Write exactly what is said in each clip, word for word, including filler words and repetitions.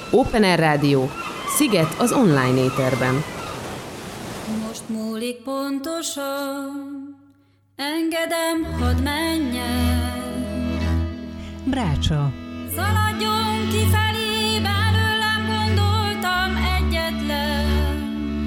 Open Air Rádió, Sziget az online éterben. Most múlik pontosan, engedem, hadd menjen. Brácsa. Szaladjon kifelé, belőlem gondoltam egyetlen.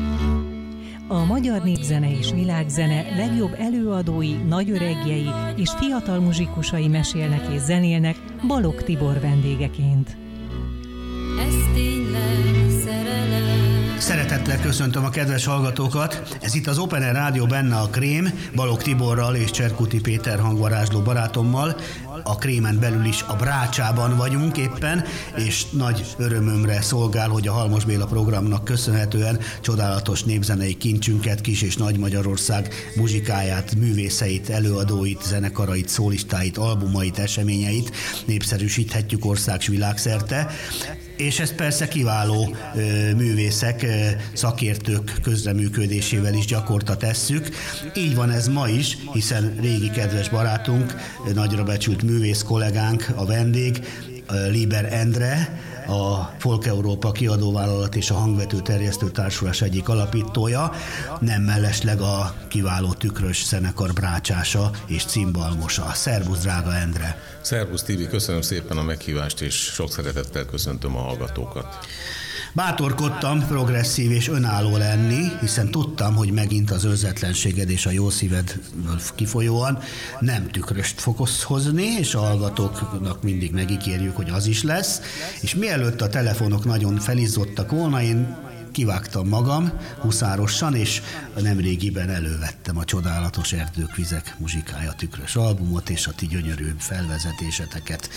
A magyar népzene és világzene legjobb előadói, nagyöregjei és fiatal muzsikusai mesélnek és zenélnek Balogh Tibor vendégeként. Ez tényleg szerelem. Szeretettel köszöntöm a kedves hallgatókat. Ez itt az Open Air Rádió, benne a Krém, Balogh Tiborral és Cserkuti Péter hangvarázsló barátommal. A Krémen belül is a Brácsában vagyunk éppen, és nagy örömömre szolgál, hogy a Halmos Béla programnak köszönhetően csodálatos népzenei kincsünket, Kis- és Nagy-Magyarország muzsikáját, művészeit, előadóit, zenekarait, szólistáit, albumait, eseményeit népszerűsíthetjük ország- és világszerte. És ezt persze kiváló ö, művészek, ö, szakértők közreműködésével is gyakorta tesszük. Így van ez ma is, hiszen régi kedves barátunk, nagyra becsült művész kollégánk, a vendég, Lieber Endre, a Folk Európa kiadóvállalat és a Hangvető Terjesztő Társulás egyik alapítója, nem mellesleg a kiváló tükrös zenekar brácsása és cimbalmosa. Szerbusz, drága Endre! Szerbusz, Tibi, köszönöm szépen a meghívást, és sok szeretettel köszöntöm a hallgatókat. Bátorkodtam progresszív és önálló lenni, hiszen tudtam, hogy megint az önzetlenséged és a jó szívedből kifolyóan nem tükröst fogsz hozni, és a hallgatóknak mindig megígérjük, hogy az is lesz. És mielőtt a telefonok nagyon felizzottak volna, én kivágtam magam huszárosan, és nemrégiben elővettem a csodálatos Erdők Vizek muzsikája tükrös albumot, és a ti gyönyörű felvezetéseteket.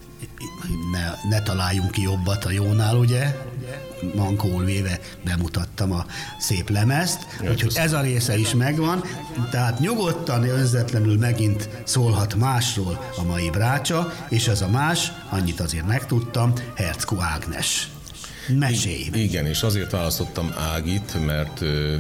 Ne, ne találjunk ki jobbat a jónál, ugye? Mankóul véve bemutattam a szép lemezt, úgyhogy ez a része is megvan, tehát nyugodtan, önzetlenül megint szólhat másról a mai Brácsa, és ez a más, annyit azért megtudtam, Herczkó Ágnes. Mesélj! Igen, és azért választottam Ágit, mert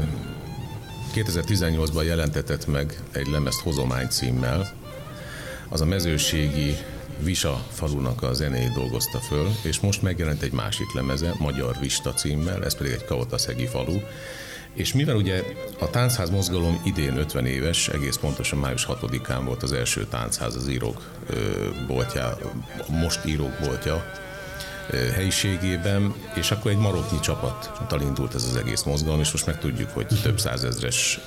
kétezer-tizennyolcban jelentetett meg egy lemezt Hozomány címmel, az a mezőségi Visa falunak a zenéjét dolgozta föl, és most megjelent egy másik lemeze, Magyar Vista címmel, ez pedig egy kaotaszegi falu. És mivel ugye a táncház mozgalom idén ötven éves, egész pontosan május hatodikán volt az első táncház az írók boltja, most írók boltja helyiségében, és akkor egy maroknyi csapattal indult ez az egész mozgalom, és most meg tudjuk, hogy több százezres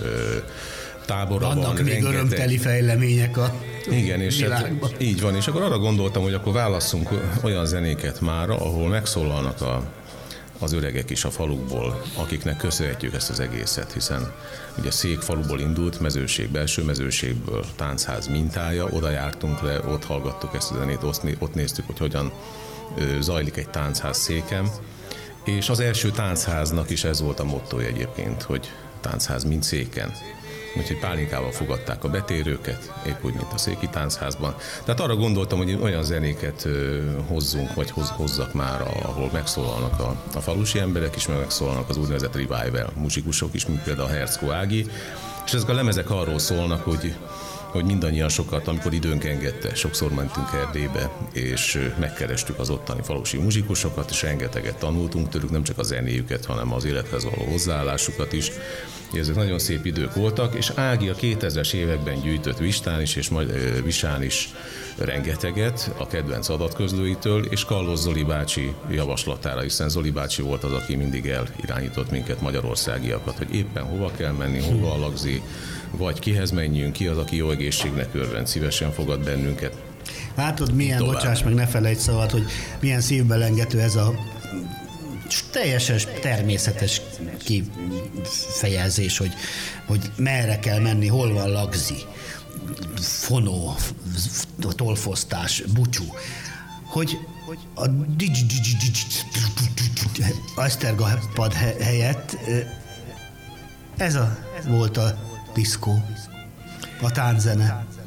tábora Vannak van. még rengeteg örömteli fejlemények a Igen, és hát így van, és akkor arra gondoltam, hogy akkor válasszunk olyan zenéket mára, ahol megszólalnak a, az öregek is a falukból, akiknek köszönhetjük ezt az egészet, hiszen ugye Szék faluból indult, mezőség, belső mezőségből táncház mintája, oda jártunk le, ott hallgattuk ezt a zenét, ott néztük, hogy hogyan zajlik egy táncház Széken, és az első táncháznak is ez volt a mottója egyébként, hogy táncház mint Széken. Úgyhogy pálinkával fogadták a betérőket, épp úgy, mint a széki táncházban. Tehát arra gondoltam, hogy olyan zenéket hozzunk, vagy hoz, hozzak már, ahol megszólalnak a, a falusi emberek is, meg megszólalnak az úgynevezett revival muzsikusok is, mint például a Herczkó Ági. És ezek a lemezek arról szólnak, hogy hogy mindannyian sokat, amikor időnk engedte, sokszor mentünk Erdélybe, és megkerestük az ottani falusi muzsikusokat, és rengeteget tanultunk tőlük, nem csak a zenéjüket, hanem az élethez való hozzáállásukat is. Ezek nagyon szép idők voltak, és Ági a kétezres években gyűjtött Vistán is, és majd Visán is rengeteget a kedvenc adatközlőitől, és Kallos Zoli bácsi javaslatára, hiszen Zoli bácsi volt az, aki mindig elirányított minket, magyarországiakat, hogy éppen hova kell menni, hova alagzi, vagy kihez menjünk, ki az, aki jó egészségnek örvend, szívesen fogad bennünket. Látod, milyen, bocsáss meg, ne felejtsd szabad, hogy milyen szívbelengető ez a teljesen természetes kifejezés, hogy, hogy merre kell menni, hol van lagzi, fonó, tolfosztás, bucsú, hogy a Esztergapad helyett ez a, volt a diszkó, a tánczene.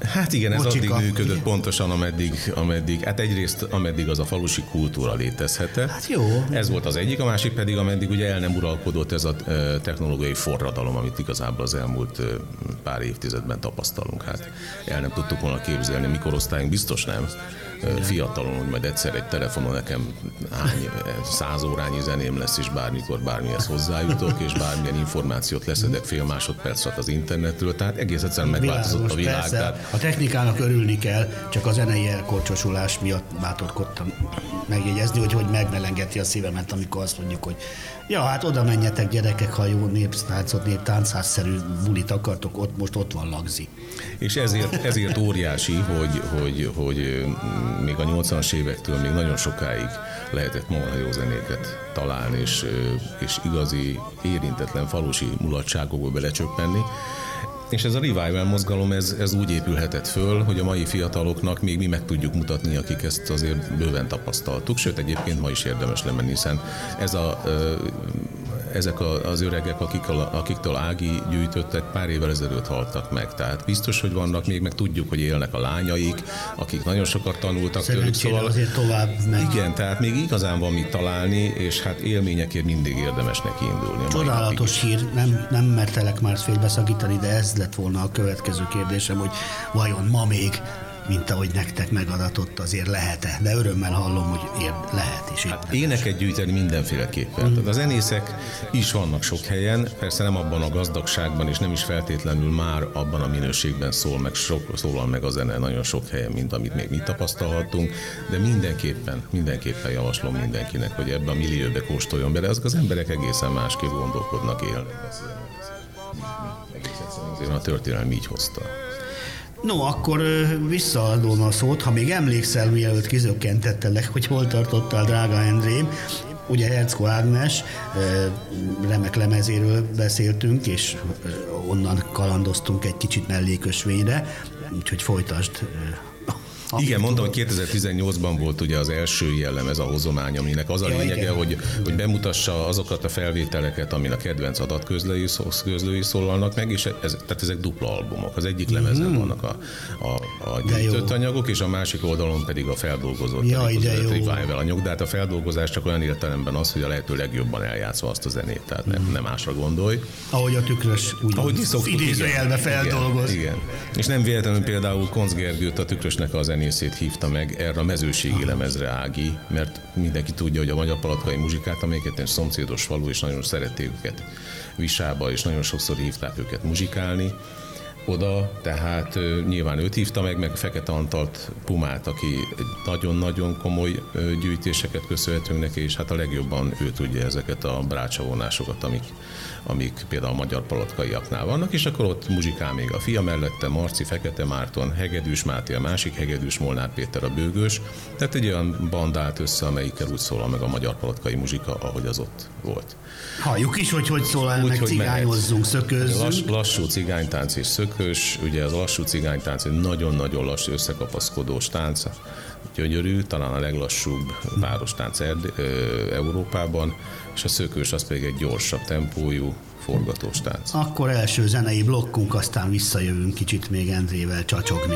Hát igen, ez Mocsika. addig működött pontosan, ameddig, ameddig, hát egyrészt ameddig az a falusi kultúra létezhetett. Hát jó. Ez volt az egyik, a másik pedig, ameddig ugye el nem uralkodott ez a technológiai forradalom, amit igazából az elmúlt pár évtizedben tapasztalunk. Hát el nem tudtuk volna képzelni, mikorosztályunk biztos nem. Fiatalon, hogy majd egyszer egy telefonon nekem hány száz órányi zeném lesz, és bármikor bármihez hozzájutok, és bármilyen információt leszedek fél másodperc alatt az internetről, tehát egész egyszerűen megváltozott a világ. Persze, Tehát... a technikának örülni kell, csak a zenei elkorcsosulás miatt bátorkodtam megjegyezni, hogy hogy megmelengeti a szívemet, amikor azt mondjuk, hogy ja, hát oda menjetek gyerekek, ha jó néptáncot, néptáncházszerű bulit akartok, ott most ott van lagzi. És ezért, ezért óriási, hogy, hogy, hogy még a nyolcvanas évektől még nagyon sokáig lehetett marha jó zenéket találni, és, és igazi érintetlen falusi mulatságokból belecsöppenni. És ez a revival mozgalom, ez, ez úgy épülhetett föl, hogy a mai fiataloknak még mi meg tudjuk mutatni, akik ezt azért bőven tapasztaltuk, sőt egyébként ma is érdemes lemenni, hiszen ez a, ezek az öregek, akiktől, akiktől Ági gyűjtött, egy pár évvel ezelőtt haltak meg. Tehát biztos, hogy vannak még, meg tudjuk, hogy élnek a lányaik, akik nagyon sokat tanultak tőlük. Szóval azért tovább megy. Igen, tehát még igazán van mit találni, és hát élményekért mindig érdemes neki indulni. Csodálatos hír, nem, nem mertelek már félbeszakítani, de ez lett volna a következő kérdésem, hogy vajon ma még, mint ahogy nektek megadatott, azért lehet-e? De örömmel hallom, hogy ér, lehet is. Hát éneket gyűjteni mindenféleképpen. Mm. Tehát a zenészek is vannak sok helyen, persze nem abban a gazdagságban, és nem is feltétlenül már abban a minőségben szól meg, sok, szólal meg a zene nagyon sok helyen, mint amit még mi tapasztalhattunk, de mindenképpen, mindenképpen javaslom mindenkinek, hogy ebbe a millióbe kóstoljon bele, azok az emberek egészen másképp gondolkodnak, élnek. Azért a történelem így hozta. No, akkor visszaadom a szót, ha még emlékszel, mielőtt kizökkentettelek, hogy hol tartottál, drága Endrém. Ugye Herczko Ágnes remek lemezéről beszéltünk, és onnan kalandoztunk egy kicsit mellékösvényre, úgyhogy folytasd. Igen, mondtam, hogy kétezer-tizennyolcban volt ugye az első ilyen lemez, a Hozomány, aminek az a ja, lényege, hogy, hogy bemutassa azokat a felvételeket, amin a kedvenc adatközlői közlői szólalnak meg, és ez, tehát ezek dupla albumok. Az egyik lemezen mm. vannak a, a, a gyűjtött anyagok, és a másik oldalon pedig a feldolgozott revival anyagok, de hát a feldolgozás csak olyan értelemben az, hogy a lehető legjobban eljátszva azt a zenét, tehát nem, nem másra gondolj. Ahogy a Tükrös úgy ahogy idézőjelbe feldolgoz. Igen, igen. És nem véletlenül például Koncz Gergőt, a Tükrösnek a zenészét hívta meg erre a mezőségi lemezre Ági, mert mindenki tudja, hogy a magyar palatkai muzsikát, amelyiket egy szomszédos falu, és nagyon szerették őket Visába, és nagyon sokszor hívták őket muzsikálni oda, tehát nyilván őt hívta meg, meg Fekete Antalt Pumát, aki nagyon-nagyon komoly gyűjtéseket köszönhetünk neki, és hát a legjobban ő tudja ezeket a brácsavonásokat, amik, amik például a magyar palatkaiaknál vannak, és akkor ott muzsikál még a fia mellette, Marci, Fekete Márton, Hegedűs Máté, a másik Hegedűs, Molnár Péter a bőgős, tehát egy olyan band állt össze, amelyikkel úgy szólal meg a magyar palatkai muzsika, ahogy az ott volt. Halljuk is, hogy hogy szólal úgy, meg cigányozzunk, szökőzzünk. Lass, lassú cigánytánc és szökős, ugye az a lassú cigánytánc egy nagyon-nagyon lassú összekapaszkodós tánc, gyönyörű, talán a leglassúbb várostánc Erd- Európában, és a szökős az pedig egy gyorsabb tempójú, forgatós tánc. Akkor első zenei blokkunk, aztán visszajövünk kicsit még Endrével csacsogni.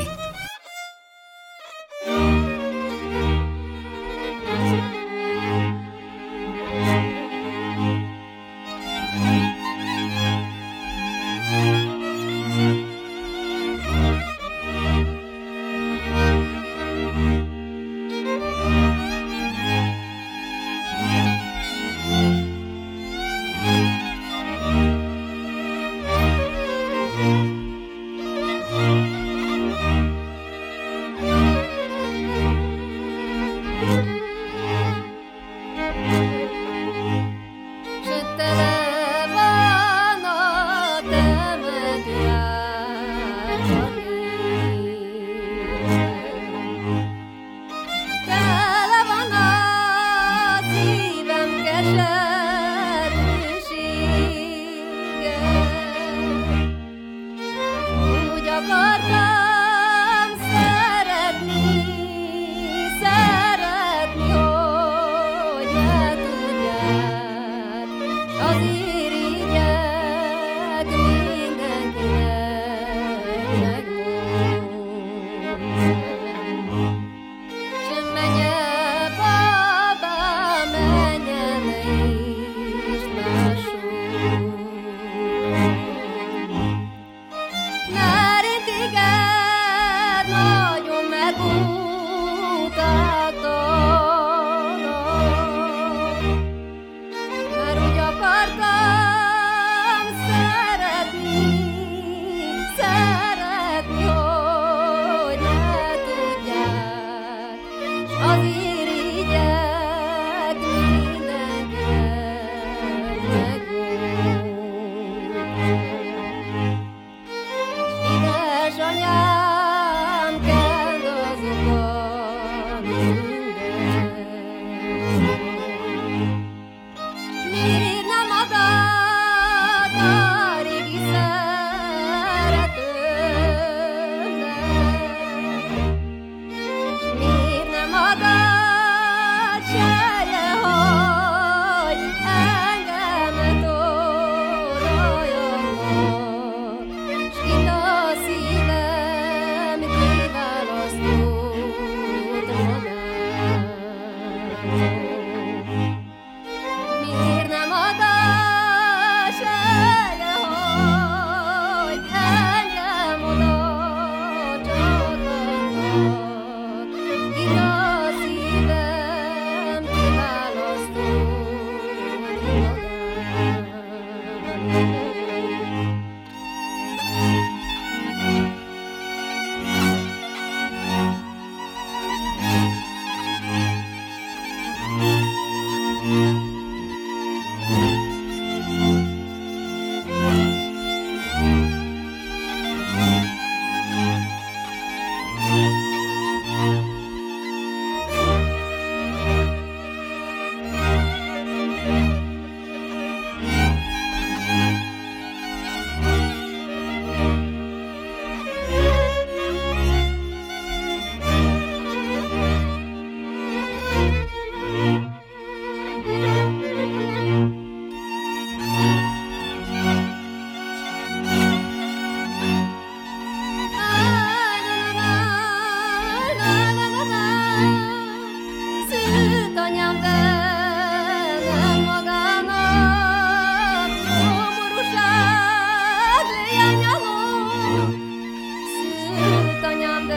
anyám velem magának, szomorúság léjányalom, szült anyám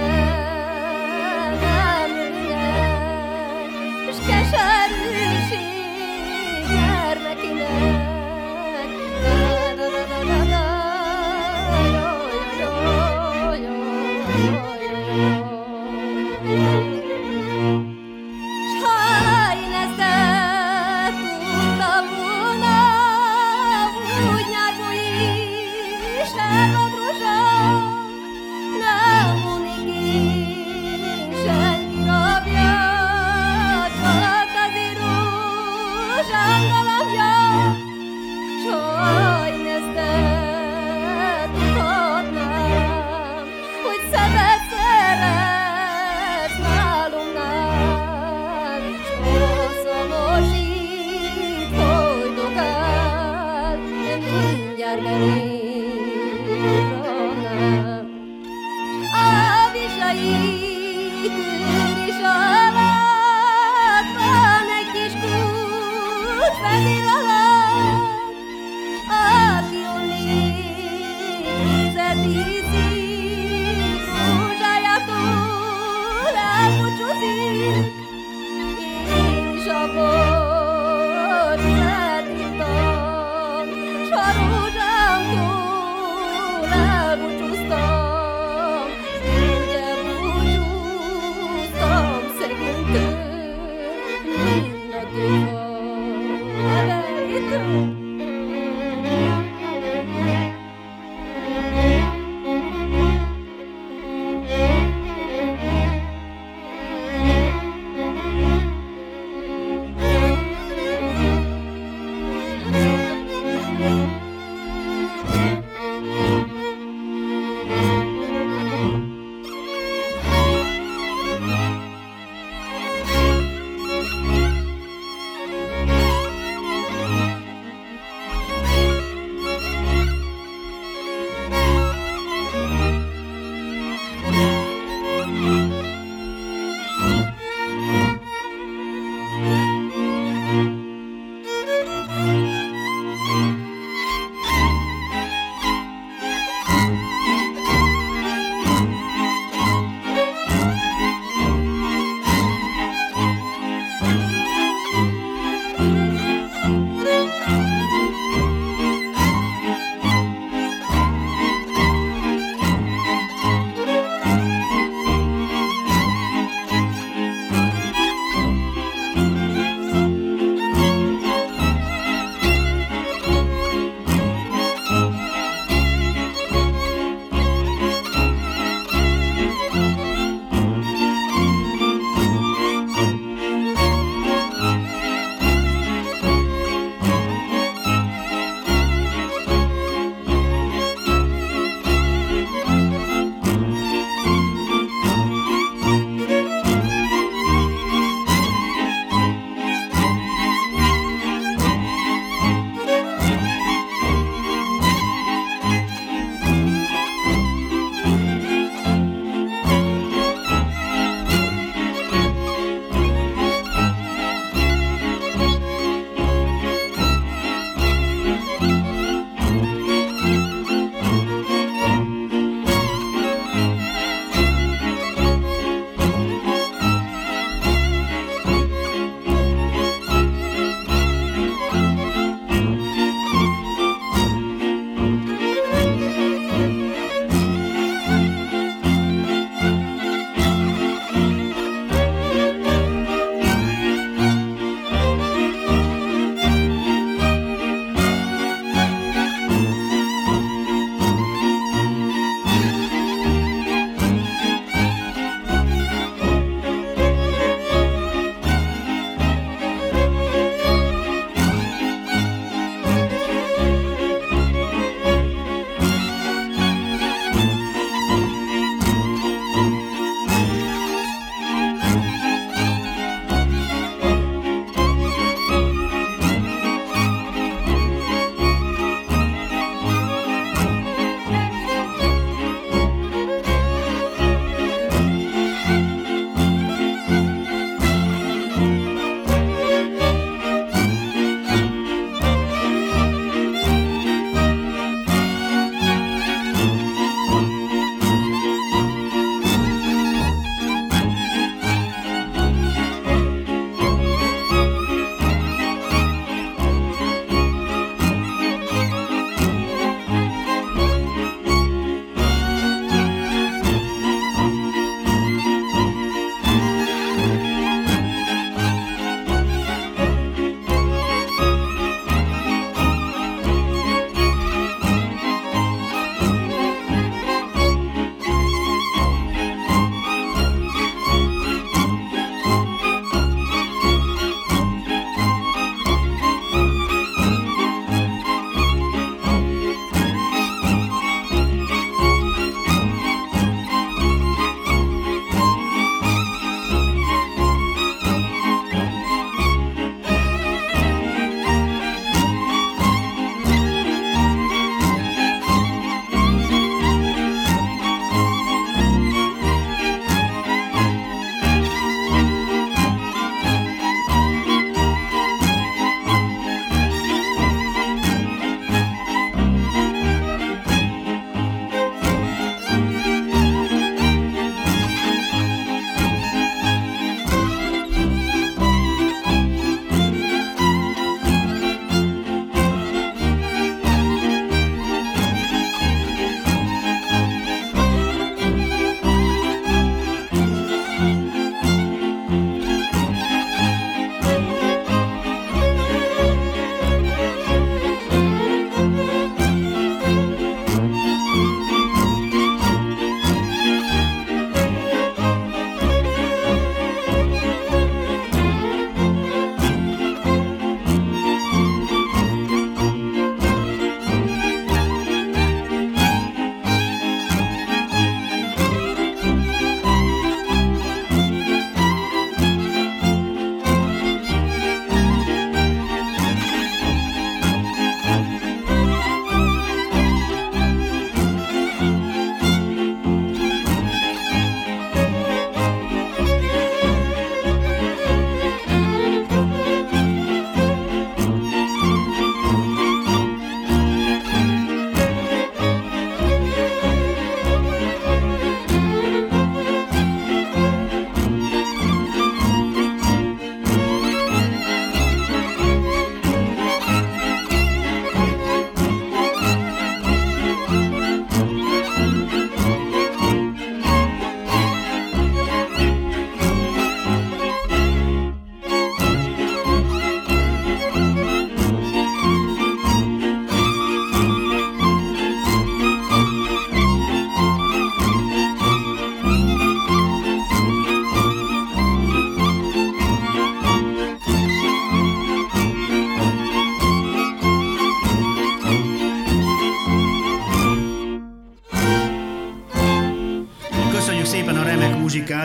velem ülnek, s keserűség gyermekinek.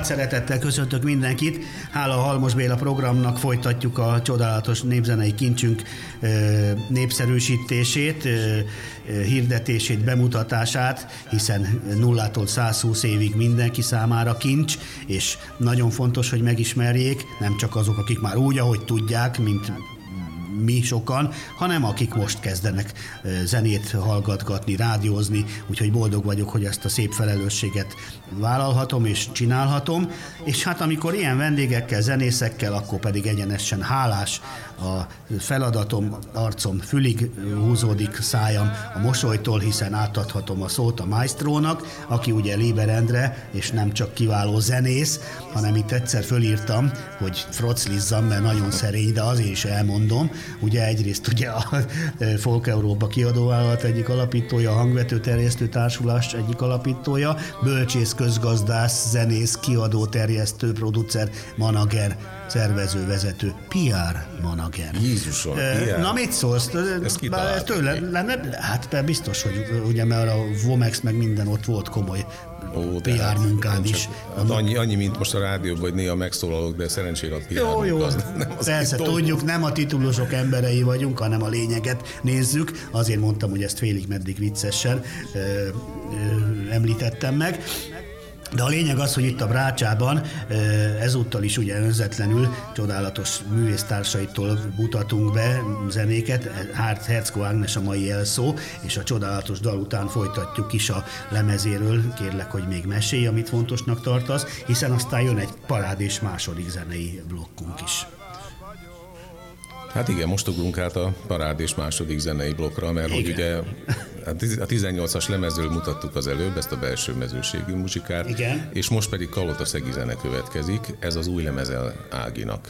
Nagy szeretettel köszöntök mindenkit. Hála a Halmos Béla programnak folytatjuk a csodálatos népzenei kincsünk népszerűsítését, hirdetését, bemutatását, hiszen nullától százhúsz évig mindenki számára kincs, és nagyon fontos, hogy megismerjék, nem csak azok, akik már úgy, ahogy tudják, mint mi sokan, hanem akik most kezdenek zenét hallgatgatni, rádiózni, úgyhogy boldog vagyok, hogy ezt a szép felelősséget vállalhatom és csinálhatom, és hát amikor ilyen vendégekkel, zenészekkel, akkor pedig egyenesen hálás a feladatom, arcom fülig húzódik szájam a mosolytól, hiszen átadhatom a szót a maestrónak, aki ugye Léber Endre, és nem csak kiváló zenész, hanem itt egyszer fölírtam, hogy froclizzam, mert nagyon szerény, de azért is elmondom. Ugye egyrészt ugye a Folk Európa kiadóvállalat egyik alapítója, a Hangvető Terjesztő Társulás egyik alapítója, bölcsész, közgazdász, zenész, kiadó, terjesztő, producer, manager, szervező, vezető, pé er manager. Jézusom, pé er. Na mit szólsz? Ezt kitaláltuk. Tőle lenne? Hát biztos, hogy ugye, mert a Vomex meg minden ott volt komoly Ó, pé er hát munkád is. Hát annyi, annyi, mint most a rádióban, hogy néha megszólalok, de szerencsére a pé er jó, jó. Az, nem az Persze, tudjuk, nem a titulusok emberei vagyunk, hanem a lényeget nézzük. Azért mondtam, hogy ezt félig meddig viccesen ö, ö, említettem meg. De a lényeg az, hogy itt a Brácsában ezúttal is ugye önzetlenül csodálatos művésztársaitól mutatunk be zenéket. Herczko Ágnes a mai jelszó, és a csodálatos dal után folytatjuk is a lemezéről. Kérlek, hogy még mesélj, amit fontosnak tartasz, hiszen aztán jön egy parádés második zenei blokkunk is. Hát igen, most ugrunk át a parádés második zenei blokkra, mert igen. Hogy ugye a tizennyolcas lemezről mutattuk az előbb, ezt a belső mezőségű muzsikát, igen. És most pedig Kalotaszegi zene következik, ez az új lemeze Áginak.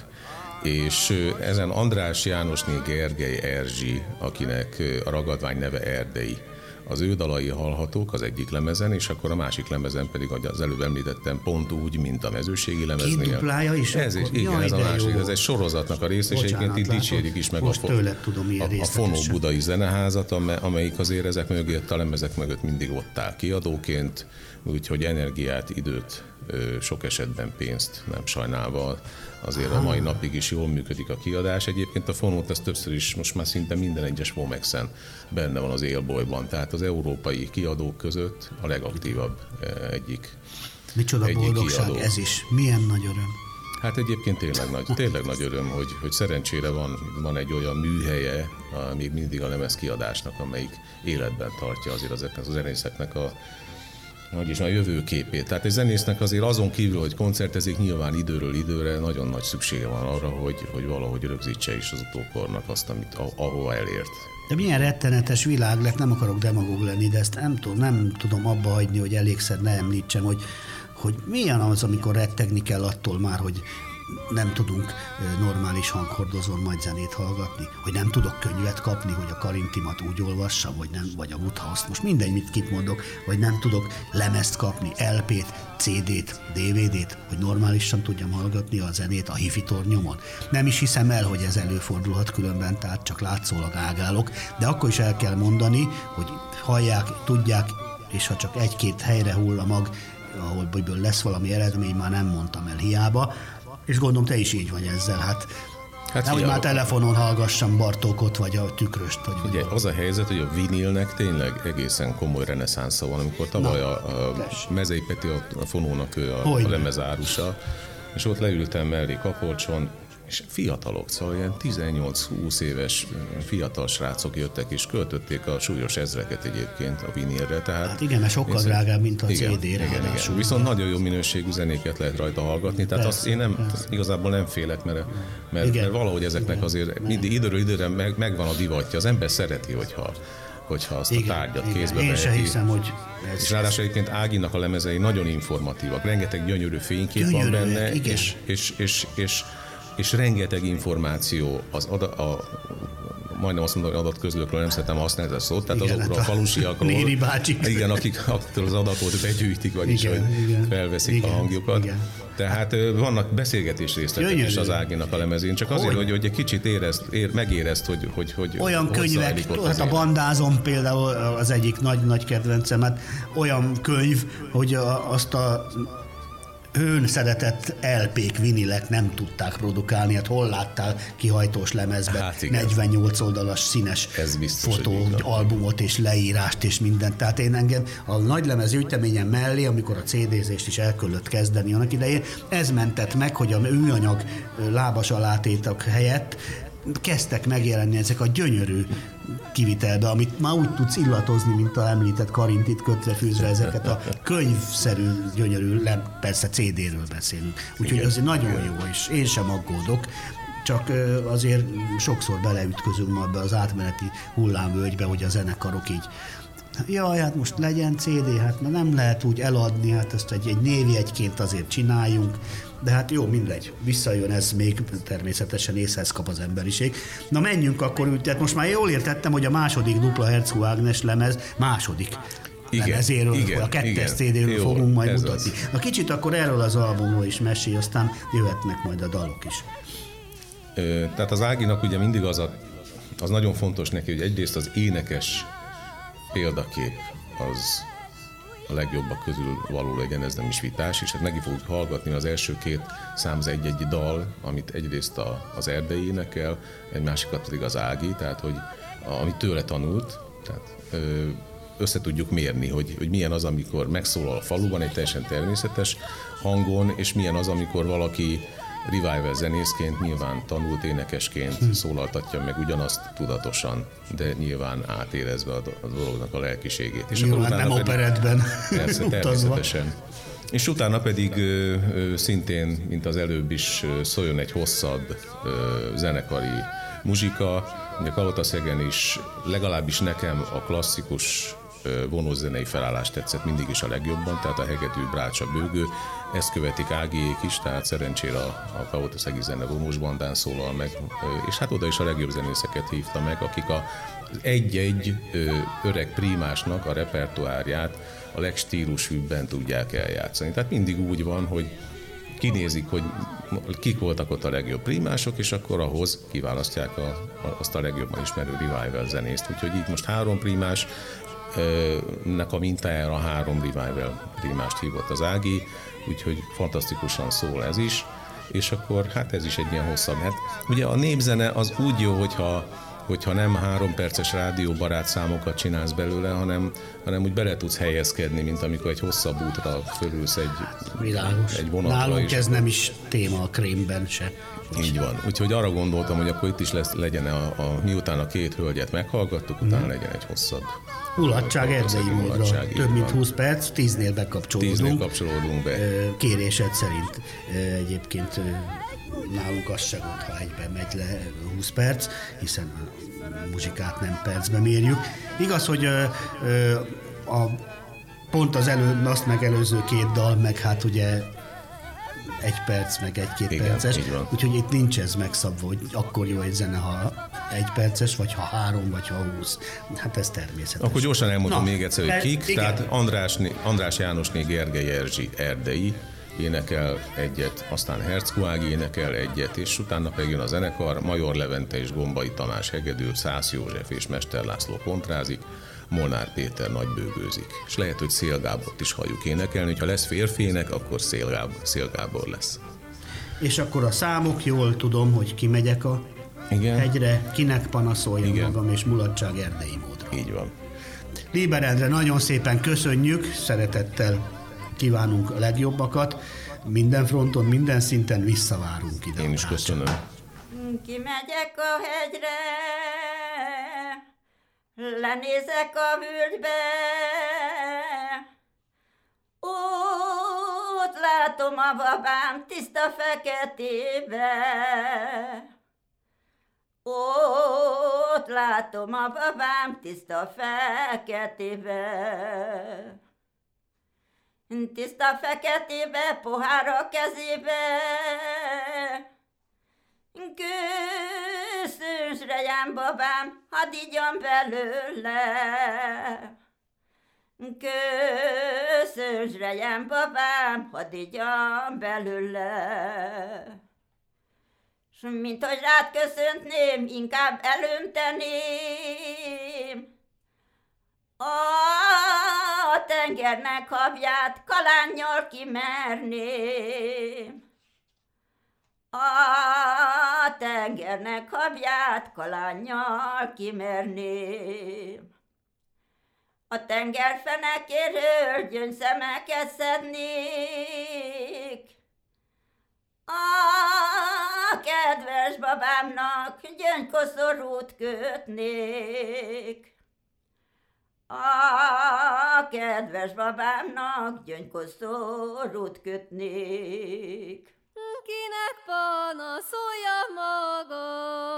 És ezen András Jánosné Gergely Erzsi, akinek a ragadvány neve Erdei. Az ő dalai hallhatók az egyik lemezen, és akkor a másik lemezen pedig, ahogy az előbb említettem, pont úgy, mint a mezőségi lemeznél. Két duplája is? Ez is, igen, jaj, ez a másik. Jó. Ez egy sorozatnak a része, és egyébként itt dicsérik is meg a, tudom, a, a Fonó Budai Zeneházat, amelyik azért ezek mögött, a lemezek mögött mindig ott áll kiadóként, úgyhogy energiát, időt, sok esetben pénzt nem sajnálva. Azért a mai napig is jól működik a kiadás. Egyébként a Fonót ez többször is most már szinte minden egyes Vomexen benne van az élbolyban. Tehát az európai kiadók között a legaktívabb egyik. Micsoda egyik boldogság kiadó. Ez is. Milyen nagy öröm. Hát egyébként tényleg nagy, tényleg nagy öröm, hogy, hogy szerencsére van, van egy olyan műhelye a, még mindig a lemez kiadásnak, amelyik életben tartja azért ezeknek az zenészeknek a vagyis a jövőképét. Tehát egy zenésznek azért azon kívül, hogy koncertezik, nyilván időről időre nagyon nagy szüksége van arra, hogy, hogy valahogy rögzítse is az utókornak azt, amit, ahova elért. De milyen rettenetes világ lett, nem akarok demagóg lenni, de ezt nem tudom, nem tudom abba hagyni, hogy elégszer ne említsem, hogy, hogy milyen az, amikor rettegni kell attól már, hogy nem tudunk normális hanghordozón majd zenét hallgatni, hogy nem tudok könyvet kapni, hogy a Karintimat úgy olvassam, vagy, nem, vagy a Woodhouse-t, most mindegy, mit kit mondok, vagy nem tudok lemezt kapni, el pét, cé dét, dé vé dét, hogy normálisan tudjam hallgatni a zenét a hifi tornyomon. Nem is hiszem el, hogy ez előfordulhat különben, tehát csak látszólag ágálok, de akkor is el kell mondani, hogy hallják, tudják, és ha csak egy-két helyre hull a mag, ahol ből lesz valami eredmény, már nem mondtam el hiába, és gondolom, te is így vagy ezzel, hát, hát nehogy már telefonon hallgassam Bartókot, vagy a Tükröst. Vagy ugye az a helyzet, hogy a vinilnek tényleg egészen komoly reneszánsza van, amikor tavaly Na, a, a Mezei Peti, a Fonónak ő a, a lemezárusa, és ott leültem mellé Kapolcson, és fiatalok, szóval ilyen tizennyolc-húsz éves fiatal srácok jöttek, és költötték a súlyos ezreket egyébként a vinilre. Tehát hát igen, mert sokkal drágább, mint a igen, cé dére. Igen, igen, igen. Viszont nagyon jó minőségű zenéket lehet rajta hallgatni, tehát azt én nem, azt igazából nem félek, mert, mert, mert valahogy ezeknek igen, azért mindig időről időre meg, megvan a divatja. Az ember szereti, hogyha hogyha azt igen, a tárgyat igen, kézbe veheti. Én sem hiszem, hogy ez... És ráadásul egyébként Áginak a lemezei nagyon informatívak, rengeteg gyönyörű fénykép gyönyörű, van benne, igen. és, és, és, és és rengeteg információ az ada, a, majdnem azt mondom, hogy adatközlőkről nem szeretem használni ezt a szót, tehát igen, azokról a falusiakról, Néri bácsik. Igen, akik az adatot begyűjtik, vagyis igen, hogy igen, felveszik igen, a hangjukat. Igen. Tehát vannak beszélgetés részletek is az Áginak a lemezén, csak azért, hogy, hogy egy kicsit érezt, ér, megérezt, hogy, hogy, hogy olyan könyvek, hát a Bandázom például az egyik nagy-nagy kedvencemet, olyan könyv, hogy a, azt a hőn szeretett el pé-k, vinilek nem tudták produkálni, hát hol láttál kihajtós lemezbe hát negyvennyolc oldalas színes fotó, albumot és leírást és mindent. Tehát én engem a nagylemez gyűjteményem mellé, amikor a cé dé-zést is el kellett kezdeni annak idején, ez mentett meg, hogy a műanyag lábas alátétak helyett kezdtek megjelenni ezek a gyönyörű kivitelbe, amit már úgy tudsz illatozni, mint a említett Karintit kötve fűzve ezeket a könyvszerű, gyönyörű, persze cé dé-ről beszélünk. Úgyhogy az nagyon jó, és én sem aggódok, csak azért sokszor beleütközünk majd be az átmeneti hullámvölgybe, hogy a zenekarok így jaj, hát most legyen cé dé, hát nem lehet úgy eladni, hát ezt egy, egy névjegyként azért csináljunk, de hát jó, mindegy, visszajön ez még, természetesen észhez kap az emberiség. Na menjünk akkor, tehát most már jól értettem, hogy a második dupla Herczog Ágnes lemez második igen, lemezéről, igen, a kettes igen, cé dé-ről jó, fogunk majd mutatni. Az. Na kicsit akkor erről az albumról is mesélj, aztán jöhetnek majd a dalok is. Ö, tehát az Áginak ugye mindig az, a, az nagyon fontos neki, hogy egyrészt az énekes példakép az a legjobbak közül való legyen, ez nem is vitás, és hát meg fogjuk hallgatni az első két szám, az egy-egy dal, amit egyrészt a, az Erdei énekel, egy másikat pedig az Ági, tehát hogy amit tőle tanult, tehát ö, össze tudjuk mérni, hogy, hogy milyen az, amikor megszólal a faluban egy teljesen természetes hangon, és milyen az, amikor valaki revival zenészként, nyilván tanult énekesként hm. szólaltatja meg ugyanazt tudatosan, de nyilván átérezve a, a dolognak a lelkiségét. És nyilván akkor nem pedig, operettben persze, természetesen. És utána pedig ö, ö, szintén, mint az előbb is, szóljon egy hosszabb ö, zenekari muzsika. Ugye Kalotaszegen is, legalábbis nekem a klasszikus vonószenei felállás tetszett mindig is a legjobban, tehát a hegetű, brácsa, bőgő, ezt követik Ágiék is, tehát szerencsére a, a Kalotaszegi zene vonós bandán szólal meg, és hát oda is a legjobb zenészeket hívta meg, akik a egy-egy öreg prímásnak a repertoárját a legstílusűbben tudják eljátszani. Tehát mindig úgy van, hogy kinézik, hogy kik voltak ott a legjobb prímások, és akkor ahhoz kiválasztják a, azt a legjobban ismerő revival zenészt. Úgyhogy így most három prímás, nek a mintájára három revival prímást hívott az Ági, úgyhogy fantasztikusan szól ez is, és akkor hát ez is egy ilyen hosszabb. Hát ugye a népzene az úgy jó, hogyha, hogyha nem három perces rádióbarát számokat csinálsz belőle, hanem, hanem úgy bele tudsz helyezkedni, mint amikor egy hosszabb útra fölülsz egy, egy vonatra. Nálunk ez nem is téma a krémben se. Így van. Úgyhogy arra gondoltam, hogy akkor itt is lesz, legyen, a, a, miután a két hölgyet meghallgattuk, utána mm. legyen egy hosszabb. Mulatság erdei módra. Több mint húsz perc, tíznél bekapcsolódunk. Tíznél kapcsolódunk be. Kérésed szerint egyébként nálunk az se gond, ha egyben megy le húsz perc, hiszen a muzsikát nem percbe mérjük. Igaz, hogy a, pont az elő, azt megelőző két dal, meg hát ugye egy perc, meg egy-két igen, perces, úgyhogy itt nincs ez megszabva, hogy akkor jó egy zene, ha egy perces, vagy ha három, vagy ha húsz. Hát ez természetes. Akkor gyorsan elmondom Na, még egyszer, hogy kik. Igen. Tehát András, András Jánosné, Gergely Erzsi, Erdei énekel egyet, aztán Herczog Ági énekel egyet, és utána pedig jön a zenekar, Major Levente és Gombai Tamás hegedű, Szász József és Mester László kontrázik, Molnár Péter nagybőgőzik. És lehet, hogy Szél Gábort is halljuk énekelni, hogyha lesz férfiének, akkor Szél Gábor, Szél Gábor lesz. És akkor a számok, jól tudom, hogy kimegyek a Igen. hegyre, kinek panaszoljam Igen. magam, és mulatság erdei módra. Így van. Líber Endre, nagyon szépen köszönjük, szeretettel kívánunk a legjobbakat, minden fronton, minden szinten visszavárunk ide. Én is köszönöm. Kimegyek a hegyre, lenézek a völgybe, ott látom a babám tiszta feketébe. Ott látom a babám tiszta feketébe. Tiszta feketébe, pohár a kezébe. Köszönsre jám babám, hadd igyan belőle. Köszönsre jám babám, hadd igyan belőle. S mint hogy rád köszöntném, inkább elönteném A tengernek habját kalánnyal kimerném. A tengernek habját kalánnyal kimerném. A tengerfenekéről gyöngyszemeket szednék. A kedves babámnak gyöngykoszorút kötnék. A kedves babámnak gyöngykoszorút kötnék. Kinek panaszolja maga?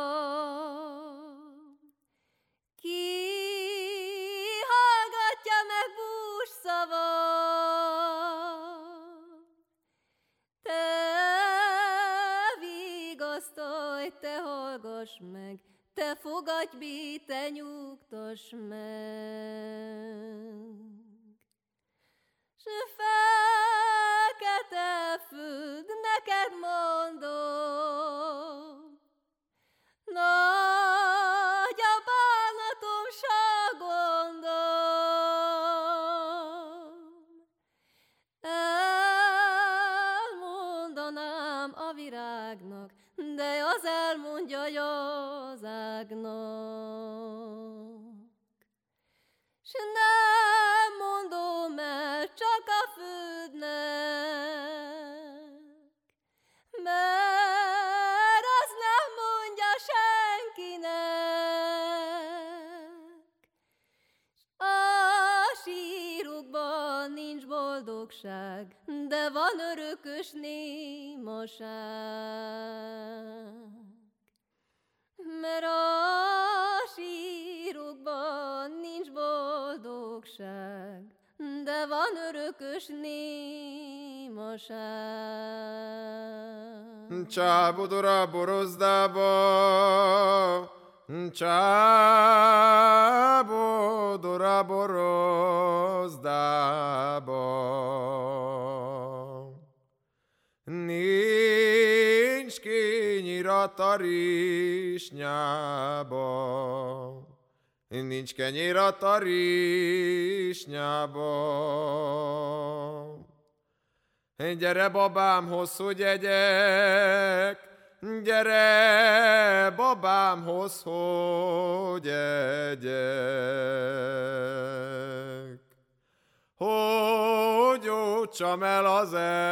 Ki hallgatja meg bús szava? Te vigasztalj, te hallgass meg, te fogadj bi, te nyugtass meg. S fekete föld, neked mondom, nagy a bánatom, s a gondom. Elmondanám a virágnak, de az elmondja az ágnak. S nem mondom el csak a földnek, mert az nem mondja senkinek. S a sírukban nincs boldogság, de van örökös némaság. Mert a sírukban nincs boldogság, de van örökös némaság. Csábodora borozdába, csábodora borozdába. Nincs kenyér a tarisnyába, nincs kenyér a tarisnyába. Gyere babámhoz, hogy egyek, gyere babámhoz, hogy egyek. Hogy ócsam el az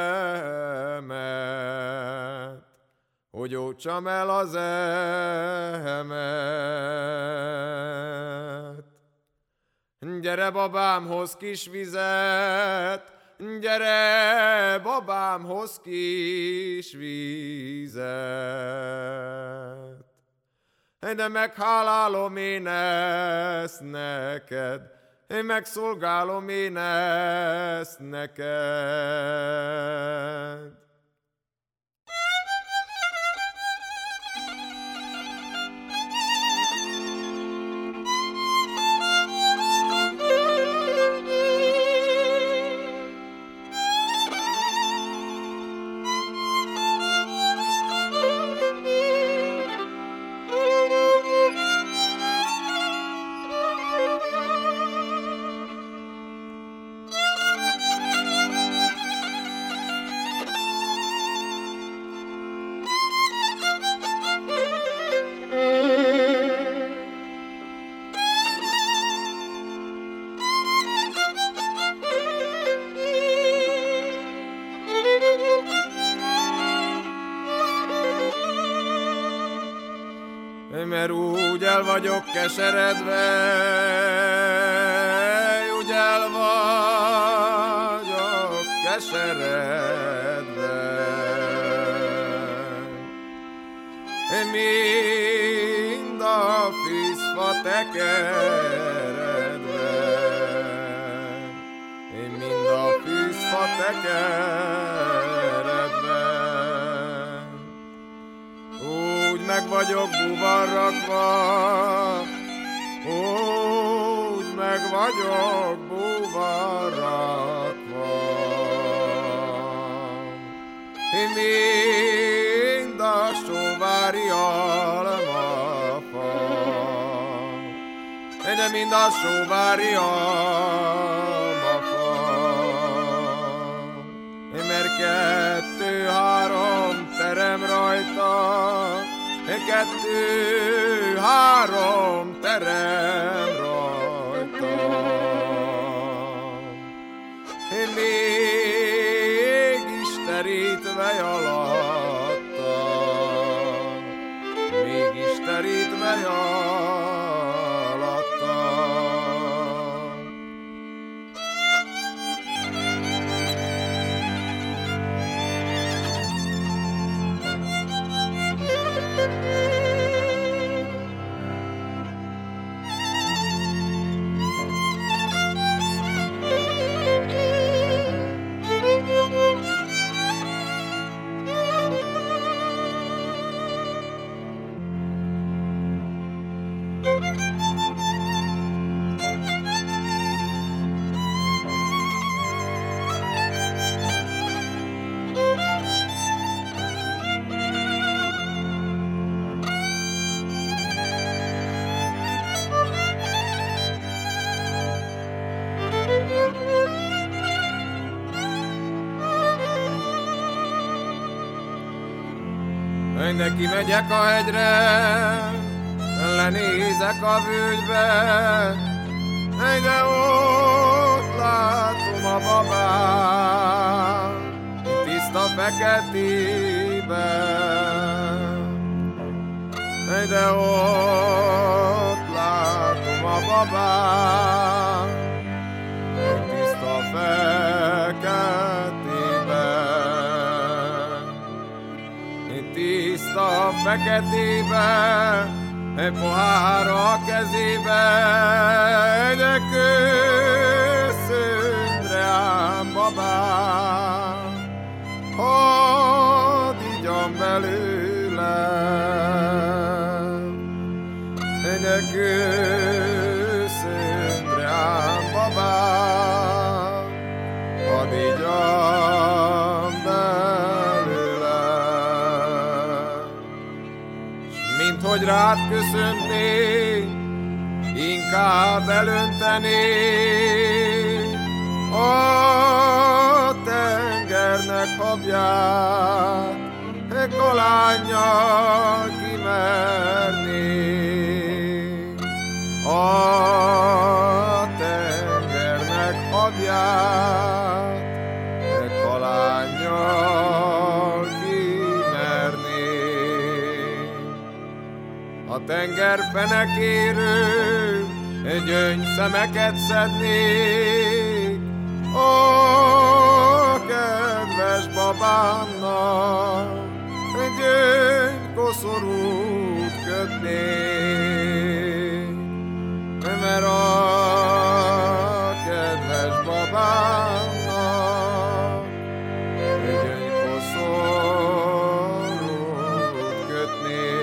emet, hogy ócsam el az emet. Gyere babámhoz kis vizet, gyere babámhoz kis vizet. De meghálálom én ezt neked, én megszolgálom én ezt neked. Mert úgy el vagyok keseredve, úgy el vagyok keseredve. Mind a fűzfa tekeredve, mind a fűzfa tekeredve. Úgy meg vagyok buvarrakva, úgy meg vagyok buvarrakva. Mind a sóvári almafa, de mind a sóvári almafa. Mert kettő-három terem rajta, kettő-három terem rajta. Mégis terítve alatta, mégis terítve alatta. De kimegyek a hegyre, lenézek a völgybe, de ott látom a babát, tiszta feketébe. De ott látom a babát, tiszta feketébe. Tiszta feketébe, egy pohár a kezébe, de köszöndre ám babám, hadd igyam belőle, de köszöndre ám babám, hadd igyam belőle. Hogy rád köszönnék, inkább elöntenék a tengernek habját, kalánnyal kimernék. A tengernek habját, kalánnyal a tenger fenekéről gyöngyszemeket szednék, ó, kedves babámnak gyöngykoszorút kötnék, mert a kedves babámnak gyöngykoszorút kötnék.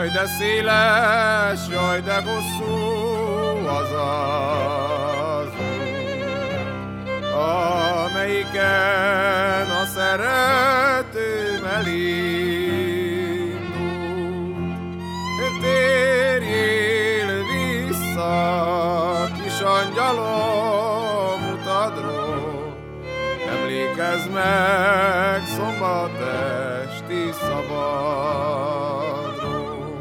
Jaj, de széles, jaj, de hosszú az az út, amelyiken a szeretőm elindult. Térjél vissza, kis angyalom utadról, emlékezz meg szombat esti szabadról.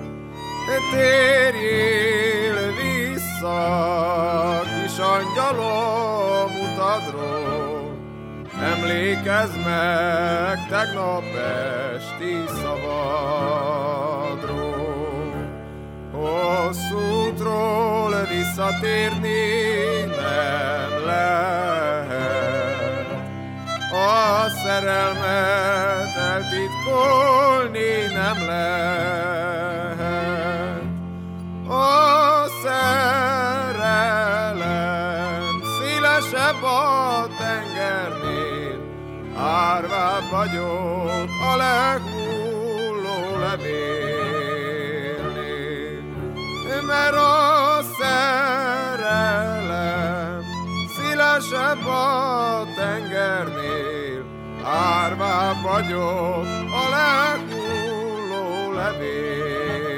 Térjél vissza, kis angyalom utadról, emlékezz meg tegnap esti szabadról. Hosszú útról visszatérni nem lehet, a szerelmet eltitkolni nem lehet. A szerelem szélesebb a tengernél, árvább vagyok a leghulló levélnél. Mert a szerelem szélesebb a tengernél, árvább vagyok a leghulló levélnél.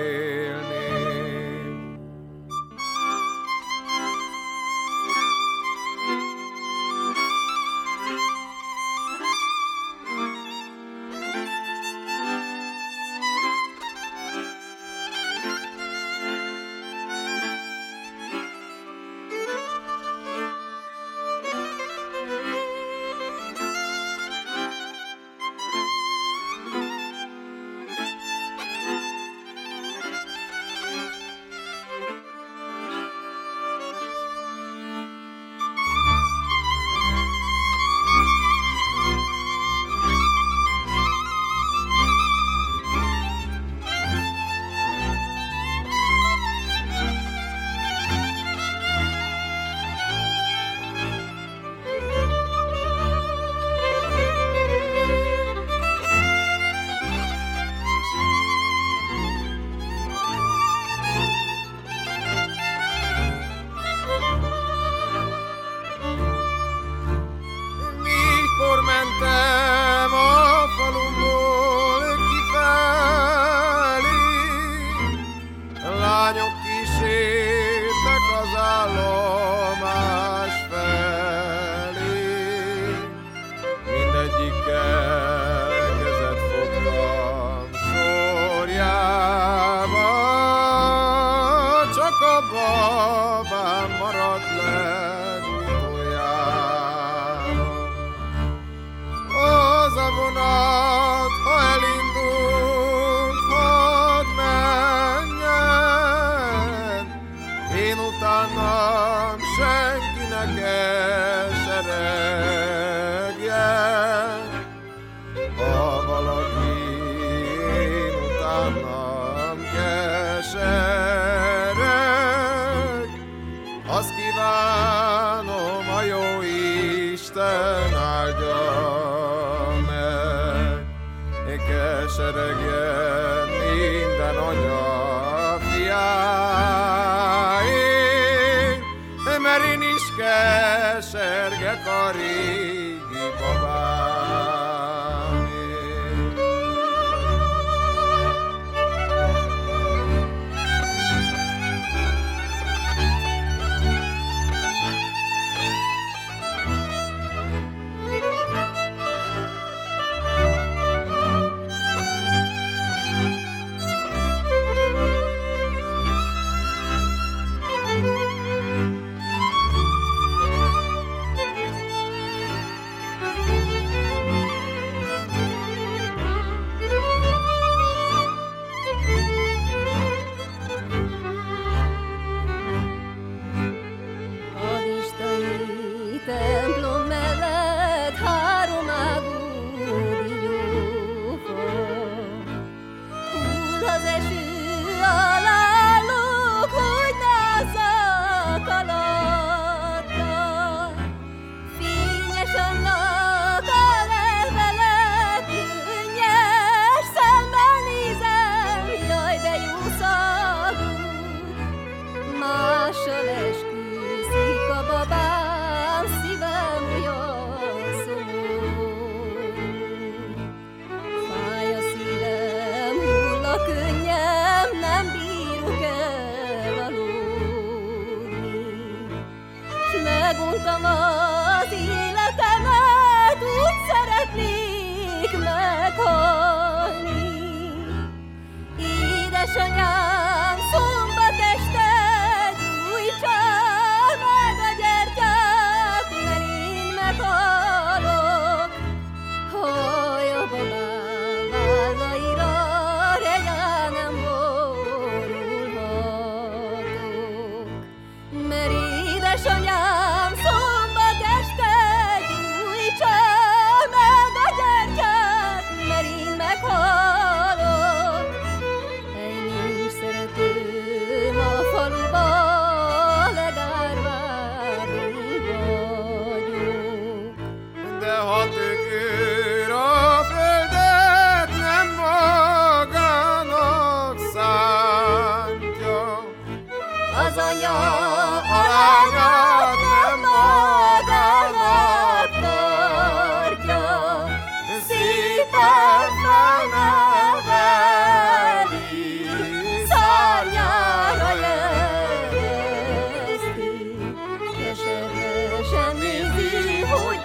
Keseregjen minden anya fiáért, mert én is kesergek a régi babámért.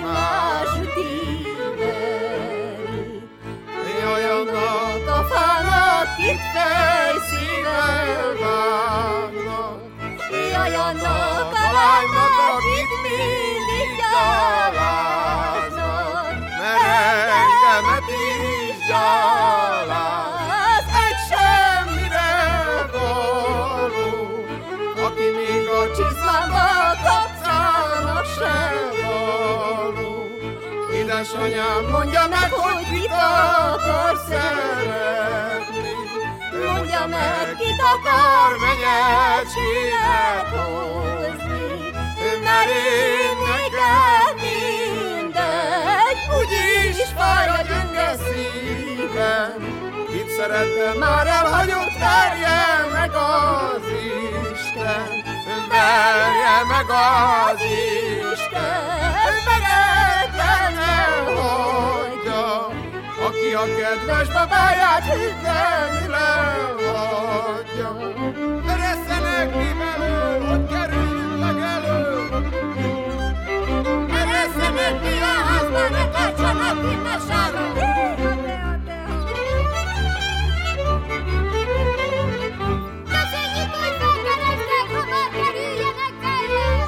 más díveri. Jaj, annak a fának itt fejszível vágnak, jaj, annak a lánynak, akit mindig gyaláznak, mert engemet is gyaláz, egy semmire való, aki még a csizmába kapcának sem való. Édesanyám, mondja meg, hogy kit akar szeretni, mondja meg, kit akar menyecskének hozni, mert én nekem mindegy, úgyis fáj a gyönge szívem. Kit szerettem, már elhagyott, verje meg az Isten, verje meg az Isten, meg egyben elhagyja, aki a kedves babáját hűtlenül elhagyja. Eresszenek mi belől, hogy kerüljünk legelő, eresszenek mi a házban, ne tartsanak innen sáron. Köszönjük, hogy felkerestek, ha már kerüljenek beljebb.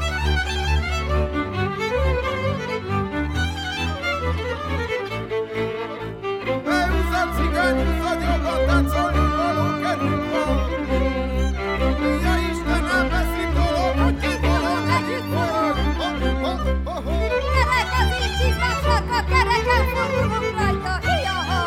Beúszad cigány, úszad jobban, táncolni való került van. Ja Istenem, veszik dolog, hogy két dolog együtt forog. Kerek az így csizmát sarka, kereken fordulunk rajta, hiaha.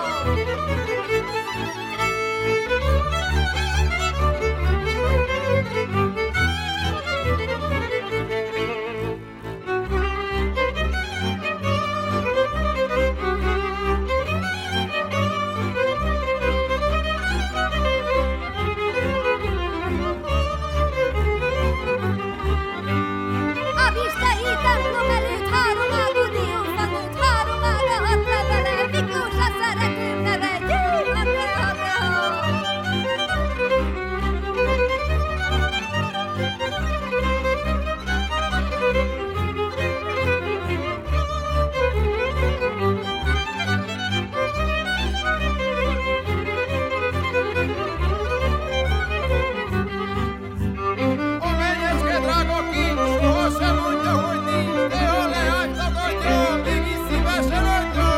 A Vistei templom előtt három ágú diófanút, három ága hat levele, Miklós a szeretőm neve, gyűjjön le, a menyecske drága kincs, sohasem mondja, hogy nincs, de ha leány tagadja, mégis szívesen adja.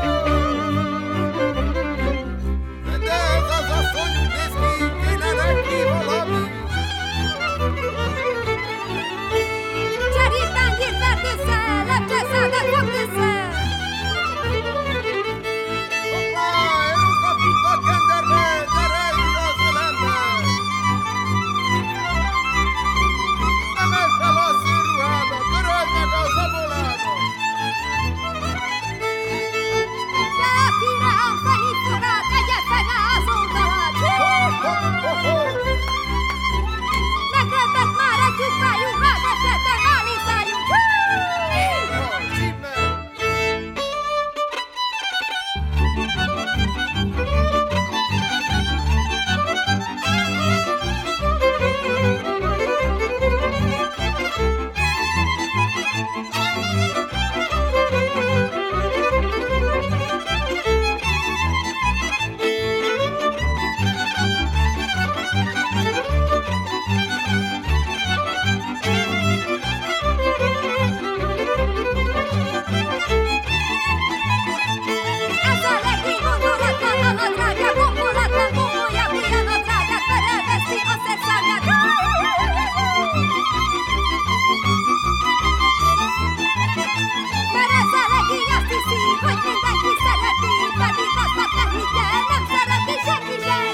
De ez az asszony úgy néz ki, kéne neki valami. Cserében nyírt vert össze, lepcseszállat fogd össze. Hoppá, elkapjuk a kenderbe, gyere ülj az ölembe. Emeld fel a színruhádat, töröld meg a zaboládat. De akire a fenit fogad, vegye fene az oldalát. Meglepett már egy tyúkfájú, hát esetleg állítájuk. Ez a legény gondolatlan, a nadrágja, gombolatlan, gombolja, milyen a drágát, mert elveszi a szerszámját. Mert ez a legény azt hiszi, hogy mindenki szereti, pedig aznak ne higgye, nem szereti senki sem.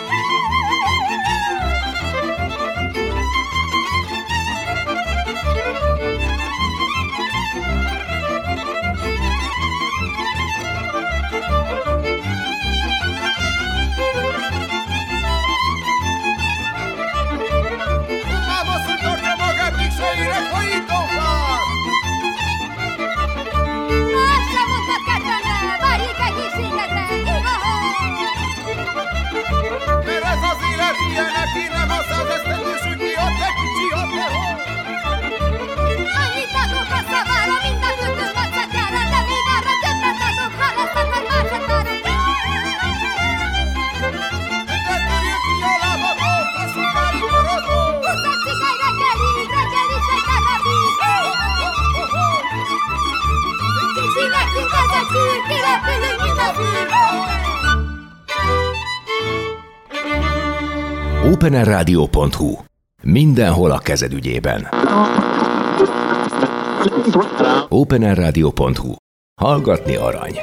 openerradio pont hu. Mindenhol a kezed ügyében. openerradio pont hu. Hallgatni arany.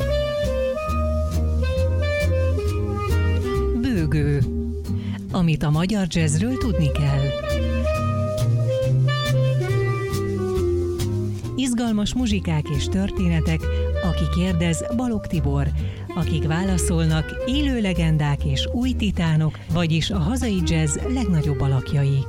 Bőgő. Amit a magyar jazzről tudni kell. Izgalmas muzsikák és történetek, aki kérdez, Balogh Tibor, akik válaszolnak, élő legendák és új titánok, vagyis a hazai jazz legnagyobb alakjai.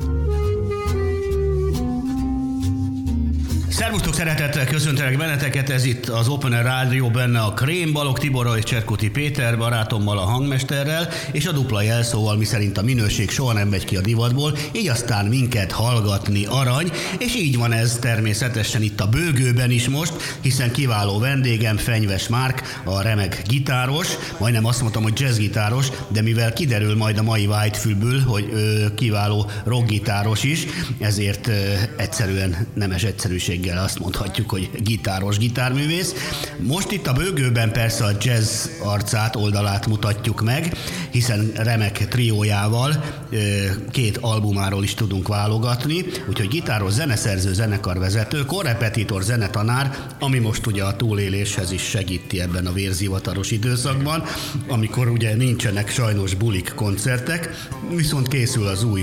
Szervusztok, szeretettel köszöntelek benneteket, ez itt az Open Air Rádió, benne a Krém, Balogh Tiborral és Cserkuti Péter barátommal, a hangmesterrel, és a dupla jelszóval, miszerint a minőség soha nem megy ki a divatból, így aztán minket hallgatni arany, és így van ez természetesen itt a Bőgőben is most, hiszen kiváló vendégem Fenyves Márk, a remek gitáros, majdnem azt mondtam, hogy jazzgitáros, de mivel kiderül majd a mai Whitefülből, hogy ö, kiváló rockgitáros is, ezért ö, egyszerűen nemes egyszerűséggel azt mondhatjuk, hogy gitáros gitárművész. Most itt a Bőgőben persze a jazz arcát, oldalát mutatjuk meg, hiszen remek triójával két albumáról is tudunk válogatni, úgyhogy gitáros, zeneszerző, zenekarvezető, korrepetitor, zenetanár, ami most ugye a túléléshez is segíti ebben a vérzivataros időszakban, amikor ugye nincsenek sajnos bulik, koncertek, viszont készül az új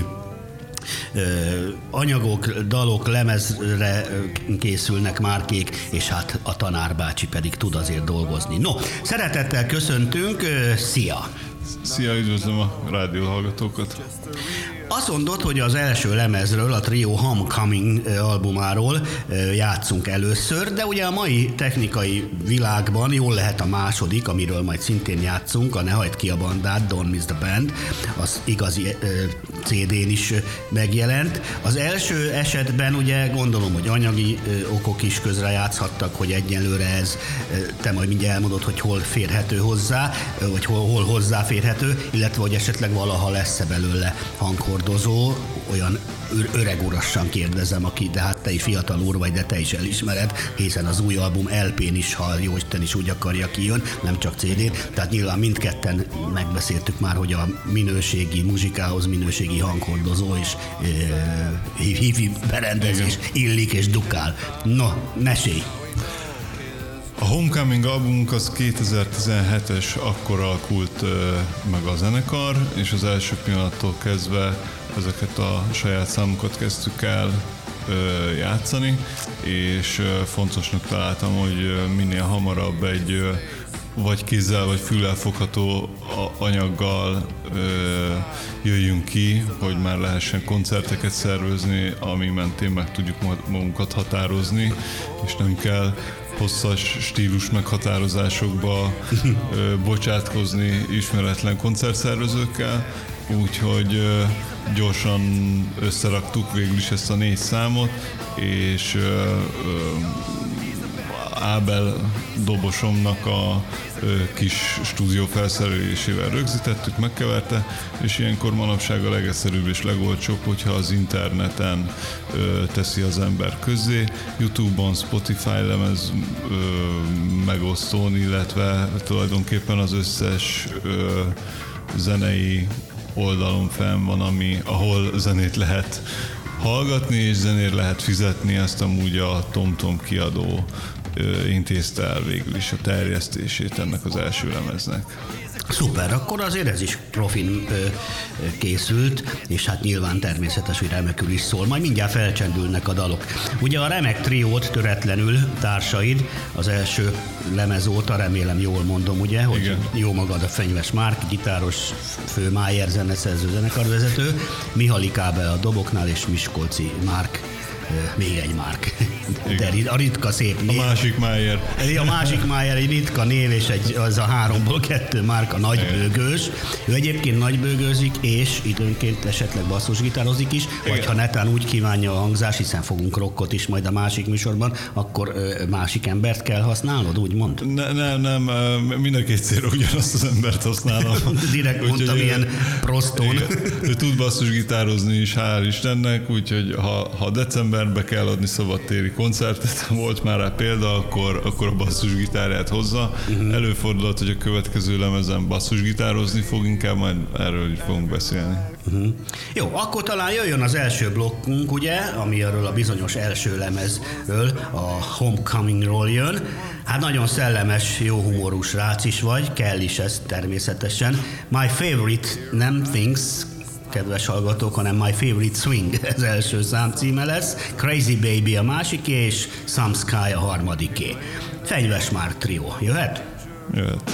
anyagok, dalok, lemezre készülnek Márkék, és hát a tanárbácsi pedig tud azért dolgozni. No, szeretettel köszöntünk, szia! Szia, üdvözlöm a rádió hallgatókat! Azt mondod, hogy az első lemezről, a Trio Homecoming albumáról játszunk először, de ugye a mai technikai világban jól lehet a második, amiről majd szintén játszunk, a Ne hagyd ki a bandát, Don't Miss the Band, az igazi cé dén is megjelent. Az első esetben ugye gondolom, hogy anyagi okok is közre játszhattak, hogy egyenlőre ez, te majd mindjárt elmondod, hogy hol férhető hozzá, vagy hol, hol hozzáférhető, illetve hogy esetleg valaha lesz-e belőle hanghordozó, olyan öreg urassan kérdezem, aki, de hát te is fiatal úr vagy, de te is elismered, hiszen az új album el pén is, ha jó Isten is úgy akarja, kijön, nem csak cé dén, tehát nyilván mindketten megbeszéltük már, hogy a minőségi muzsikához minőségi hanghordozó és e, hifi berendezés illik és dukál. No, mesélj! A Homecoming albumunk az kétezer-tizenhetes, akkor alakult uh, meg a zenekar, és az első pillanattól kezdve ezeket a saját számokat kezdtük el uh, játszani, és uh, fontosnak találtam, hogy uh, minél hamarabb egy uh, vagy kézzel, vagy füllel fogható anyaggal ö, jöjjünk ki, hogy már lehessen koncerteket szervezni, ami mentén meg tudjuk magunkat határozni, és nem kell hosszas stílus meghatározásokba ö, bocsátkozni ismeretlen koncertszervezőkkel, úgyhogy ö, gyorsan összeraktuk végül is ezt a négy számot, és ö, ö, Ábel dobosomnak a ö, kis stúdió felszerelésével rögzítettük, megkeverte, és ilyenkor manapság a legegyszerűbb és legolcsóbb, hogyha az interneten ö, teszi az ember közzé, YouTube-on, Spotify lemez ö, megosztón, illetve tulajdonképpen az összes ö, zenei oldalon fenn van, ami, ahol zenét lehet hallgatni, és zenét lehet fizetni, ezt amúgy a TomTom kiadó intézte el végül is a terjesztését ennek az első lemeznek. Szuper, akkor azért ez is profin ö, készült, és hát nyilván természetes, hogy remekül is szól. Majd mindjárt felcsendülnek a dalok. Ugye a remek triót, töretlenül társaid az első lemez óta, remélem jól mondom, ugye, hogy igen. Jó magad, a Fenyves Márk, gitáros, fő Májer zeneszerző, zenekarvezető, Mihalik Ábel a doboknál, és Miskolci Márk, még egy Márk. De a ritka szép név. A másik Májer. A másik Májer egy ritka név, és egy, az a háromból kettő Márk, a nagybőgős. Ő egyébként nagybőgőzik, és időnként esetleg basszusgitározik is, igen. Vagy ha netán úgy kívánja a hangzás, hiszen fogunk rockot is majd a másik műsorban, akkor másik embert kell használnod, úgymond? Ne, nem, nem, mind a két célra ugyanazt az embert használom. Direkt mondtam, ilyen prostón. Ő tud basszusgitározni is, hál' Istennek, úgyhogy ha, ha december decemberbe kell adni szabadtéri koncertet, volt már rá példa, akkor, akkor a basszusgitárját hozza. Uh-huh. Előfordulhat, hogy a következő lemezen basszusgitározni fog, inkább majd erről is fogunk beszélni. Uh-huh. Jó, akkor talán jöjjön az első blokkunk, ugye, ami arról a bizonyos első lemezről, a Homecomingról jön. Hát nagyon szellemes, jó humorú srác is vagy, kell is ez természetesen. My favorite nem things, kedves hallgatók, hanem My Favorite Swing az első számcíme lesz, Crazy Baby a másiké, és Some Sky a harmadiké. Fenyves Márk trió. Jöhet? Jöhet.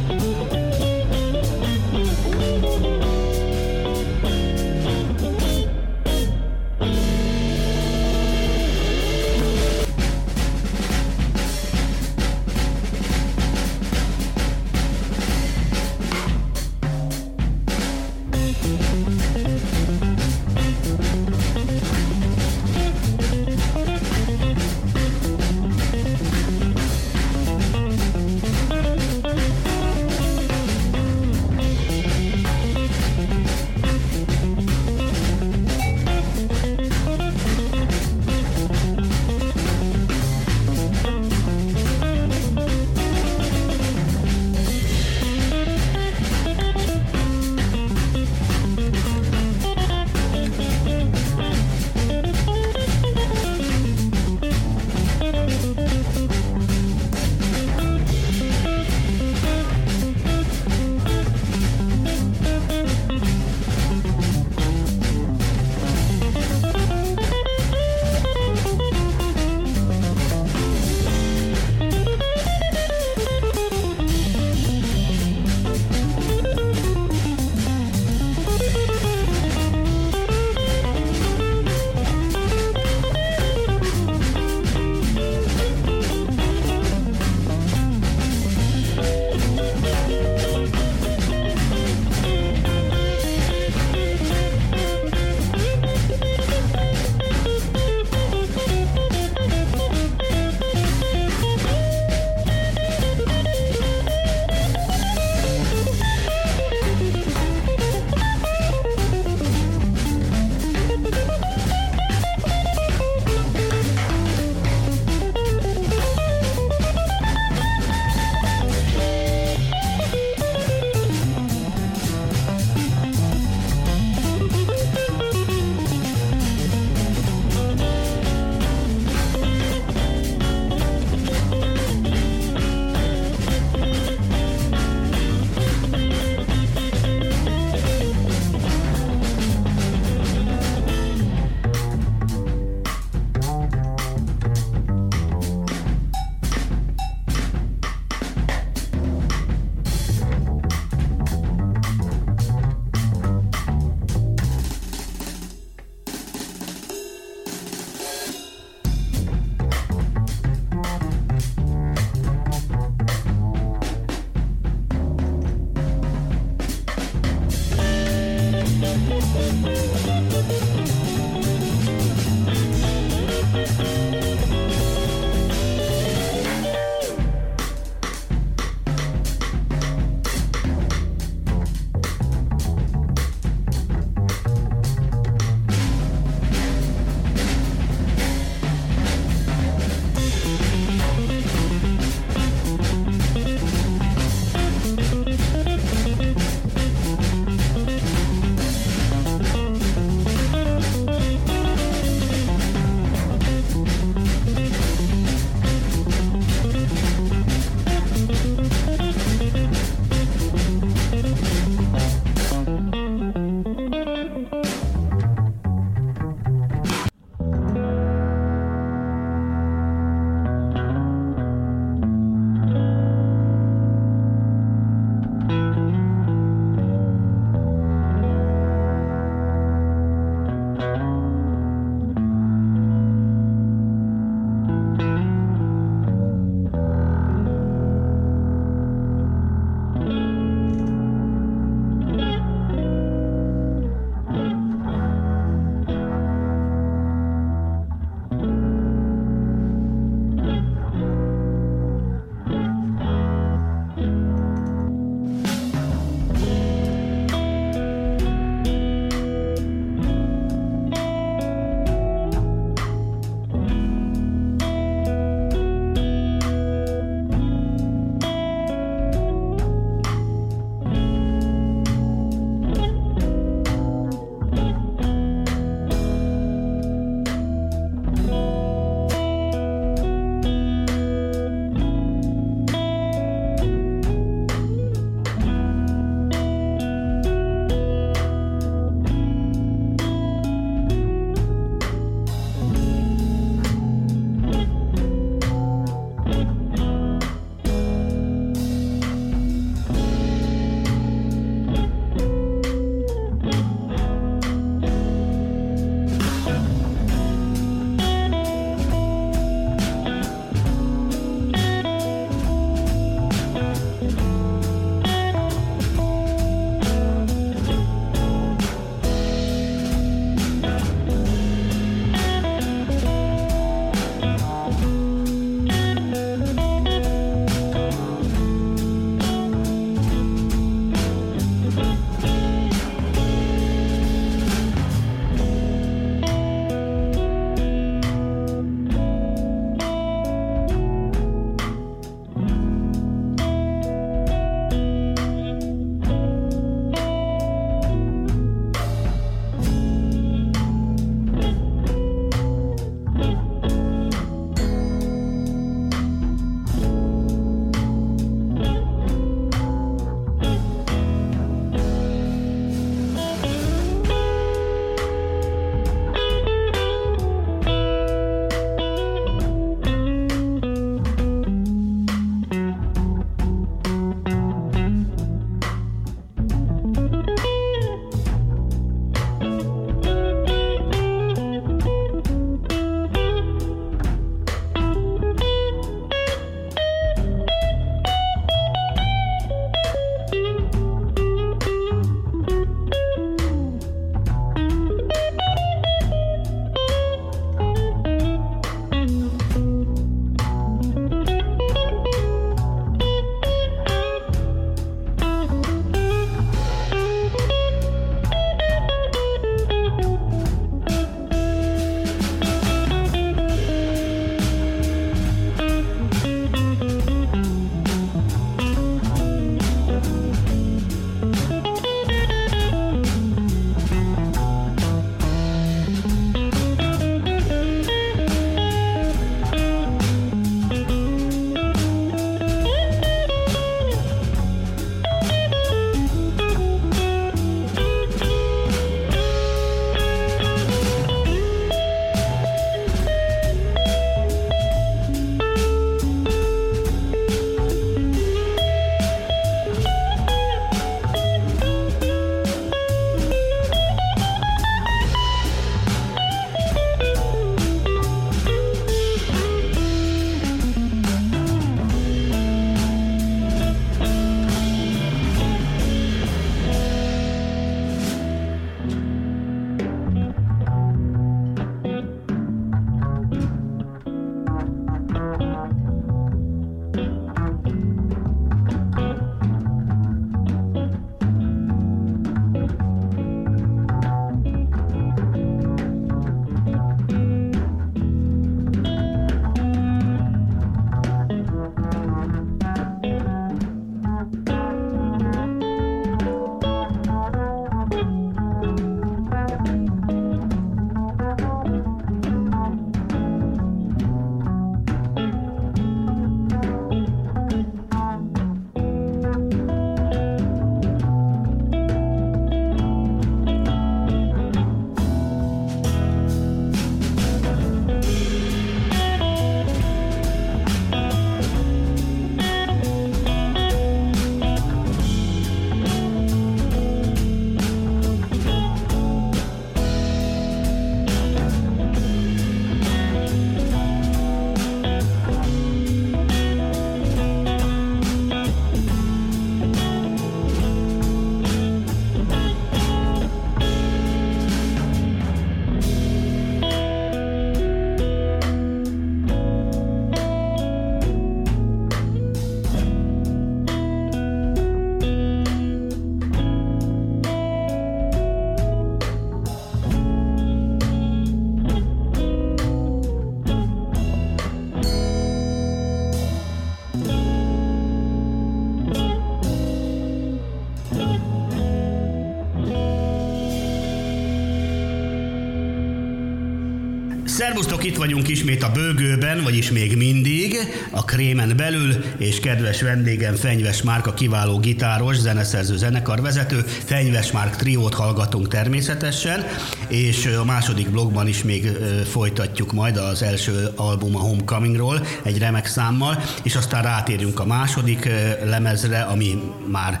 Szervusztok, itt vagyunk ismét a bőgőben, vagyis még mindig, a Krémen belül, és kedves vendégem Fenyves Márk, a kiváló gitáros, zeneszerző, zenekarvezető. Fenyves Márk triót hallgatunk természetesen, és a második blogban is még folytatjuk majd az első album a Homecomingról, egy remek számmal, és aztán rátérünk a második lemezre, ami már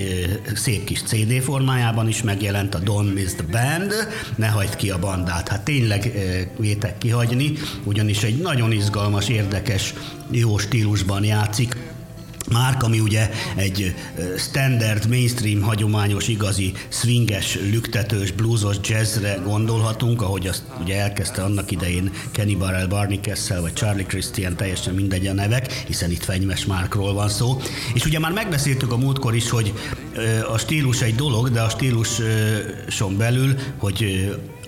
szép kis cé dé formájában is megjelent, a Don't Miss the Band, ne hagyd ki a bandát. Hát tényleg vétek kihagyni, ugyanis egy nagyon izgalmas, érdekes, jó stílusban játszik Márk, ami ugye egy standard, mainstream, hagyományos, igazi swinges, lüktetős, bluesos jazzre gondolhatunk, ahogy azt ugye elkezdte annak idején Kenny Burrell, Barney Kessel vagy Charlie Christian, teljesen mindegy a nevek, hiszen itt Fenyves Márkról van szó. És ugye már megbeszéltük a múltkor is, hogy a stílus egy dolog, de a stíluson belül, hogy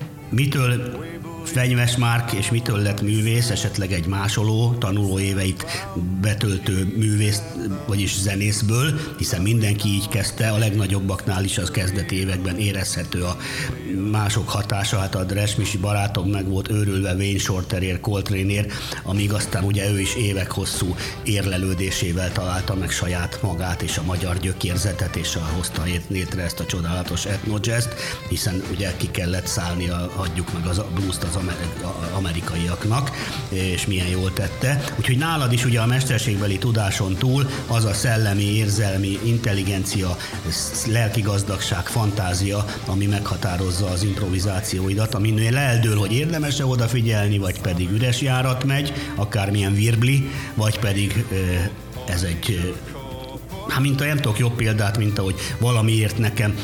mitől Fenyves Márk és mitől lett művész, esetleg egy másoló, tanuló éveit betöltő művész, vagyis zenészből, hiszen mindenki így kezdte, a legnagyobbaknál is az kezdeti években érezhető a mások hatása, hát a Dresmisi barátom meg volt őrülve Wayne Shorterért, Coltraneért, amíg aztán ugye ő is évek hosszú érlelődésével találta meg saját magát és a magyar gyökérzetet, és hozta létre ezt a csodálatos etno-jazzt, hiszen ugye ki kellett szállni, a, hagyjuk meg az blues-t az amerikaiaknak, és milyen jól tette. Úgyhogy nálad is ugye a mesterségbeli tudáson túl az a szellemi, érzelmi, intelligencia, lelki gazdagság, fantázia, ami meghatározza az improvizációidat, aminél eldől, hogy érdemes-e odafigyelni, vagy pedig üres járat megy, akármilyen virbli, vagy pedig ez egy, hát mint a nem tudok jobb példát, mint ahogy valamiért nekem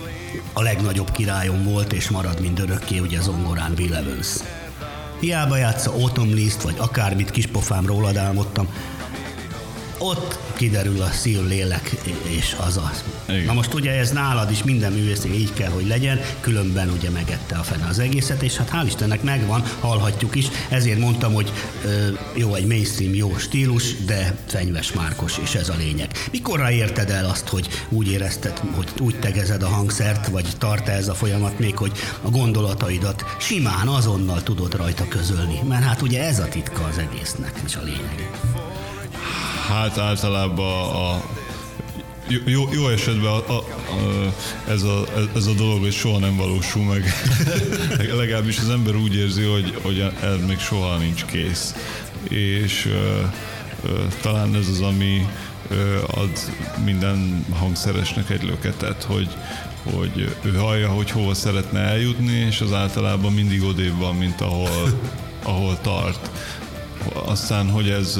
a legnagyobb királyom volt, és marad mindörökké, ugye zongorán Bill Evans. Hiába játsza Autumn Least, vagy akármit, kispofám rólad álmodtam, ott kiderül a szív, lélek és az az. Igen. Na most ugye ez nálad is minden művésznél így kell, hogy legyen, különben ugye megette a fene az egészet, és hát hál' Istennek megvan, hallhatjuk is, ezért mondtam, hogy ö, jó, egy mainstream, jó stílus, de Fenyves Márkos, és ez a lényeg. Mikorra érted el azt, hogy úgy érezted, hogy úgy tegezed a hangszert, vagy tart ez a folyamat még, hogy a gondolataidat simán, azonnal tudod rajta közölni, mert hát ugye ez a titka az egésznek, és a lényeg. Hát általában a jó, jó esetben a, a, a, ez, a, ez a dolog hogy soha nem valósul meg. Legalábbis az ember úgy érzi, hogy, hogy ez még soha nincs kész. És ö, ö, talán ez az, ami ö, ad minden hangszeresnek egy löketet, hogy, hogy ő hallja, hogy hova szeretne eljutni, és az általában mindig odébb van, mint ahol, ahol tart. Aztán, hogy ez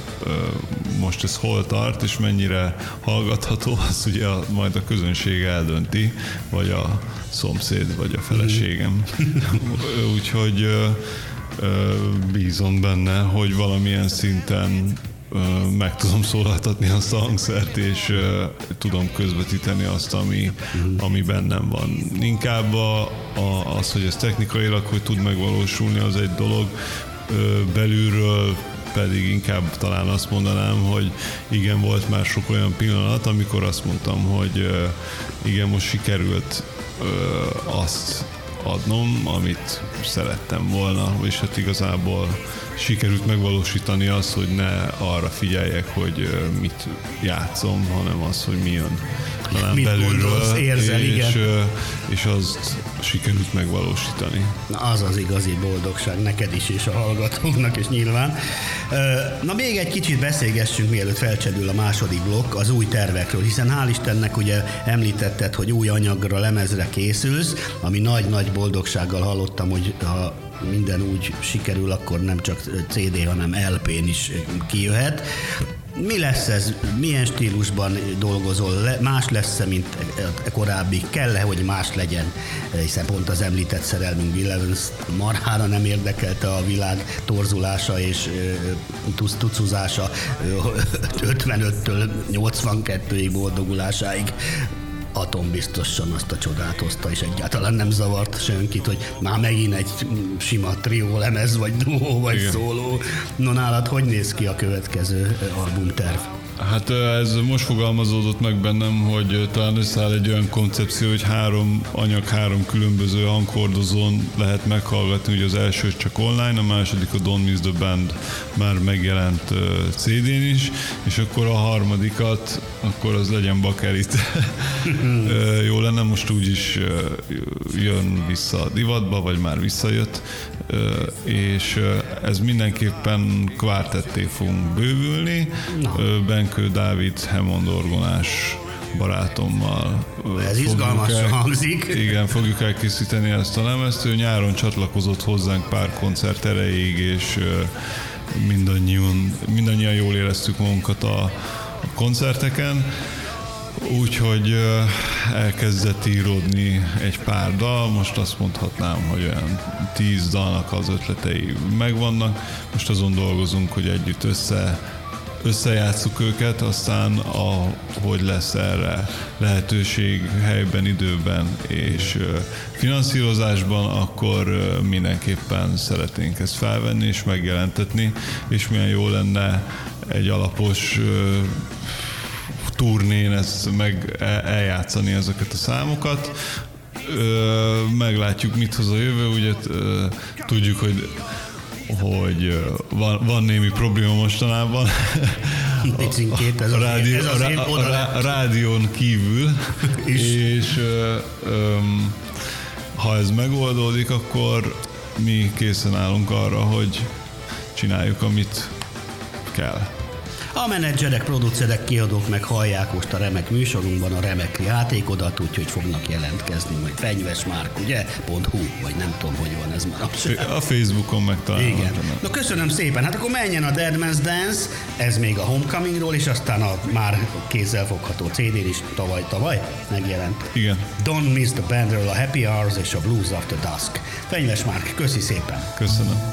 most ez hol tart, és mennyire hallgatható, az ugye a, majd a közönség eldönti, vagy a szomszéd, vagy a feleségem. Úgyhogy bízom benne, hogy valamilyen szinten meg tudom szólaltatni azt a hangszert, és tudom közvetíteni azt, ami, ami bennem van. Inkább a, a, az, hogy ez technikailag hogy tud megvalósulni, az egy dolog, belülről pedig inkább talán azt mondanám, hogy igen, volt már sok olyan pillanat, amikor azt mondtam, hogy igen, most sikerült azt adnom, amit szerettem volna, és hát igazából sikerült megvalósítani azt, hogy ne arra figyeljek, hogy mit játszom, hanem az, hogy mi jön talán mit belülről, gondolsz, érzel, és, igen. és azt sikerült megvalósítani. Na, az az igazi boldogság neked is, és a hallgatóknak is nyilván. Na még egy kicsit beszélgessünk, mielőtt felcsedül a második blokk, az új tervekről, hiszen hál' Istennek ugye említetted, hogy új anyagra, lemezre készülsz, ami nagy-nagy boldogsággal hallottam, hogy ha minden úgy sikerül, akkor nem csak cé dé, hanem el pén is kijöhet. Mi lesz ez? Milyen stílusban dolgozol? Más lesz-e, mint a korábbi? Kell-e, hogy más legyen? Hiszen pont az említett szerelmünk Bill Evans marhára nem érdekelte a világ torzulása és tucuzása ötvenöttől nyolcvankettőig boldogulásáig. Atombiztosan azt a csodát hozta, és egyáltalán nem zavart senkit, hogy már megint egy sima trió lemez, vagy duó, vagy igen. szóló. No, nálad hogy néz ki a következő albumterv? Hát ez most fogalmazódott meg bennem, hogy talán összeáll egy olyan koncepció, hogy három anyag, három különböző hanghordozón lehet meghallgatni, ugye az első csak online, a második a Don't Miss the Band már megjelent cé dén is, és akkor a harmadikat, akkor az legyen bakerit. Jó lenne, most úgyis jön vissza a divatba, vagy már visszajött, és ez mindenképpen kvártetté fogunk bővülni. No. Benkő Dávid Hammond orgonás barátommal. Ez izgalmasan el, hangzik. Igen, fogjuk elkészíteni ezt a lemezt. Ő nyáron csatlakozott hozzánk pár koncert erejéig, és mindannyian, mindannyian jól éreztük magunkat a, a koncerteken. Úgyhogy elkezdett íródni egy pár dal, most azt mondhatnám, hogy olyan tíz dalnak az ötletei megvannak. Most azon dolgozunk, hogy együtt össze, összejátsszuk őket, aztán ahogy lesz erre lehetőség helyben, időben és finanszírozásban, akkor mindenképpen szeretnénk ezt felvenni és megjelentetni, és milyen jó lenne egy alapos turnén ezt meg eljátszani ezeket a számokat. Ö, meglátjuk, mit hoz a jövő, ugye ö, tudjuk, hogy, hogy van, van némi probléma mostanában. Picinkét, ez a, rádió, ez az a, a, a, a rádión kívül, és ö, ö, ha ez megoldódik, akkor mi készen állunk arra, hogy csináljuk, amit kell. A menedzserek, producerek, kiadók meg hallják most a remek műsorunkban a remek játékodat, úgyhogy fognak jelentkezni, majd fenyvesmárk, ugye? .hu, vagy nem tudom, hogy van ez már. A Facebookon megtalálom. Igen. No, köszönöm szépen. Hát akkor menjen a Dead Man's Dance, ez még a Homecomingról, és aztán a már kézzelfogható cé dén is tavaly-tavaly megjelent. Igen. Don't Miss the Bandről a Happy Hours és a Blues After Dusk. Fenyvesmárk, köszi szépen. Köszönöm.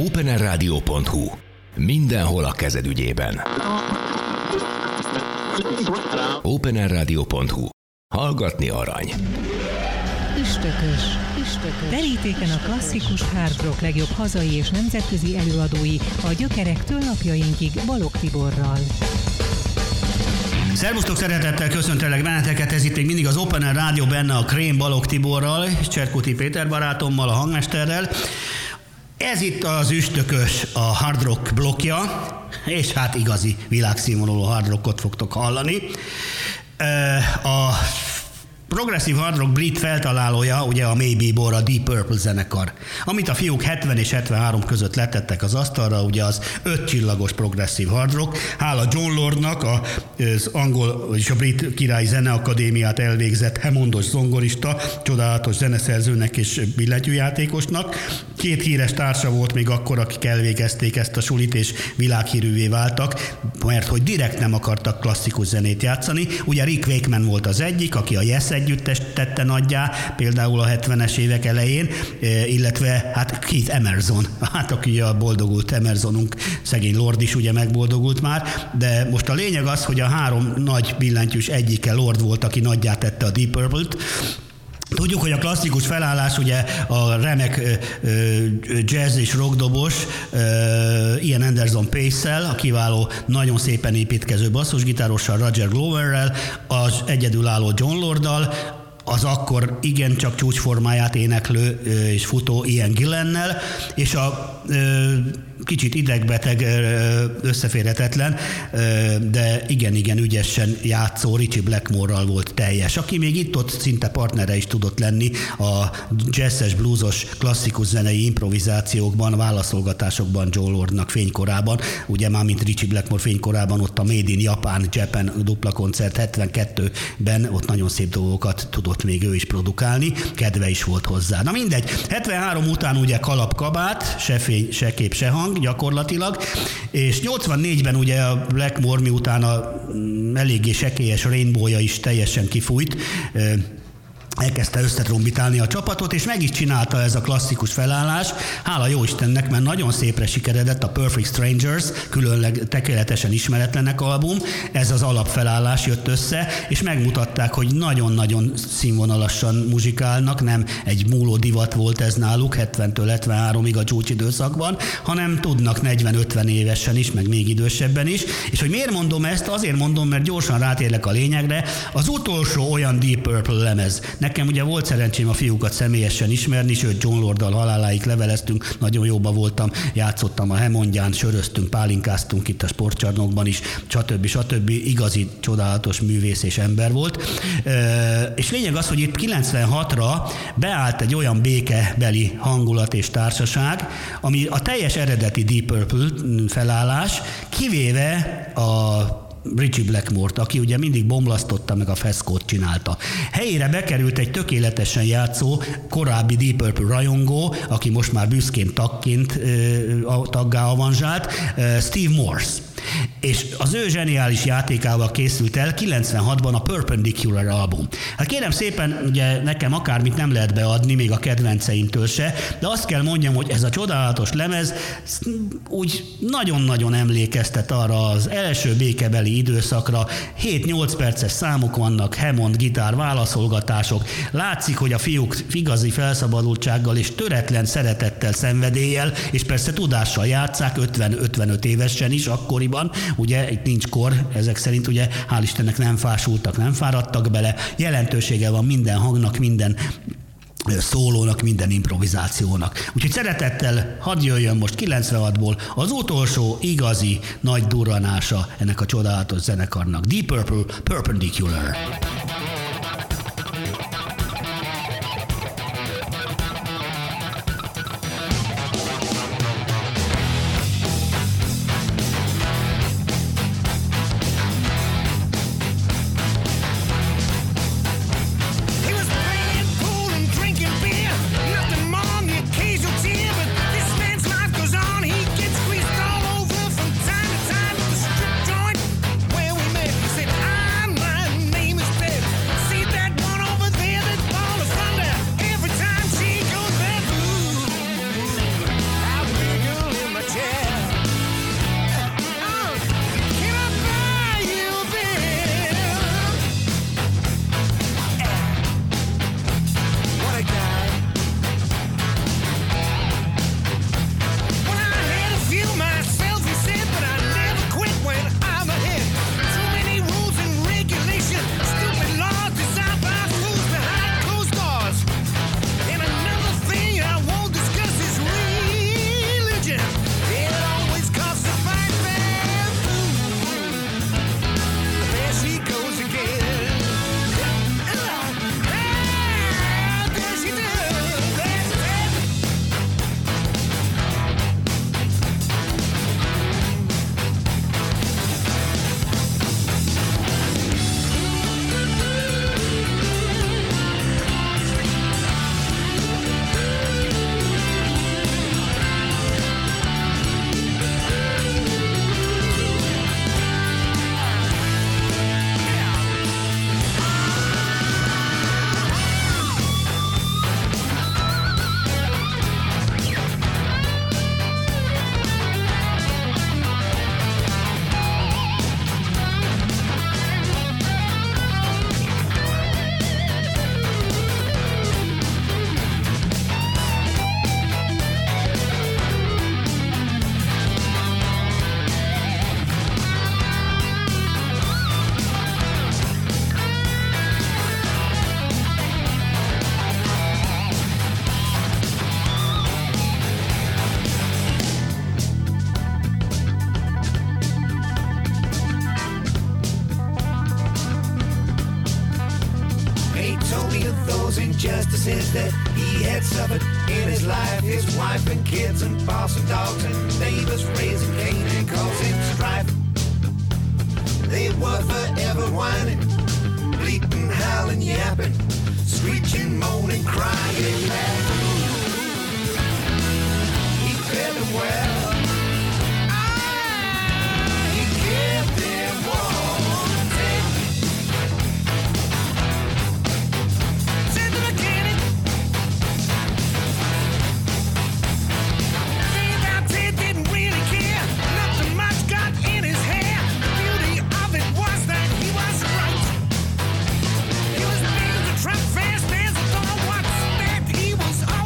openerradio pont hu. Mindenhol a kezed ügyében. openerradio pont hu. Hallgatni arany. Üstökös, üstökös. Terítéken a klasszikus hard rock legjobb hazai és nemzetközi előadói a gyökerektől napjainkig Balogh Tiborral. Szervusztok, szeretettel köszöntelek benneteket, ez itt még mindig az Open Air Rádió, benne a Krém Balogh Tiborral, és Cserkuti Péter barátommal, a hangmesterrel. Ez itt az üstökös, a hard rock blokja, és hát igazi világszínvonalú hard rockot fogtok hallani. A progresszív hard rock brit feltalálója, ugye a Maybe Bore, a Deep Purple zenekar. Amit a fiúk hetven és hetvenhárom között letettek az asztalra, ugye az öt csillagos progresszív hard rock. Hála John Lordnak, az angol és a brit királyi zeneakadémiát elvégzett Hammondos zongorista, csodálatos zeneszerzőnek és billentyűjátékosnak. Két híres társa volt még akkor, akik elvégezték ezt a sulit, és világhírűvé váltak, mert hogy direkt nem akartak klasszikus zenét játszani. Ugye Rick Wakeman volt az egyik, aki a Yes együttest tette nagyjá, például a hetvenes évek elején, illetve hát Keith Emerson, hát aki a boldogult Emersonunk, szegény Lord is ugye megboldogult már, de most a lényeg az, hogy a három nagy billentyűs egyike Lord volt, aki nagyjá tette a Deep Purple-t. Tudjuk, hogy a klasszikus felállás ugye a remek jazz és rockdobos Ian Anderson Pace-szel, a kiváló, nagyon szépen építkező basszusgitárossal, Roger Gloverrel, az egyedülálló John Lorddal, az akkor igencsak csúcsformáját éneklő és futó Ian Gillennel, és a kicsit idegbeteg, összeférhetetlen, de igen-igen ügyesen játszó Ritchie Blackmore-ral volt teljes, aki még itt-ott szinte partnere is tudott lenni a jazzes, bluesos, klasszikus zenei improvizációkban, válaszolgatásokban Joe Lordnak fénykorában, ugye már mint Ritchie Blackmore fénykorában, ott a Made in Japan, Japan dupla koncert hetvenkettőben, ott nagyon szép dolgokat tudott még ő is produkálni, kedve is volt hozzá. Na mindegy, hetvenhárom után ugye kalapkabát, se fény, se kép, se hang, gyakorlatilag, és nyolcvannégyben ugye a Blackmore, miután a eléggé sekélyes Rainbow-ja is teljesen kifújt, elkezdte összetrombitálni a csapatot, és meg is csinálta ez a klasszikus felállás. Hála jó Istennek, mert nagyon szépre sikeredett a Perfect Strangers, különleg tökéletesen ismeretlenek album. Ez az alapfelállás jött össze, és megmutatták, hogy nagyon-nagyon színvonalassan muzsikálnak, nem egy múló divat volt ez náluk, hetventől hetvenháromig a csúcsidőszakban, hanem tudnak negyven-ötven évesen is, meg még idősebben is. És hogy miért mondom ezt? Azért mondom, mert gyorsan rátérlek a lényegre. Az utolsó olyan Deep Purple lemez. Nekem ugye volt szerencsém a fiúkat személyesen ismerni, sőt John Lorddal haláláig leveleztünk, nagyon jóba voltam, játszottam a Hammondján, söröztünk, pálinkáztunk itt a sportcsarnokban is, stb. stb. Igazi csodálatos művész és ember volt. E, és lényeg az, hogy itt kilencvenhatra beállt egy olyan békebeli hangulat és társaság, ami a teljes eredeti Deep Purple felállás, kivéve a Ritchie Blackmore-t, aki ugye mindig bomblasztotta, meg a feszkót csinálta. Helyére bekerült egy tökéletesen játszó, korábbi Deep Purple rajongó, aki most már büszkén tagként, taggá avanzsált, Steve Morse. És az ő zseniális játékával készült el kilencvenhatban a Perpendicular album. Hát kérem szépen, ugye nekem akármit nem lehet beadni, még a kedvenceimtől se, de azt kell mondjam, hogy ez a csodálatos lemez úgy nagyon-nagyon emlékeztet arra az első békebeli időszakra. hét-nyolc perces számok vannak, Hammond gitár, válaszolgatások. Látszik, hogy a fiúk igazi felszabadultsággal és töretlen szeretettel, szenvedéllyel, és persze tudással játsszák, ötven-ötvenöt évesen is akkoriban. Ugye itt nincs kor, ezek szerint ugye hál' Istennek nem fásultak, nem fáradtak bele. Jelentősége van minden hangnak, minden szólónak, minden improvizációnak. Úgyhogy szeretettel hadd jöjjön most kilencvenhatból az utolsó igazi nagy durranása ennek a csodálatos zenekarnak. Deep Purple, Perpendicular. Time at the strip joint where we met. He said, "I'm my name is Pep." says that he had suffered in his life. His wife and kids and boss and dogs and neighbors raising Cain and causing strife. They were forever whining, bleating, howling, yapping, screeching, moaning, crying, laughing. He fed them well. Ah, he kept them wanting. Said the mechanic, they about said didn't really care. Nothing much got in his hair. The beauty of it was that he was right. He was made the truck fast as a thought. What's that? He was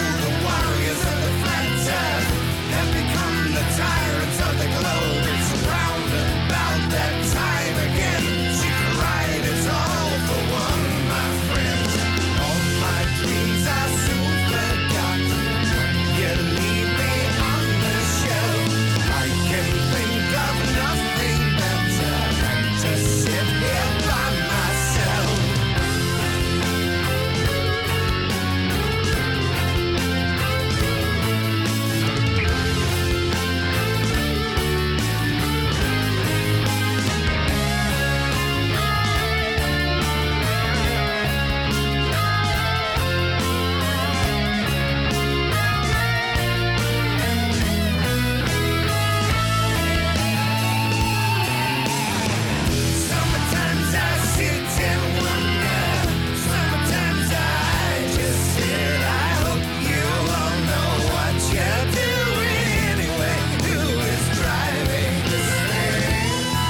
the warriors of the flat earth have become the tyrants of the globe. It's round about that time again. She cried, it's all for one, my friend. All my dreams are soon forgotten. You leave me on the shelf. I can think of nothing better than to sit here by myself. Sometimes I sit and wonder. Sometimes I just sit. I hope you all know what you're doing anyway. Who is driving this thing?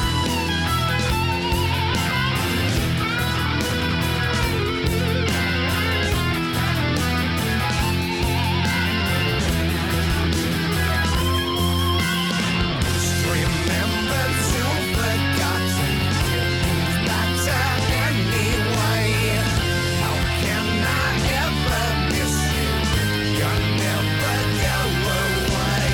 Remembered, soon forgotten. Didn't matter anyway. How can I ever miss you? You'll never go away.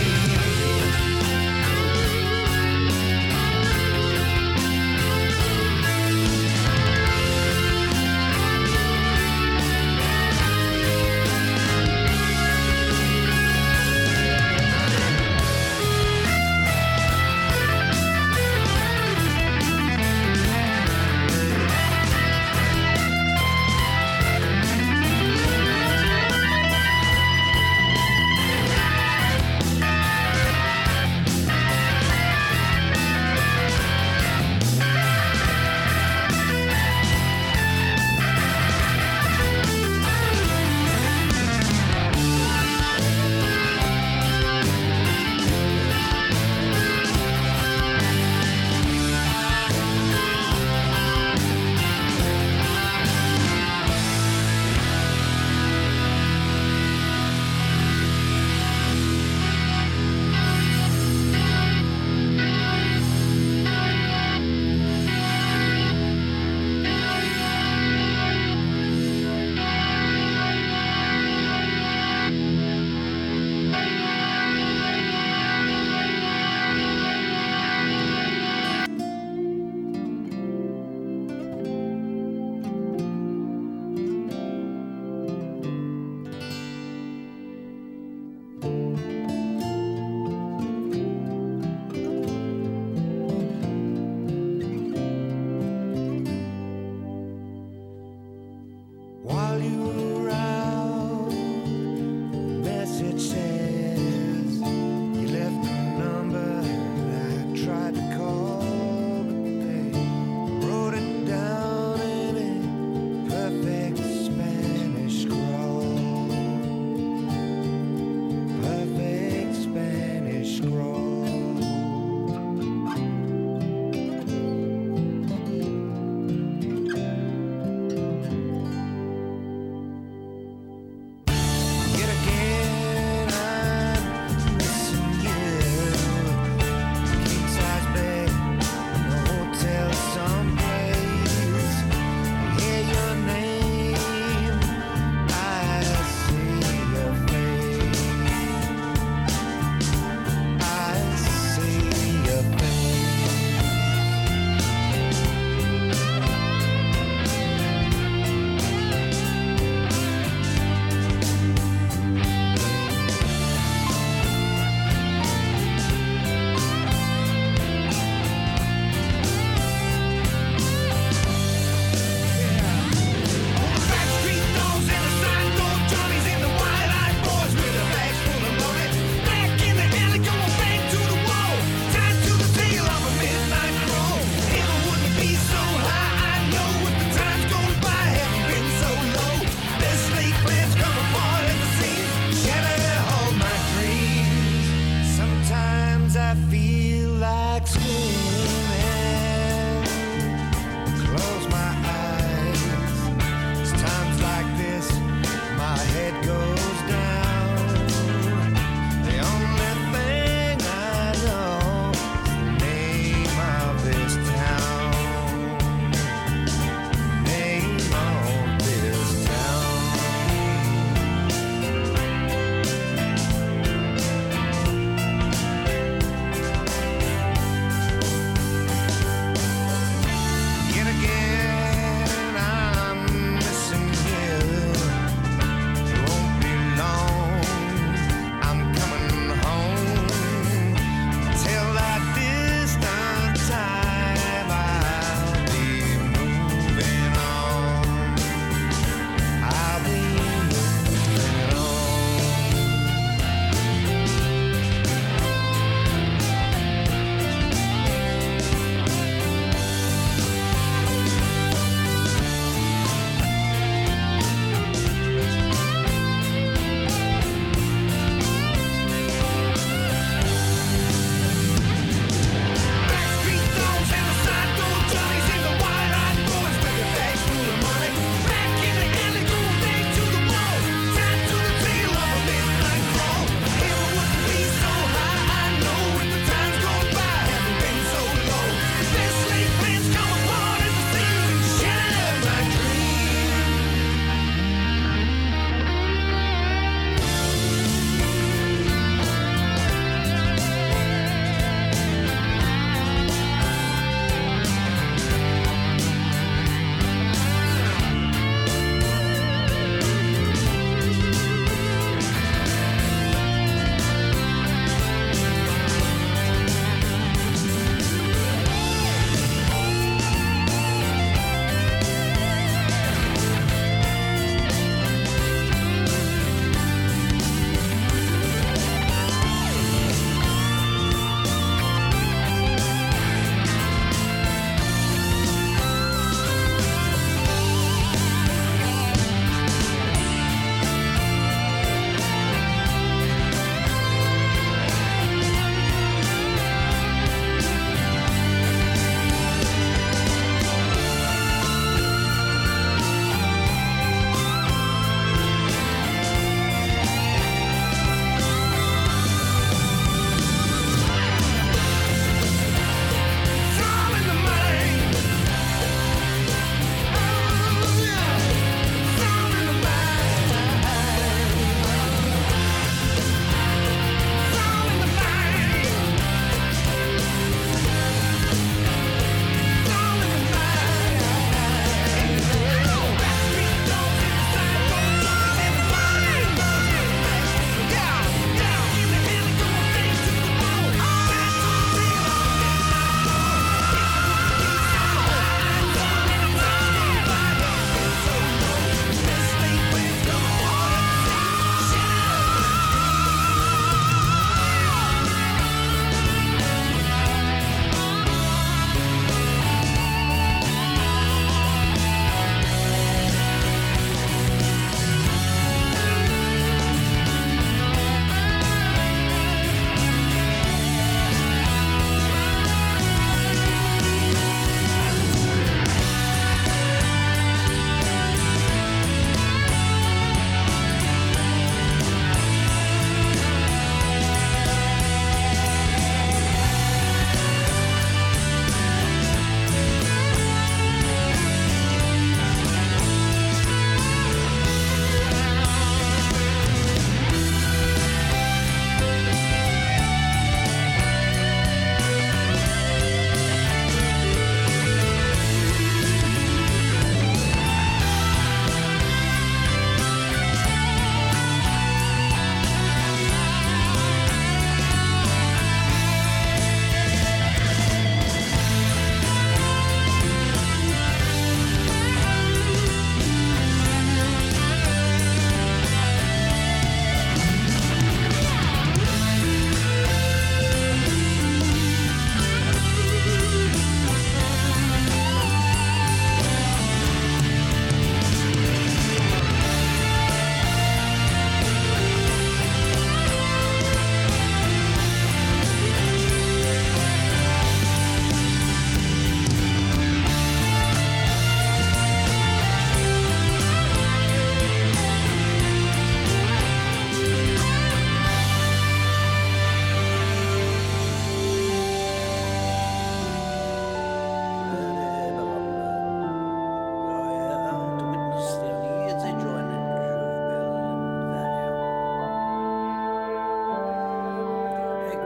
While you were out, message says you left a number. I tried to call, but they wrote it down in a perfect Spanish scrawl. Perfect Spanish scrawl. Yet again, I'm missing you. King size bed in a hotel someplace. Hear your name, I see your face. I see your face. Backstreet dogs and the sign door Johnnies and the wide-eyed boys with their bags full of money. Back in the alley, going back to the wall. Tied to the tail of a midnight crawl. Never wouldn't be so high. I know with the time's gone by, haven't been so low. There's slate plans come apart at the seams, shatter all my dreams. Sometimes I feel like screaming. Close my eyes. It's times like this, my head goes down.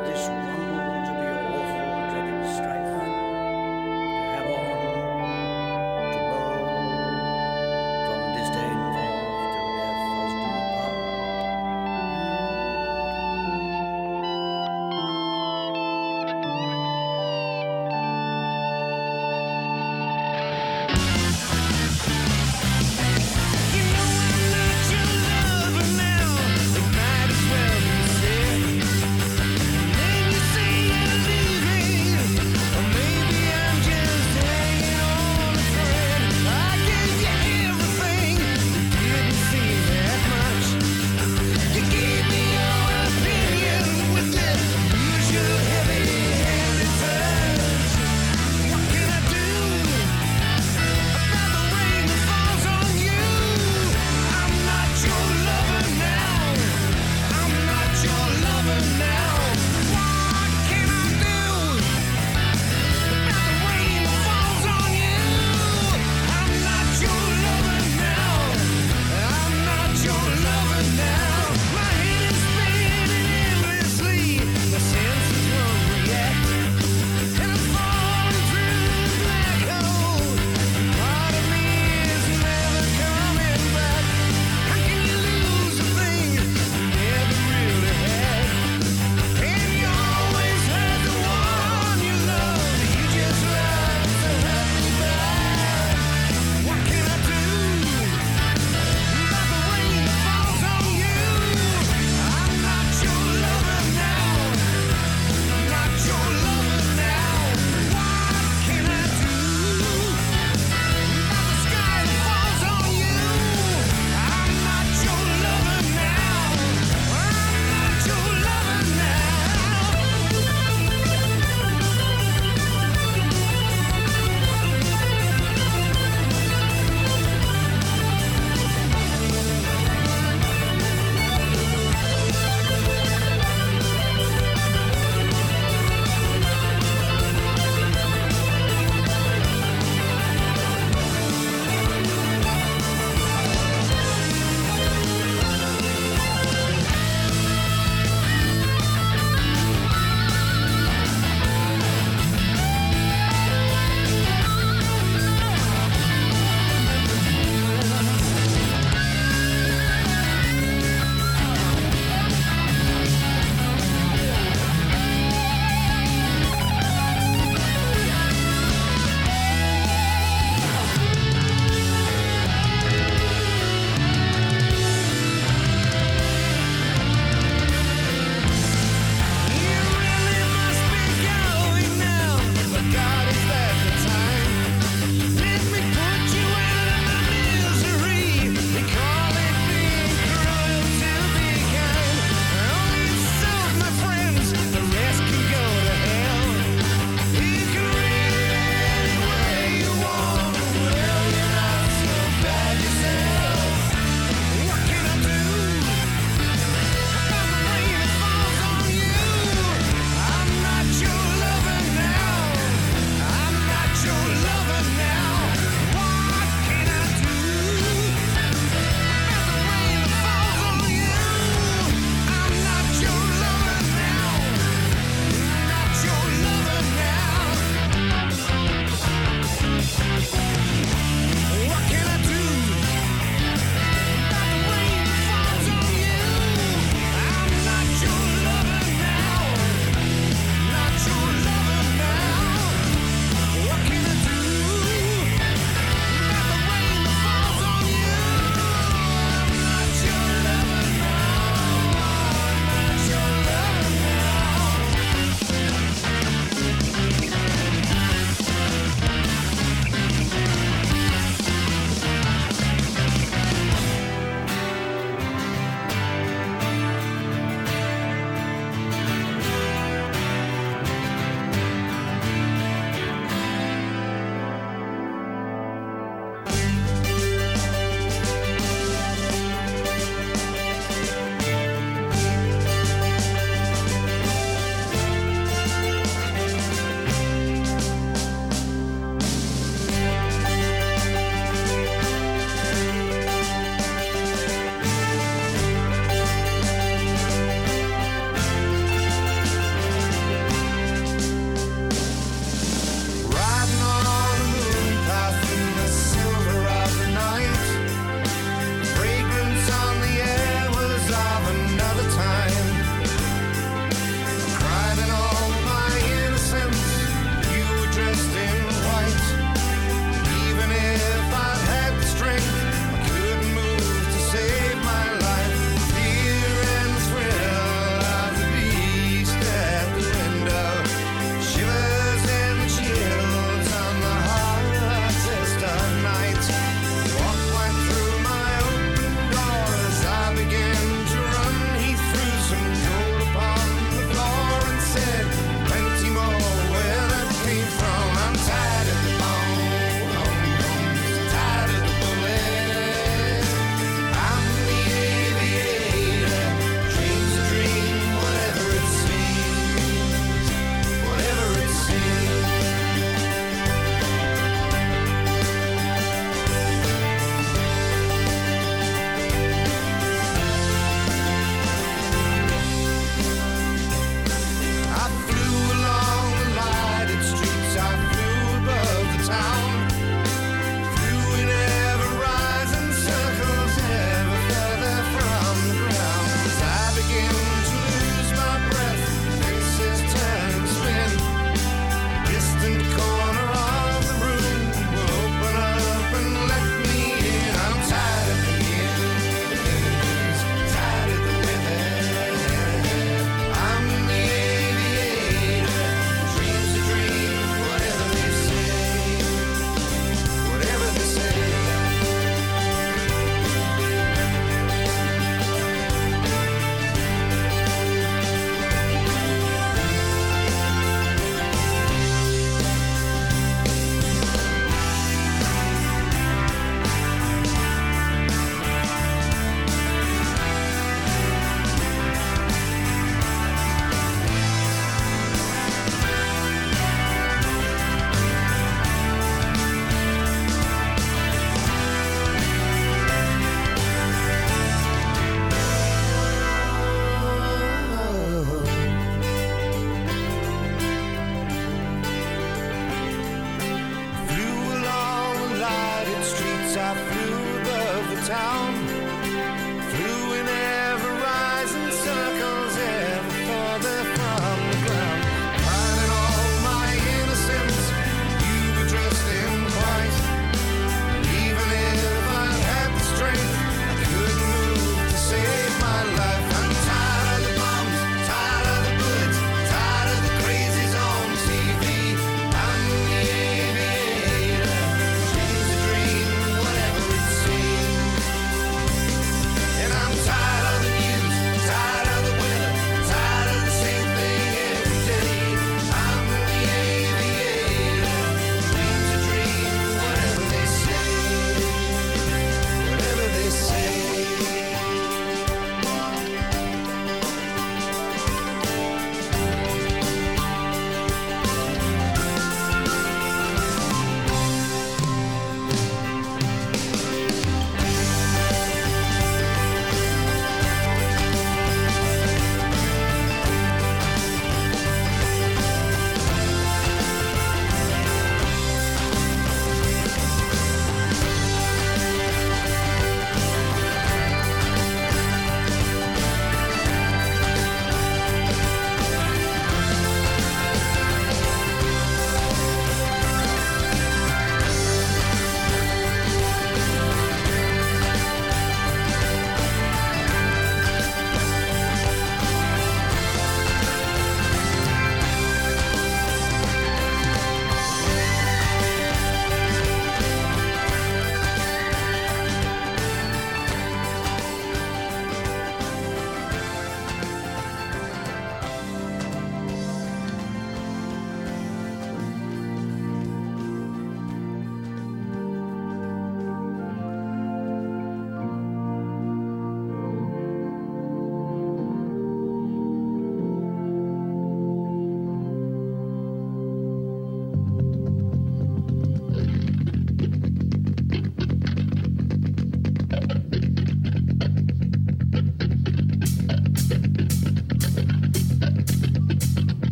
this rumble to be awful dreaded strife, to have on, to burn, from this day forth till death us do part. You know I'm not your lover now, it might as well be said. Then you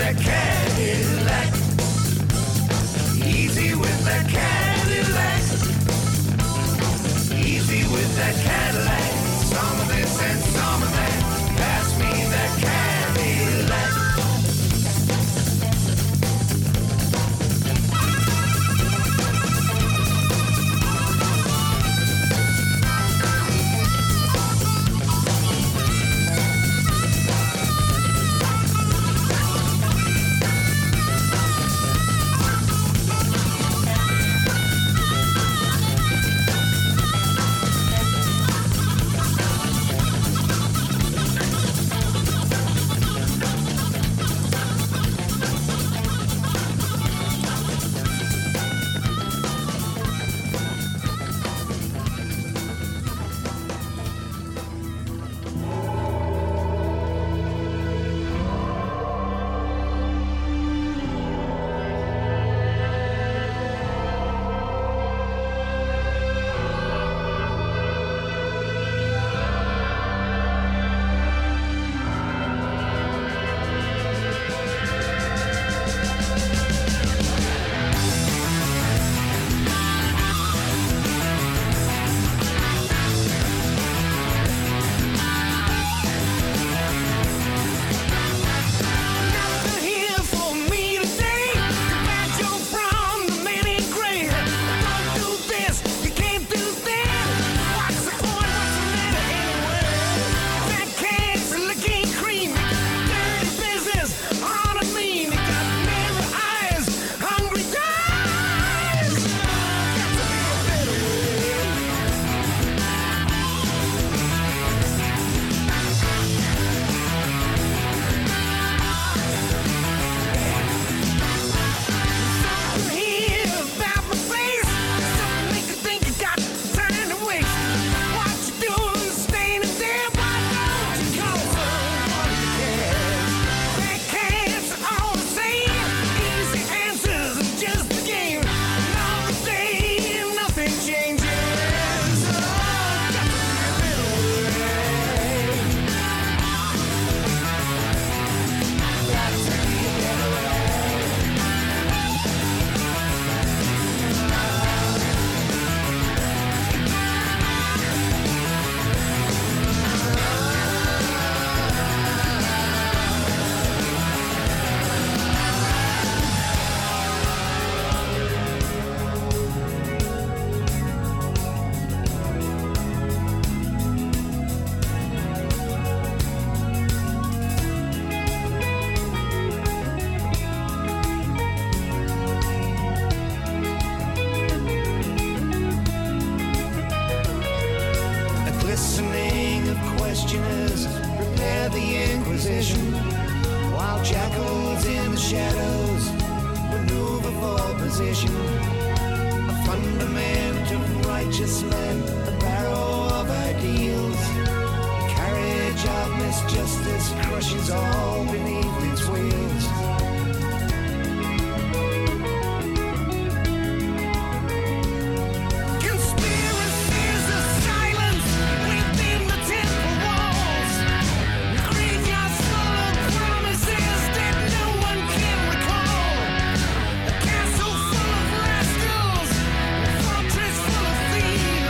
that Cadillac. Easy with that Cadillac. Easy with that Cadillac. Some of this and some of that. Pass me that Cadillac.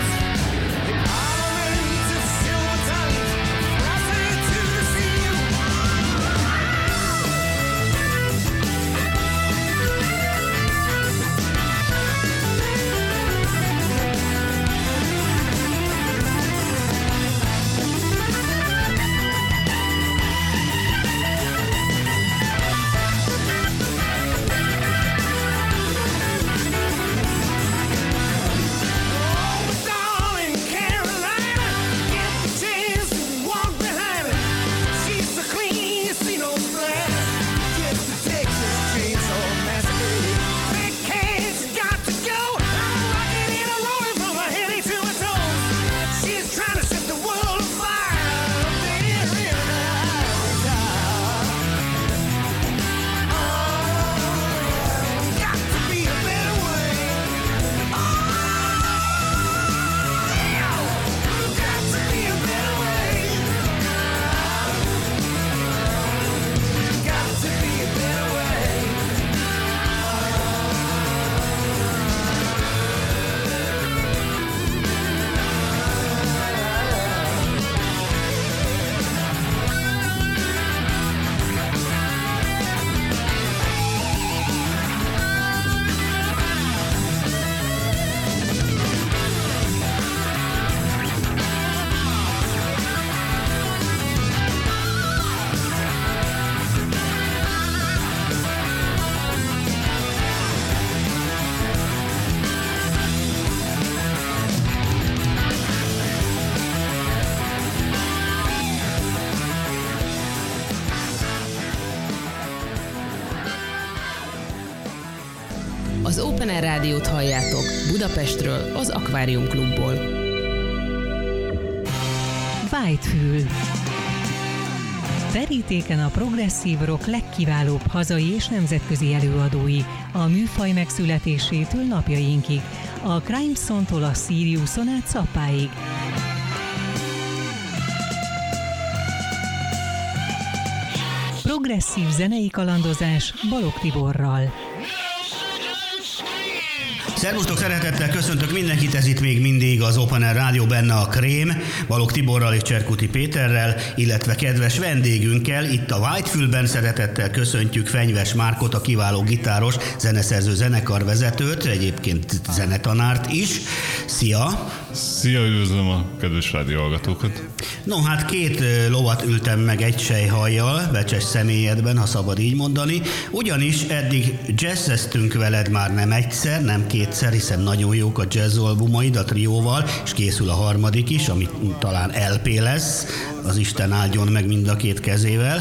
Parliament of silver tongues, rising to the sea. Az Open Air Rádiót halljátok Budapestről, az Akvárium Klubból. Whitefül. Terítéken a progresszív rock legkiválóbb hazai és nemzetközi előadói, a műfaj megszületésétől napjainkig, a Crimeson-tól a Siriuson át Zappáig. Progresszív zenei kalandozás Balogh Tiborral. Szervusztok, szeretettel köszöntök mindenkit, ez itt még mindig az Open Air Rádió, benne a Krém, Balogh Tiborral és Cserkuti Péterrel, illetve kedves vendégünkkel. Itt a Whitefülben szeretettel köszöntjük Fenyves Márkot, a kiváló gitáros, zeneszerző, zenekarvezetőt, egyébként zenetanárt is. Szia! Szia, üdvözlöm a kedves rádióhallgatókat! No, hát két lovat ültem meg egy sejhajjal, becses személyedben, ha szabad így mondani, ugyanis eddig jazzeztünk veled már nem egyszer, nem kétszer, hiszen nagyon jók a jazz albumaid a trióval, és készül a harmadik is, ami talán el pé lesz, az Isten áldjon meg mind a két kezével,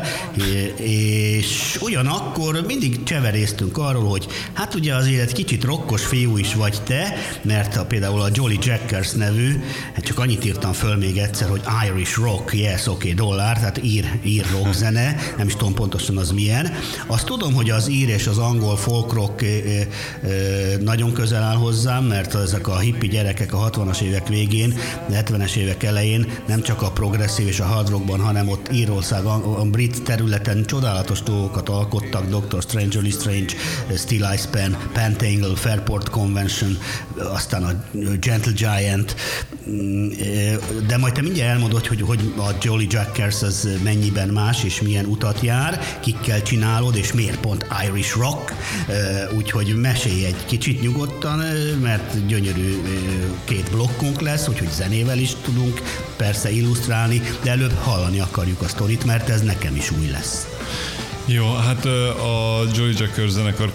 és ugyanakkor mindig cseveréztünk arról, hogy hát ugye azért egy kicsit rokkos fiú is vagy te, mert a, például a Jolly Jackers nevű, hát csak annyit írtam föl még egyszer, hogy Irish rock, yes, oké, okay, dollár, tehát ír, ír rock zene, nem is tudom pontosan az milyen. Azt tudom, hogy az ír és az angol folk rock ö, ö, nagyon közel áll hozzám, mert ezek a hippi gyerekek a hatvanas évek végén, hetvenes évek elején nem csak a progresszív és a hard rockban, hanem ott Írország, a, a brit területen csodálatos dolgokat alkottak, doktor Strange, Early Strange, Steel Ice Pen, Pentangle, Fairport Convention, aztán a Gentle Giant, de majd te mindjárt elmondod, hogy, hogy a Jolly Jackers az mennyiben más, és milyen utat jár, kikkel csinálod, és miért pont Irish rock, úgyhogy mesélj egy kicsit nyugodtan, mert gyönyörű két blokkunk lesz, úgyhogy zenével is tudunk persze illusztrálni, de előbb hallani akarjuk a sztorit, mert ez nekem is új lesz. Jó, hát a Jolly Jackers zenekar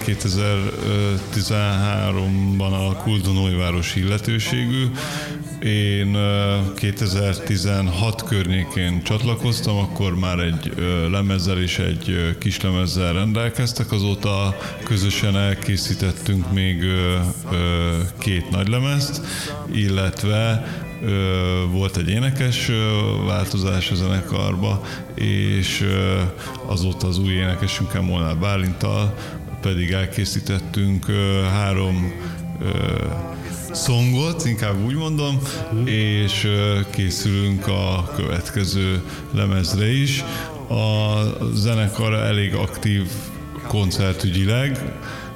kétezer-tizenháromban alakult, Dunóivárosi illetőségű. Én kétezer-tizenhat környékén csatlakoztam, akkor már egy lemezzel és egy kislemezzel rendelkeztek, azóta közösen elkészítettünk még két nagylemezt, illetve volt egy énekes változás a zenekarba, és azóta az új énekesünkkel, Molnár Bálinttal pedig elkészítettünk három szongot, inkább úgy mondom, és készülünk a következő lemezre is. A zenekar elég aktív koncertügyileg,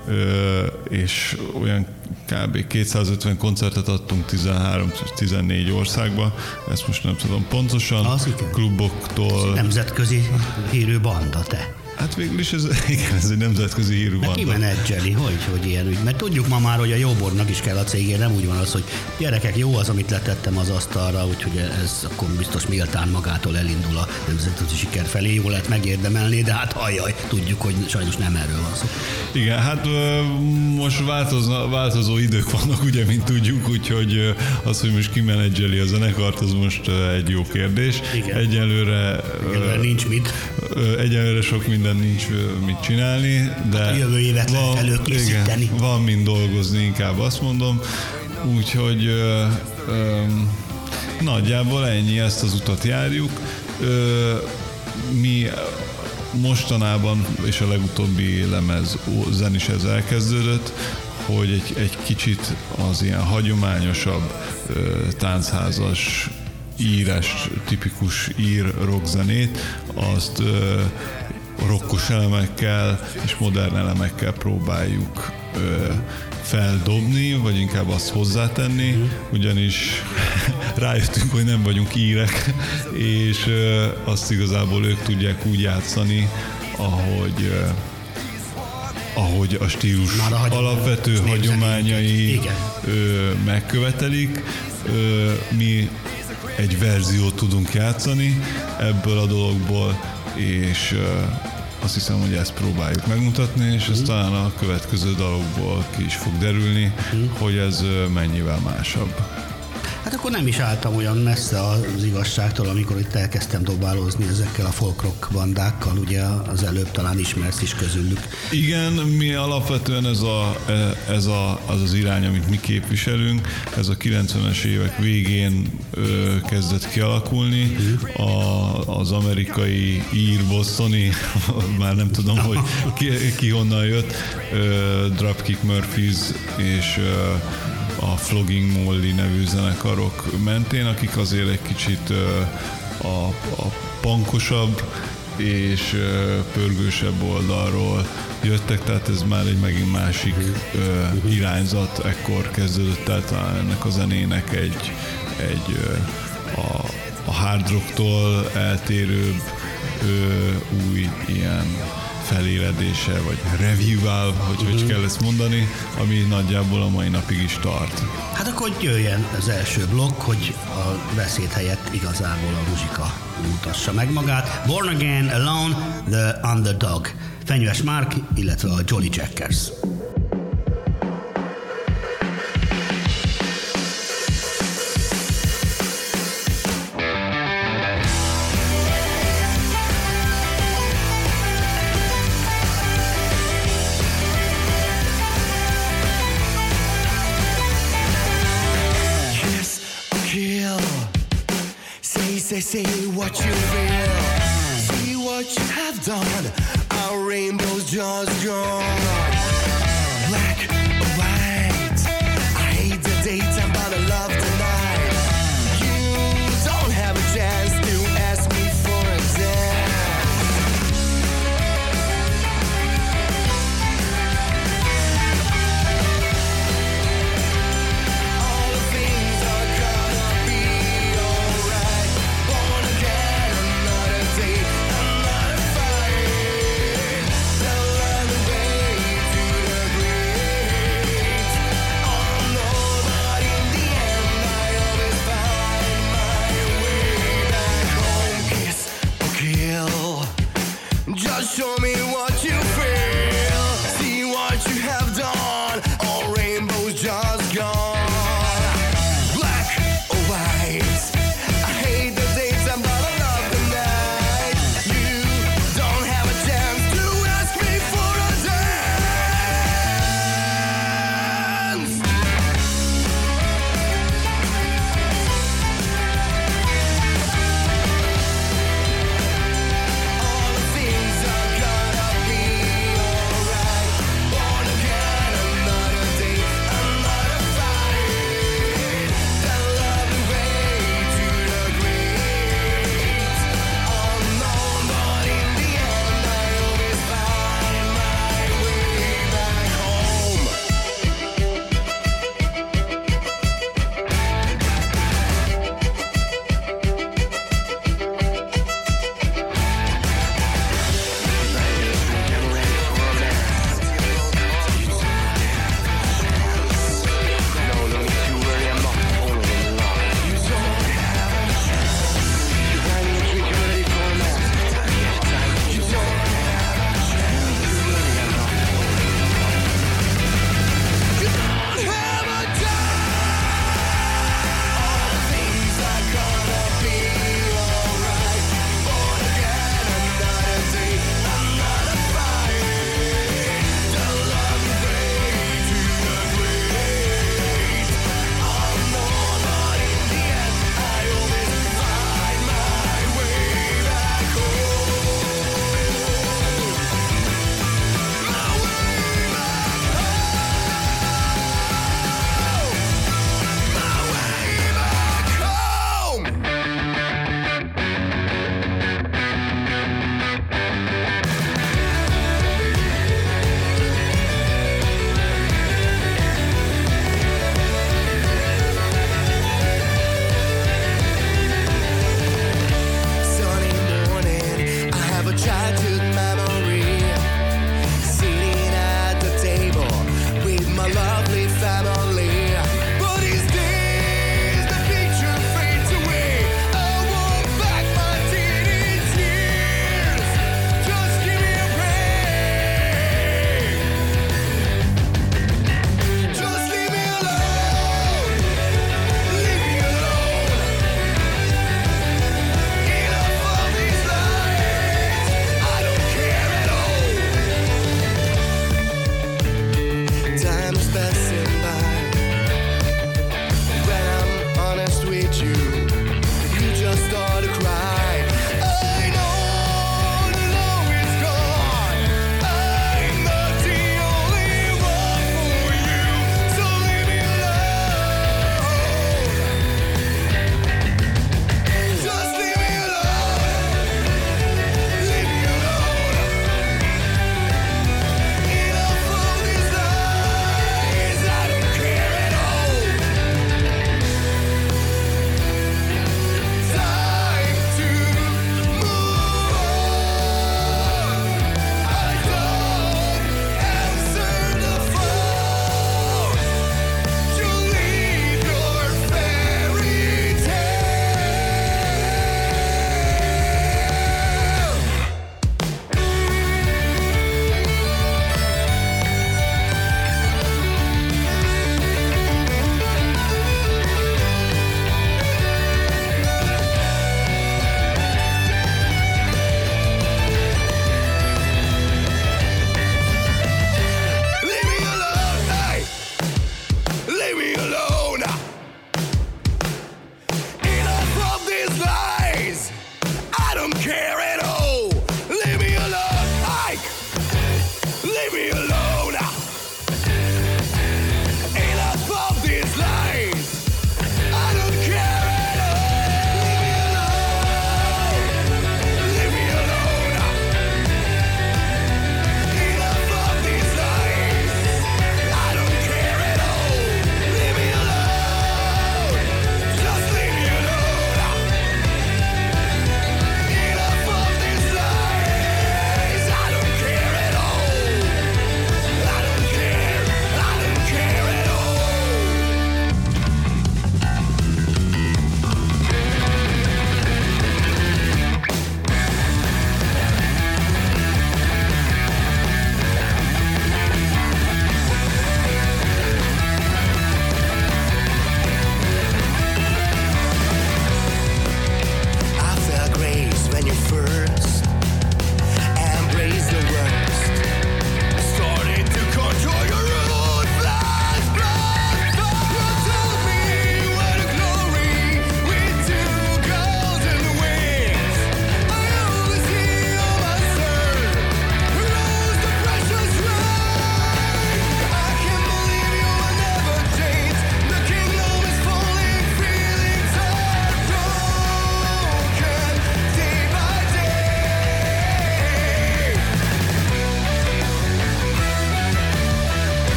és olyan kb. kétszázötven koncertet adtunk tizenhárom-tizennégy országba, ezt most nem tudom pontosan, az kluboktól. Nemzetközi hírű banda, te. Hát végül is ez, igen, ez egy nemzetközi hírű banda. Ki menedzseli, hogy, hogy ilyen ügy? Mert tudjuk ma már, hogy a jóbornak is kell a cégén, nem úgy van az, hogy gyerekek, jó az, amit letettem az asztalra, úgyhogy ez akkor biztos méltán magától elindul a nemzetközi siker felé, jó lehet megérdemelni, de hát ajaj, tudjuk, hogy sajnos nem erről van szó. Igen, hát most változna, változó idők vannak, ugye, mint tudjuk, úgyhogy az, hogy most ki menedzseli a zenekart, az most egy jó kérdés. Igen. Egyelőre, Egyelőre nincs mit. Egyelőre sok minden nincs mit csinálni, de hát a jövő évet van, lehet előkészíteni. Igen, van mind dolgozni, inkább azt mondom. Úgyhogy ö, ö, nagyjából ennyi, ezt az utat járjuk. Ö, mi mostanában, és a legutóbbi lemez zen is ez elkezdődött, hogy egy, egy kicsit az ilyen hagyományosabb ö, táncházas, íres, tipikus ír rockzenét, azt ö, rokkos elemekkel és modern elemekkel próbáljuk ö, feldobni, vagy inkább azt hozzátenni, mm. ugyanis rájöttünk, hogy nem vagyunk írek, és ö, azt igazából ők tudják úgy játszani, ahogy ö, ahogy a stílus a alapvető hagyományai ö, megkövetelik. Ö, mi egy verziót tudunk játszani ebből a dologból, és uh, azt hiszem, hogy ezt próbáljuk megmutatni, és ez mm. talán a következő dalokból ki is fog derülni, mm. hogy ez uh, mennyivel másabb. Hát akkor nem is álltam olyan messze az igazságtól, amikor itt elkezdtem dobálózni ezekkel a folk-rock bandákkal, ugye az előbb talán ismersz is közülük. Igen, mi alapvetően ez, a, ez a, az az irány, amit mi képviselünk, ez a kilencvenes évek végén ö, kezdett kialakulni. A, az amerikai ír-bostoni, már nem tudom, hogy ki, ki honnan jött, ö, Dropkick Murphys és ö, a Flogging Molly nevű zenekarok mentén, akik azért egy kicsit ö, a, a punkosabb és ö, pörgősebb oldalról jöttek, tehát ez már egy megint másik ö, irányzat, ekkor kezdődött el talán ennek a zenének egy, egy ö, a, a hard rocktól eltérőbb ö, új ilyen feléledése, vagy revival, hogy uh-huh. hogy kell ezt mondani, ami nagyjából a mai napig is tart. Hát akkor jöjjen az első blokk, hogy a beszéd helyett igazából a muzsika mutassa meg magát. Born Again, Alone, The Underdog. Fenyves Márk, illetve a Jolly Jackers. Say, say what you feel, see what you have done. Our rainbow's just gone. Black or white, I hate the daytime, but I love the night. You don't have a chance to ask me for a dance. All the things are gonna be alright. Born again, another day, another fight. They'll learn the way to the great. Oh no, but in the end, I always find my way back home. Kiss or kill, just show me what you feel. See what you have done. All rainbows just gone. Black or white, I hate the daytime, but I love the night. You don't have a chance to ask me for a dance. All the things are gonna be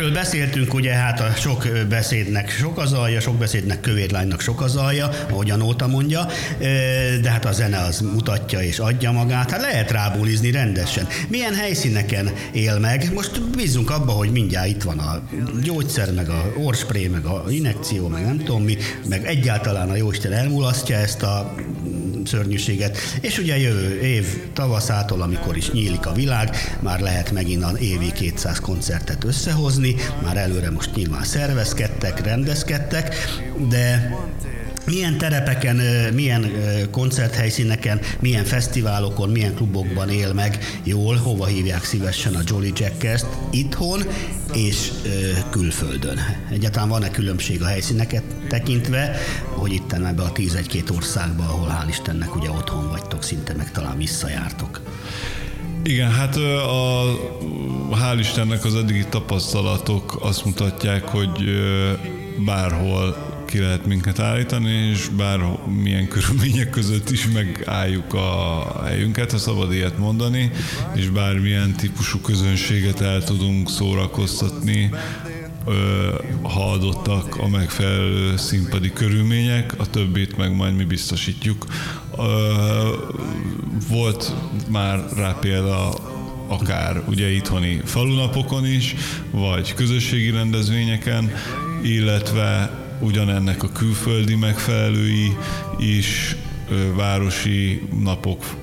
erről beszéltünk, ugye hát a sok beszédnek sok az alja, sok beszédnek kövétlánynak sok az alja, ahogy a nóta mondja, de hát a zene az mutatja és adja magát, hát lehet rábúlizni rendesen. Milyen helyszíneken él meg? Most bízzunk abba, hogy mindjárt itt van a gyógyszer, meg a orrspré, meg a injekció, meg nem tudom mi, meg egyáltalán a jóisten elmulasztja ezt a szörnyűséget, és ugye jövő év tavaszától, amikor is nyílik a világ, már lehet megint a évi kétszáz koncertet összehozni, már előre most nyilván szervezkedtek, rendezkedtek, de milyen terepeken, milyen koncerthelyszíneken, milyen fesztiválokon, milyen klubokban él meg jól, hova hívják szívesen a Jolly Jackers-t itthon és külföldön. Egyáltalán van-e különbség a helyszíneket tekintve, hogy itt ebbe a tizenkét országban, ahol hál' Istennek ugye otthon vagytok, szinte meg talán visszajártok. Igen, hát a, hál' Istennek az eddigi tapasztalatok azt mutatják, hogy bárhol ki lehet minket állítani, és bármilyen körülmények között is megálljuk a helyünket, ha szabad ilyet mondani, és bármilyen típusú közönséget el tudunk szórakoztatni, ha adottak a megfelelő színpadi körülmények, a többit meg majd mi biztosítjuk. Volt már rá példa akár ugye itthoni falunapokon is, vagy közösségi rendezvényeken, illetve ugyanennek a külföldi megfelelői is, városi napok,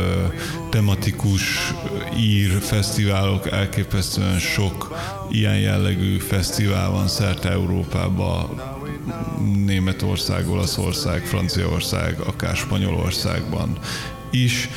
tematikus ír fesztiválok, elképesztően sok ilyen jellegű fesztivál van szerte Európában, Németország, Olaszország, Franciaország, akár Spanyolországban is,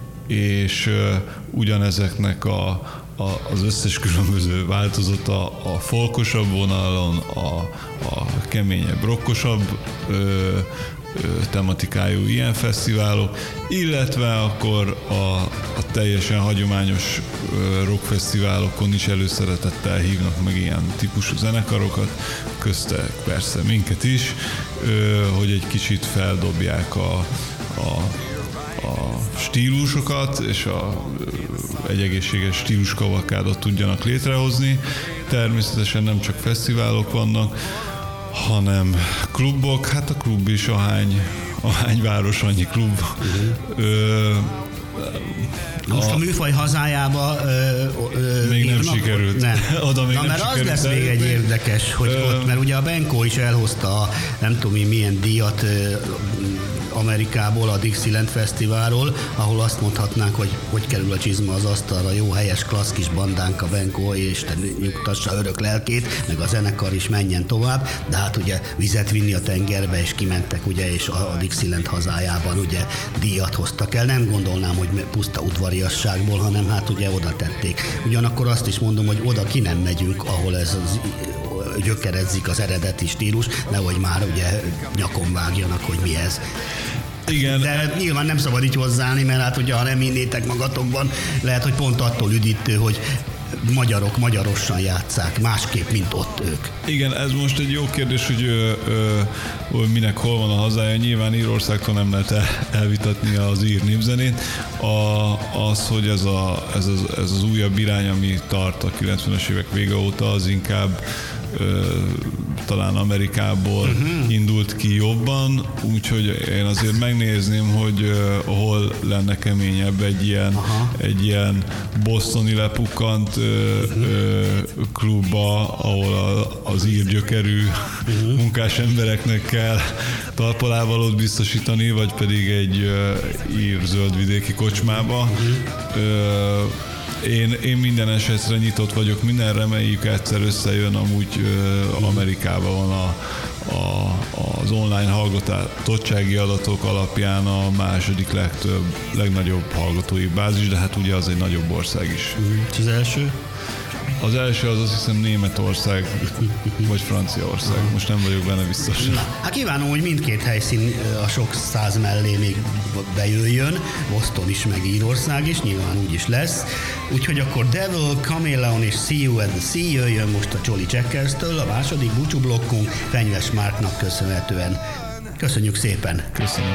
és ugyanezeknek a, a, az összes különböző változata a folkosabb vonalon, a, a keményebb, rockosabb ö, ö, tematikájú ilyen fesztiválok, illetve akkor a, a teljesen hagyományos ö, rockfesztiválokon is előszeretettel hívnak meg ilyen típusú zenekarokat, közte persze minket is, ö, hogy egy kicsit feldobják a, a a stílusokat, és a, egy egészséges stíluskavalkádot tudjanak létrehozni. Természetesen nem csak fesztiválok vannak, hanem klubok, hát a klub is ahány, ahány város, annyi klub. Uh-huh. Ö, Most a, a műfaj hazájába ö, ö, még nem írnak, sikerült. Nem. Oda még Na, nem mert sikerült. az lesz még egy érdekes, hogy ö, ott, mert ugye a Benko is elhozta a, nem tudom milyen díjat ö, Amerikából, a Dixieland Fesztiválról, ahol azt mondhatnánk, hogy hogy kerül a csizma az asztalra, jó helyes klassz kis bandánk a Benko, és Isten nyugtassa örök lelkét, meg a zenekar is menjen tovább, de hát ugye vizet vinni a tengerbe, és kimentek ugye, és a, a Dixieland hazájában ugye díjat hoztak el. Nem gondolnám, hogy puszta udvariasságból, hanem hát ugye oda tették. Ugyanakkor azt is mondom, hogy oda ki nem megyünk, ahol ez az gyökeredzik az eredeti stílus, nehogy már ugye nyakon vágjanak, hogy mi ez. Igen. De nyilván nem szabad így hozzáállni, mert hát ugye ha nem hinnétek magatokban, lehet, hogy pont attól üdítő, hogy magyarok magyarosan játsszák, másképp, mint ott ők. Igen, ez most egy jó kérdés, hogy ö, ö, ö, minek hol van a hazája. Nyilván Írországtól nem lehet el, elvitatni az ír népzenét. A, az, hogy ez, a, ez, az, ez az újabb irány, ami tart a kilencvenes évek vége óta, az inkább Ö, talán Amerikából uh-huh. indult ki jobban, úgyhogy én azért megnézném, hogy ö, hol lenne keményebb egy ilyen, egy ilyen bostoni lepukkant ö, uh-huh. ö, klubba, ahol a, az ír gyökerű uh-huh. munkás embereknek kell talpalávalót biztosítani, vagy pedig egy ö, ír zöldvidéki kocsmába. Uh-huh. Ö, Én, én minden esetre nyitott vagyok, minden reméljük egyszer összejön, amúgy uh, Amerikában van a, a, az online hallgatottsági adatok alapján a második legtöbb, legnagyobb hallgatói bázis, de hát ugye az egy nagyobb ország is. És az első? Az első az azt hiszem Németország, vagy Franciaország. Most nem vagyok benne biztos. Hát kívánom, hogy mindkét helyszín a sok száz mellé még bejöjjön. Boston is, meg Írország is, nyilván úgy is lesz. Úgyhogy akkor Devil, Chameleon és See You at the Sea jöjjön most a Jolly Jackers-től, a második búcsúblokkunk Fenyves Márknak köszönhetően. Köszönjük szépen! Köszönöm!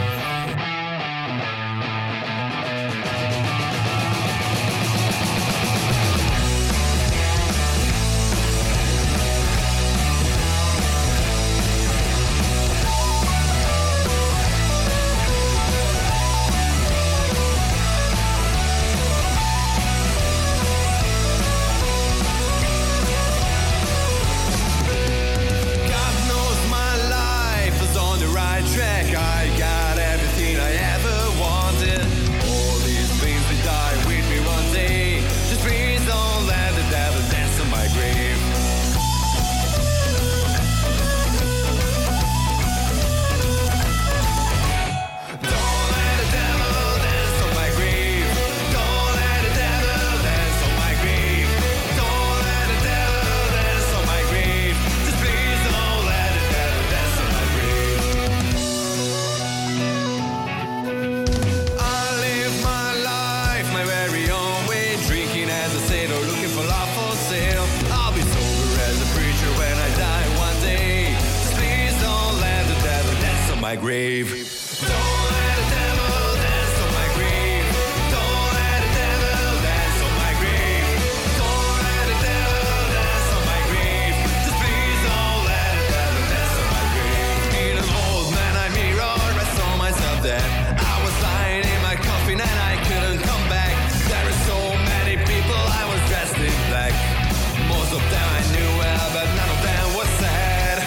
grave. Don't let the devil dance on my grave. Don't let the devil dance on my grave. Don't let the devil dance on my grave. Just please don't let the devil dance on my grave. In an old man I mirror, I saw myself dead. I was lying in my coffin and I couldn't come back. There are so many people, I was dressed in black. Most of them I knew well, but none of them was sad.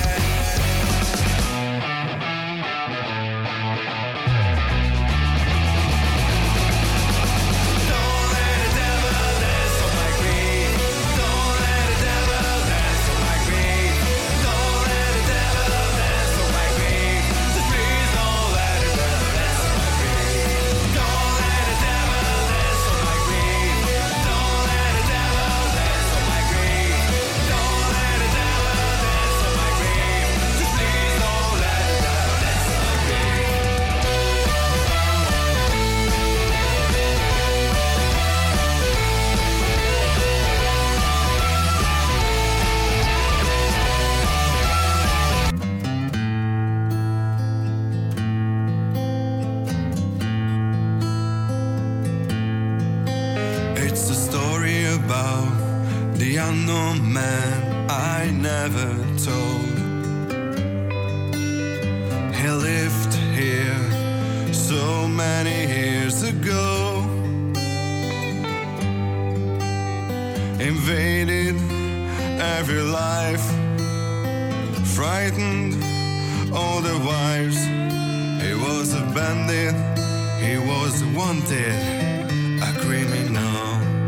Don't let the devil dance on my grave. Don't let the devil dance on my grave. Don't let the devil dance on my grave. Just please don't let the devil dance on my grave. Don't let the devil dance on my grave. Don't let the devil dance on my grave. Don't let the devil dance on my grave. Just please don't let the devil dance on my grave. It's a story about the unknown man I never told. He lived here so many years ago, invaded every life, frightened all the wives. He was a bandit, he was wanted, a criminal.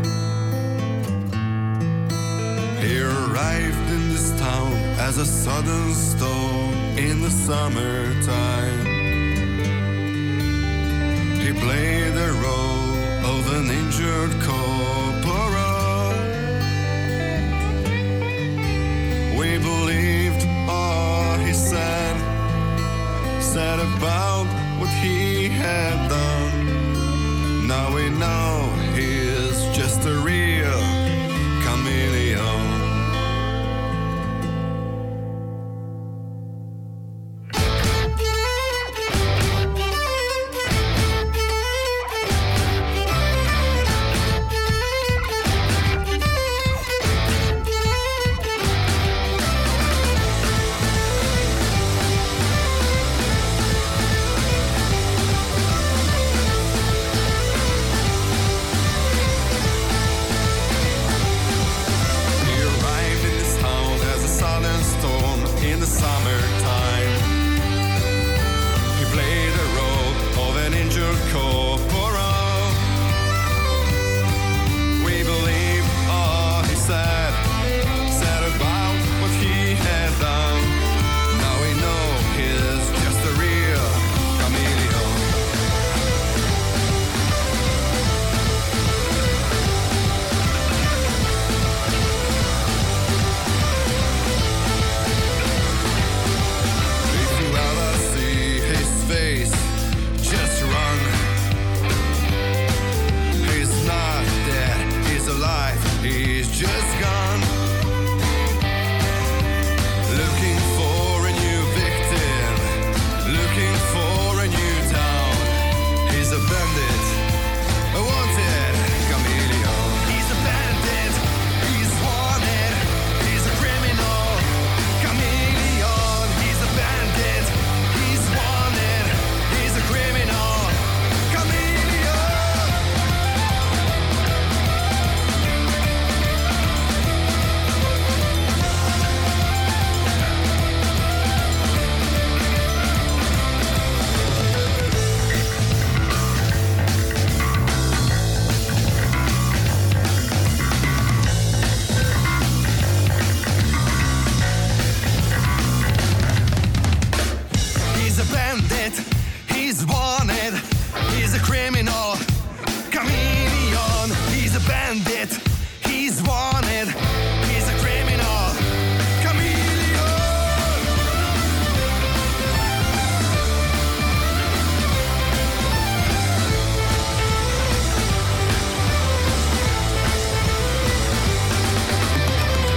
He arrived in this town as a sudden storm in the summertime. He played the role of an injured corporal. We believed all he said, said about what he had done. Now we know he is just a real chameleon.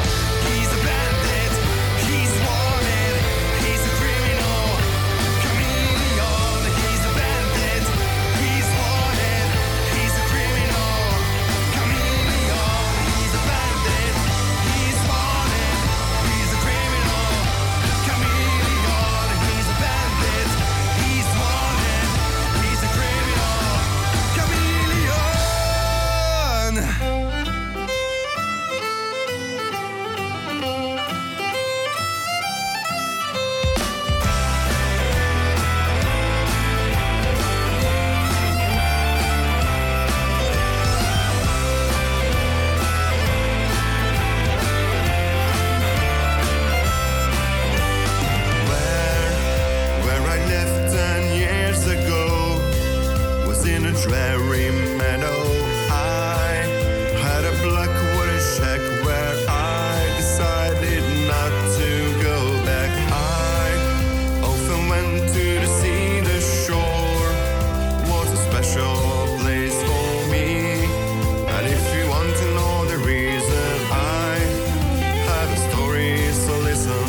He's a bandit, he's wanted, he's a criminal, chameleon. dreary meadow. I had a black wooden shack where I decided not to go back. I often went to the sea, the shore was a special place for me. And if you want to know the reason, I have a story, so listen.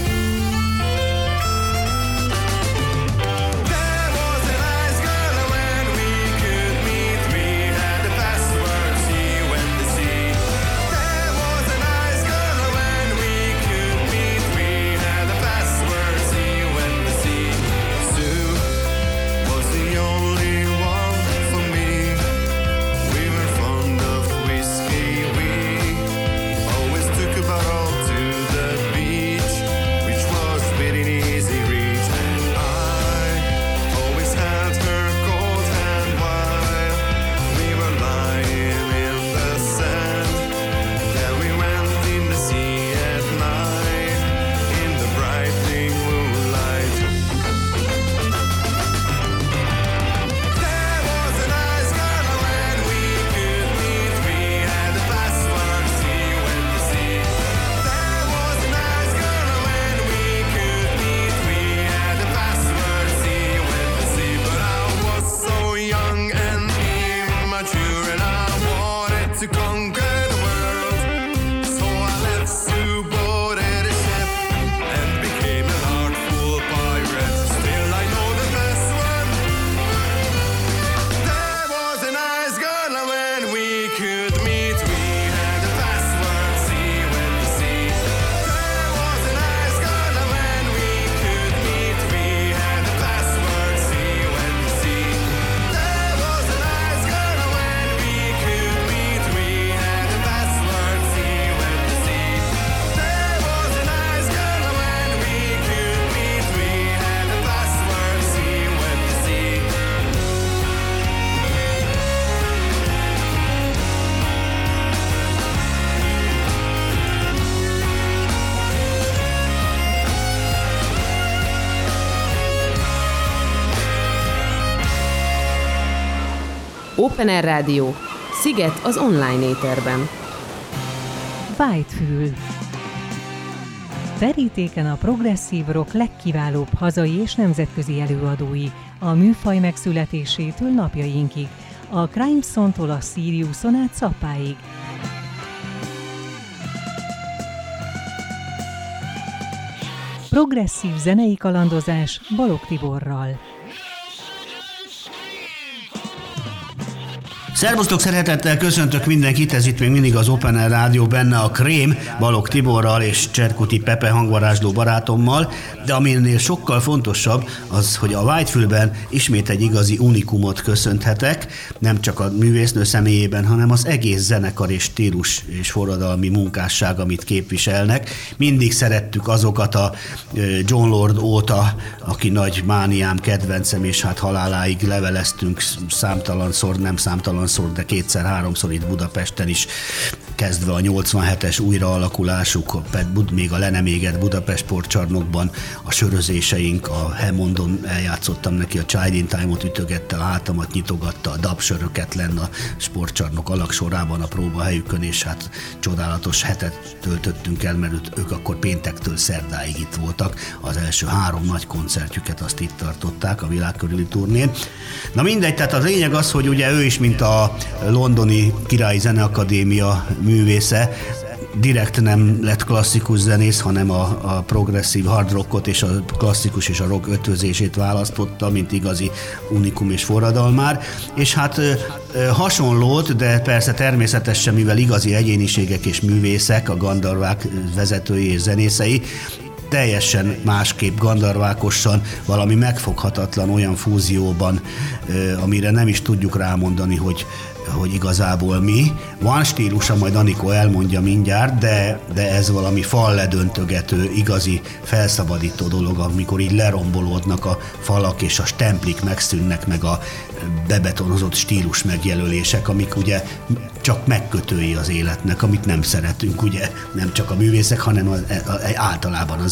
Open Air Rádió. Sziget az online éterben. Whitefül. Terítéken a progresszív rock legkiválóbb hazai és nemzetközi előadói, a műfaj megszületésétől napjainkig, a Crimson-tól a Siriuson át Zappáig. Progresszív zenei kalandozás Balogh Tiborral. Szervusztok, szeretettel köszöntök mindenkit, ez itt még mindig az Open Air Rádió, benne a Krém, Balogh Tiborral és Cserkuti Pepe hangvarázsló barátommal, de aminél sokkal fontosabb az, hogy a Whitefülben ismét egy igazi unikumot köszönhetek, nem csak a művésznő személyében, hanem az egész zenekar és stílus és forradalmi munkásság, amit képviselnek. Mindig szerettük azokat a John Lord óta, aki nagy mániám, kedvencem, és hát haláláig leveleztünk számtalanszor, nem számtalan de kétszer-háromszor itt Budapesten is, kezdve a nyolcvanhetes újraalakulásuk, még a le nem égett Budapest sportcsarnokban, a sörözéseink, a Hammondon eljátszottam neki, a Child in Time-ot ütögette, a hátamat nyitogatta, a dabsöröket lenne a sportcsarnok alaksorában a próbahelyükön, és hát csodálatos hetet töltöttünk el, mert ők akkor péntektől szerdáig itt voltak. Az első három nagy koncertjüket azt itt tartották a világkörüli turnén. Na mindegy, tehát a lényeg az, hogy ugye ő is, mint a londoni Királyi Zeneakadémia művésze, direkt nem lett klasszikus zenész, hanem a, a progresszív hard rockot és a klasszikus és a rock ötvözését választotta, mint igazi unikum és forradalmár. És hát ö, ö, hasonlót, de persze természetesen, mivel igazi egyéniségek és művészek, a Gandarvák vezetői és zenészei, teljesen másképp gandarvákosan, valami megfoghatatlan olyan fúzióban, amire nem is tudjuk rámondani, hogy, hogy igazából mi. Van stílusa, majd Anikó elmondja mindjárt, de, de ez valami falledöntögető, igazi felszabadító dolog, amikor így lerombolódnak a falak, és a stemplik megszűnnek, meg a bebetonozott stílus megjelölések, amik ugye csak megkötői az életnek, amit nem szeretünk, ugye nem csak a művészek, hanem az, általában a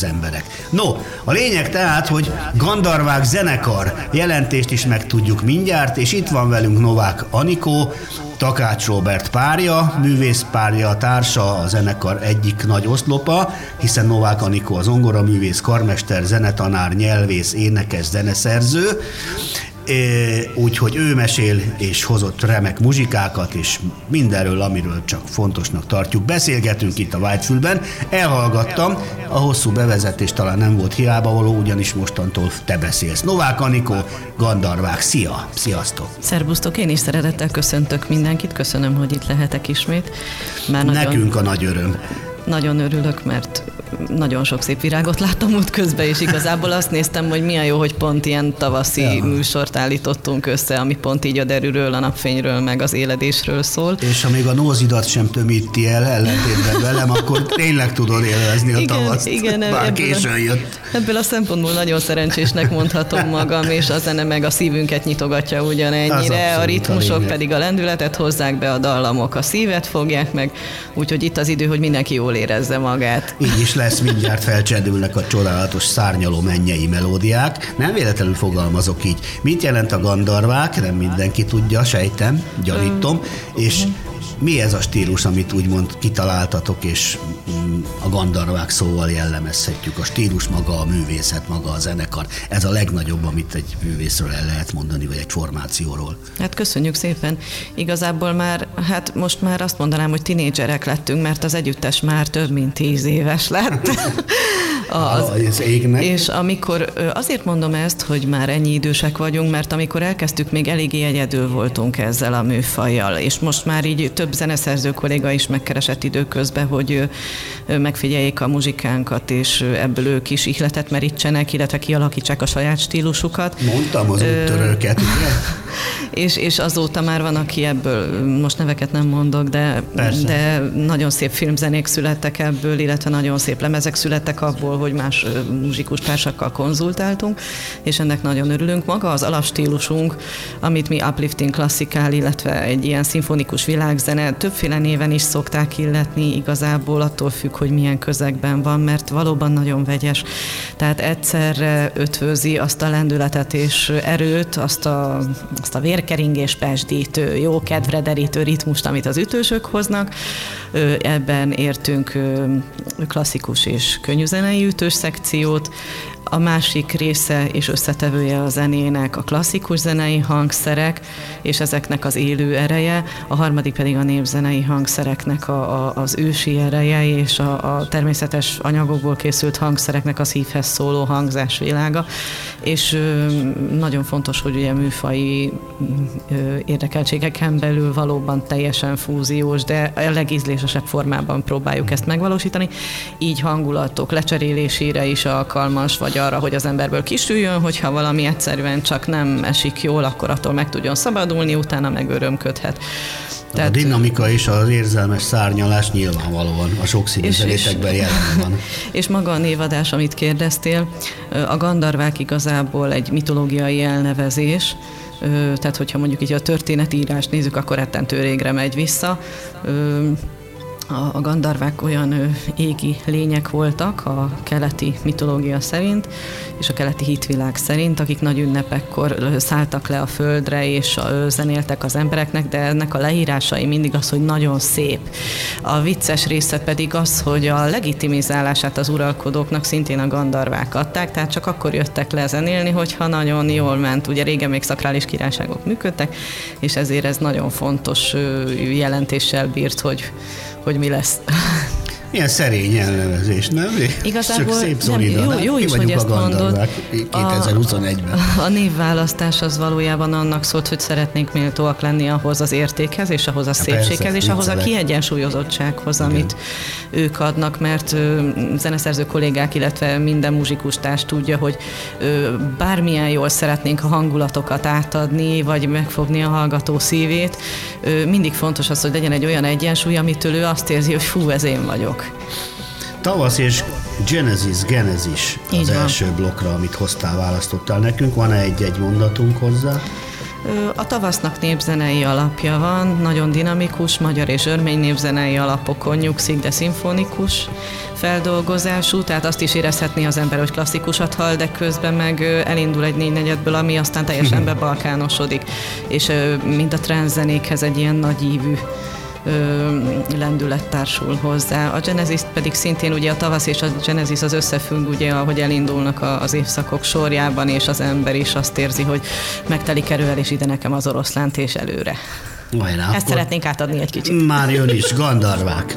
emberek. No, a lényeg tehát, hogy Gandarvák zenekar jelentést is megtudjuk mindjárt, és itt van velünk Novák Anikó, Takács Róbert párja, művész párja, társa, a zenekar egyik nagy oszlopa, hiszen Novák Anikó a zongoraművész, karmester, zenetanár, nyelvész, énekes, zeneszerző, úgyhogy ő mesél és hozott remek muzsikákat, és mindenről, amiről csak fontosnak tartjuk. Beszélgetünk itt a Whitefülben. Elhallgattam, a hosszú bevezetés talán nem volt hiába való, ugyanis mostantól te beszélsz. Novák Anikó, Gandarvák, szia! Sziasztok! Szerbusztok, én is szeretettel köszöntök mindenkit, köszönöm, hogy itt lehetek ismét. Már nagyon, nekünk a nagy öröm. Nagyon örülök, mert nagyon sok szép virágot láttam út közben, és igazából azt néztem, hogy milyen jó, hogy pont ilyen tavaszi ja. műsort állítottunk össze, ami pont így a derűről, a napfényről, meg az éledésről szól. És ha még a nózidat sem tömíti el ellentétben velem, akkor tényleg tudod élvezni a igen, tavaszt, igen, bár későn jött. Ebből a szempontból nagyon szerencsésnek mondhatom magam, és a zene meg a szívünket nyitogatja ugyanennyire, a ritmusok a pedig a lendületet hozzák be, a dallamok a szívet fogják meg, úgyhogy itt az idő, hogy mindenki jól érezze magát. Így is lesz, mindjárt felcsendülnek a csodálatos szárnyaló mennyei melódiák. Nem véletlenül fogalmazok így. Mit jelent a Gandarvák? Nem mindenki tudja, sejtem, gyanítom. És mi ez a stílus, amit úgymond kitaláltatok, és a Gandarvák szóval jellemezhetjük? A stílus maga, a művészet maga, a zenekar. Ez a legnagyobb, amit egy művészről el lehet mondani, vagy egy formációról. Hát köszönjük szépen. Igazából már, hát most már azt mondanám, hogy tinédzserek lettünk, mert az együttes már több mint tíz éves lett. Az, az égnek. És amikor, azért mondom ezt, hogy már ennyi idősek vagyunk, mert amikor elkezdtük, még eléggé egyedül voltunk ezzel a műfajjal, és most már így több zeneszerző kolléga is megkeresett időközben, hogy megfigyeljék a muzsikánkat, és ebből ők is ihletet merítsenek, illetve kialakítsák a saját stílusukat. Mondtam az úttörőket, ugye? és, és azóta már van, aki ebből, most neveket nem mondok, de, de nagyon szép filmzenék születtek ebből, illetve nagyon szép lemezek születtek abból, hogy más muzsikus társakkal konzultáltunk, és ennek nagyon örülünk. Maga az alapstílusunk, amit mi uplifting klasszikál, illetve egy ilyen szimfonikus világzene, többféle néven is szokták illetni, igazából attól függ, hogy milyen közegben van, mert valóban nagyon vegyes. Tehát egyszerre ötvözi azt a lendületet és erőt, azt a, azt a vérkeringés pesdítő, jó kedvre derítő ritmust, amit az ütősök hoznak. Ebben értünk klasszikus és könnyűzenei ütős szekciót. A másik része és összetevője a zenének a klasszikus zenei hangszerek, és ezeknek az élő ereje, a harmadik pedig a népzenei hangszereknek a, a, az ősi ereje, és a, a természetes anyagokból készült hangszereknek a szívhez szóló hangzásvilága. És ö, nagyon fontos, hogy ugye műfaji ö, érdekeltségeken belül valóban teljesen fúziós, de a legízlésesebb formában próbáljuk ezt megvalósítani. Így hangulatok lecserélésére is alkalmas, vagy arra, hogy az emberből kisüljön, hogyha valami egyszerűen csak nem esik jól, akkor attól meg tudjon szabadulni, utána meg örömködhet. Tehát, a dinamika és az érzelmes szárnyalás nyilvánvalóan a sokszínű zenétekben jelen van. És maga a névadás, amit kérdeztél, a Gandarvák igazából egy mitológiai elnevezés, tehát hogyha mondjuk így a történetírást nézzük, akkor rettentő régre megy vissza. A Gandarvák olyan ö, égi lények voltak a keleti mitológia szerint, és a keleti hitvilág szerint, akik nagy ünnepekkor ö, szálltak le a földre, és ö, zenéltek az embereknek, de ennek a leírásai mindig az, hogy nagyon szép. A vicces része pedig az, hogy a legitimizálását az uralkodóknak szintén a Gandarvák adták, tehát csak akkor jöttek le zenélni, hogyha nagyon jól ment. Ugye régen még szakrális királyságok működtek, és ezért ez nagyon fontos ö, jelentéssel bírt, hogy hogy mi lesz. Milyen szerény elnevezés, nem? Igazából csak szép szolidan. Jó, jó is, hogy ezt mondod. kétezer-huszonegyben. A, a névválasztás az valójában annak szólt, hogy szeretnénk méltóak lenni ahhoz az értékhez, és ahhoz a szépséghez, persze, és ahhoz a kiegyensúlyozottsághoz, igen, amit ők adnak, mert ö, zeneszerző kollégák, illetve minden muzsikustárs tudja, hogy ö, bármilyen jól szeretnénk a hangulatokat átadni, vagy megfogni a hallgató szívét, ö, mindig fontos az, hogy legyen egy olyan egyensúly, amitől ő azt érzi, hogy fú, ez én vagyok. Tavasz és Genesis, Genesis az így első van. blokkra, amit hoztál, választottál nekünk. Van-e egy-egy mondatunk hozzá? A tavasznak népzenei alapja van, nagyon dinamikus, magyar és örmény népzenei alapokon nyugszik, de szimfonikus feldolgozású, tehát azt is érezhetné az ember, hogy klasszikusat hall, de közben meg elindul egy négynegyedből, ami aztán teljesen bebalkánosodik, és mind a trance-zenékhez egy ilyen nagyívű lendület társul hozzá. A Genesis pedig szintén ugye a tavasz és a Genesis az összefügg, ugye, ahogy elindulnak az évszakok sorjában, és az ember is azt érzi, hogy megtelik erővel, és ide nekem az oroszlánt, és előre. Vajrá, Ezt szeretnénk átadni egy kicsit. Már jön is, Gandarvák.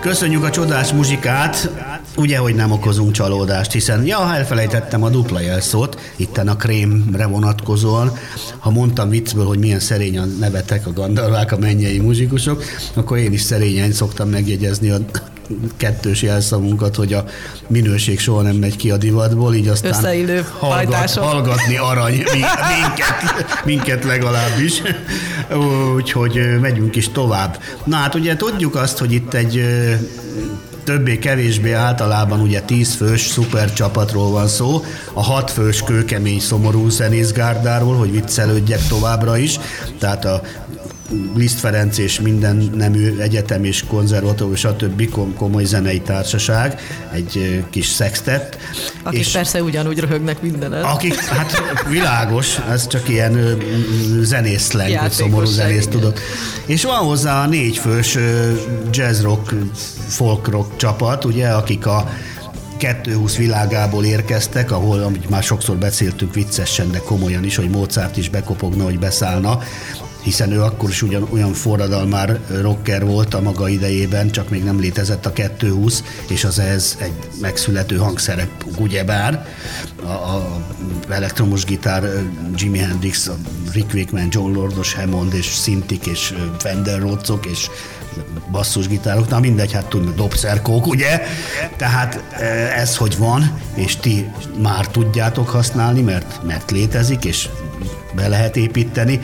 Köszönjük a csodás muzsikát, ugye, hogy nem okozunk csalódást, hiszen, ja, elfelejtettem a dupla jelszót, itten a krémre vonatkozóan. Ha mondtam viccből, hogy milyen szerényen nevetek a gandalvák, a mennyei muzsikusok, akkor én is szerényen szoktam megjegyezni a kettős jelszavunkat, hogy a minőség soha nem megy ki a divatból, így aztán összeillő hallgat, hallgatni arany minket, minket legalábbis. Úgyhogy megyünk is tovább. Na hát ugye tudjuk azt, hogy itt egy többé-kevésbé általában ugye tíz fős szupercsapatról van szó, a hat fős kőkemény szomorú zenészgárdáról, hogy viccelődjek továbbra is, tehát a Liszt Ferenc és minden nemű egyetem és konzervatórium, stb. Komoly zenei társaság, egy kis szextett. Akik és persze ugyanúgy röhögnek mindenet. Akik, hát világos, ez csak ilyen zenészleng, hogy szomorú zenész tudod. És van hozzá a négy fős jazz rock, folk rock csapat, ugye, akik a kettőhúsz világából érkeztek, ahol, amit már sokszor beszéltünk viccesen, de komolyan is, hogy Mozart is bekopogna, hogy beszállna, hiszen ő akkor is ugyan, olyan forradalmár rocker volt a maga idejében, csak még nem létezett a kettőhúsz, és az ehhez egy megszülető hangszerek, ugyebár, a, a elektromos gitár, Jimi Hendrix, Rick Wakeman, John Lordos, Hammond és szintik, és Fender Rhodesok, és basszusgitárok, na mindegy, hát tudni, dobszerkók, ugye? Tehát ez, hogy van, és ti már tudjátok használni, mert, mert létezik, és be lehet építeni.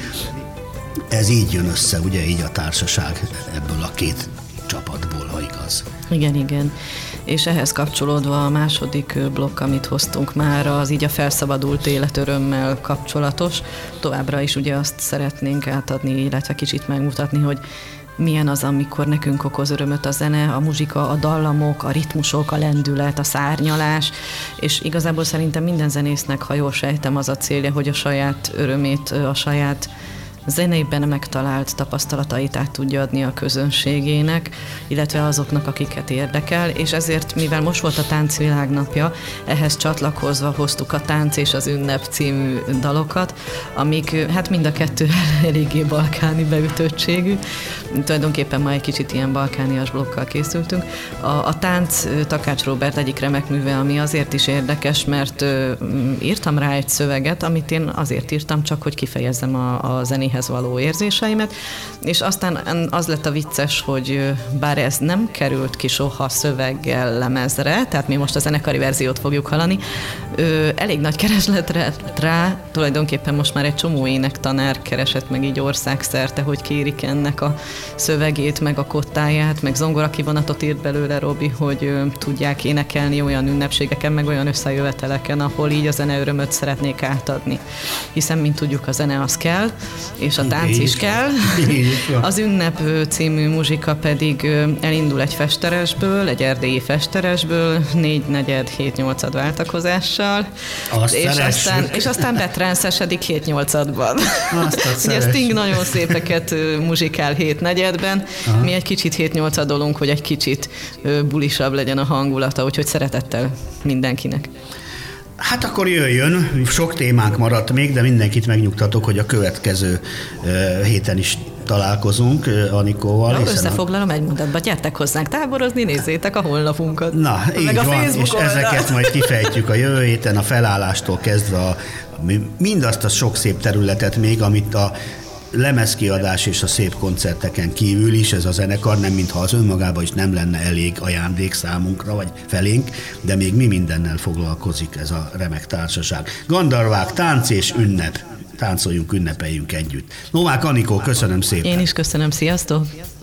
Ez így jön össze, ugye, így a társaság ebből a két csapatból, ha igaz. Igen, igen. És ehhez kapcsolódva a második blokk, amit hoztunk már, az így a felszabadult életörömmel kapcsolatos. Továbbra is ugye azt szeretnénk átadni, illetve kicsit megmutatni, hogy milyen az, amikor nekünk okoz örömöt a zene, a muzsika, a dallamok, a ritmusok, a lendület, a szárnyalás, és igazából szerintem minden zenésznek, ha jól sejtem, az a célja, hogy a saját örömét, a saját zenében megtalált tapasztalatait át tudja adni a közönségének, illetve azoknak, akiket érdekel, és ezért, mivel most volt a Táncvilágnapja, ehhez csatlakozva hoztuk a Tánc és az Ünnep című dalokat, amik hát mind a kettő eléggé balkáni beütöttségű. Tulajdonképpen ma egy kicsit ilyen balkánias blokkal készültünk. A, a Tánc Takács Róbert egyik remek műve, ami azért is érdekes, mert ö, írtam rá egy szöveget, amit én azért írtam, csak hogy kifejezzem a, a zenéhez való érzéseimet, és aztán az lett a vicces, hogy bár ez nem került ki soha szöveggel lemezre, tehát mi most a zenekari verziót fogjuk hallani, elég nagy keresletre rá, tulajdonképpen most már egy csomó énektanár keresett meg így országszerte, hogy kérik ennek a szövegét, meg a kottáját, meg zongorakivonatot írt belőle Robi, hogy tudják énekelni olyan ünnepségeken, meg olyan összejöveteleken, ahol így a zeneörömöt szeretnék átadni. Hiszen, mint tudjuk, a zene az kell, és a tánc is kell. Az Ünnep című muzsika pedig elindul egy festeresből, egy erdélyi festeresből, négy negyed, hét nyolcad váltakozással, és aztán, és aztán betrenszesedik hét nyolcadban. Ugye Sting nagyon szépeket muzsikál hét negyedben, aha. Mi egy kicsit hét nyolcadolunk, hogy egy kicsit bulisabb legyen a hangulata, úgyhogy szeretettel mindenkinek. Hát akkor jöjjön, sok témánk maradt még, de mindenkit megnyugtatok, hogy a következő uh, héten is találkozunk uh, Anikóval. Na, összefoglalom a... egy mondatba, gyertek hozzánk táborozni, nézzétek a honlapunkat. Na, így meg van, és ezeket majd kifejtjük a jövő héten, a felállástól kezdve a, mindazt a sok szép területet még, amit a lemezkiadás és a szép koncerteken kívül is ez a zenekar, nem mintha az önmagában is nem lenne elég ajándék számunkra, vagy felénk, de még mi mindennel foglalkozik ez a remek társaság. Gandalvák, tánc és ünnep. Táncoljunk, ünnepeljünk együtt. Novák Anikó, köszönöm szépen. Én is köszönöm, sziasztok!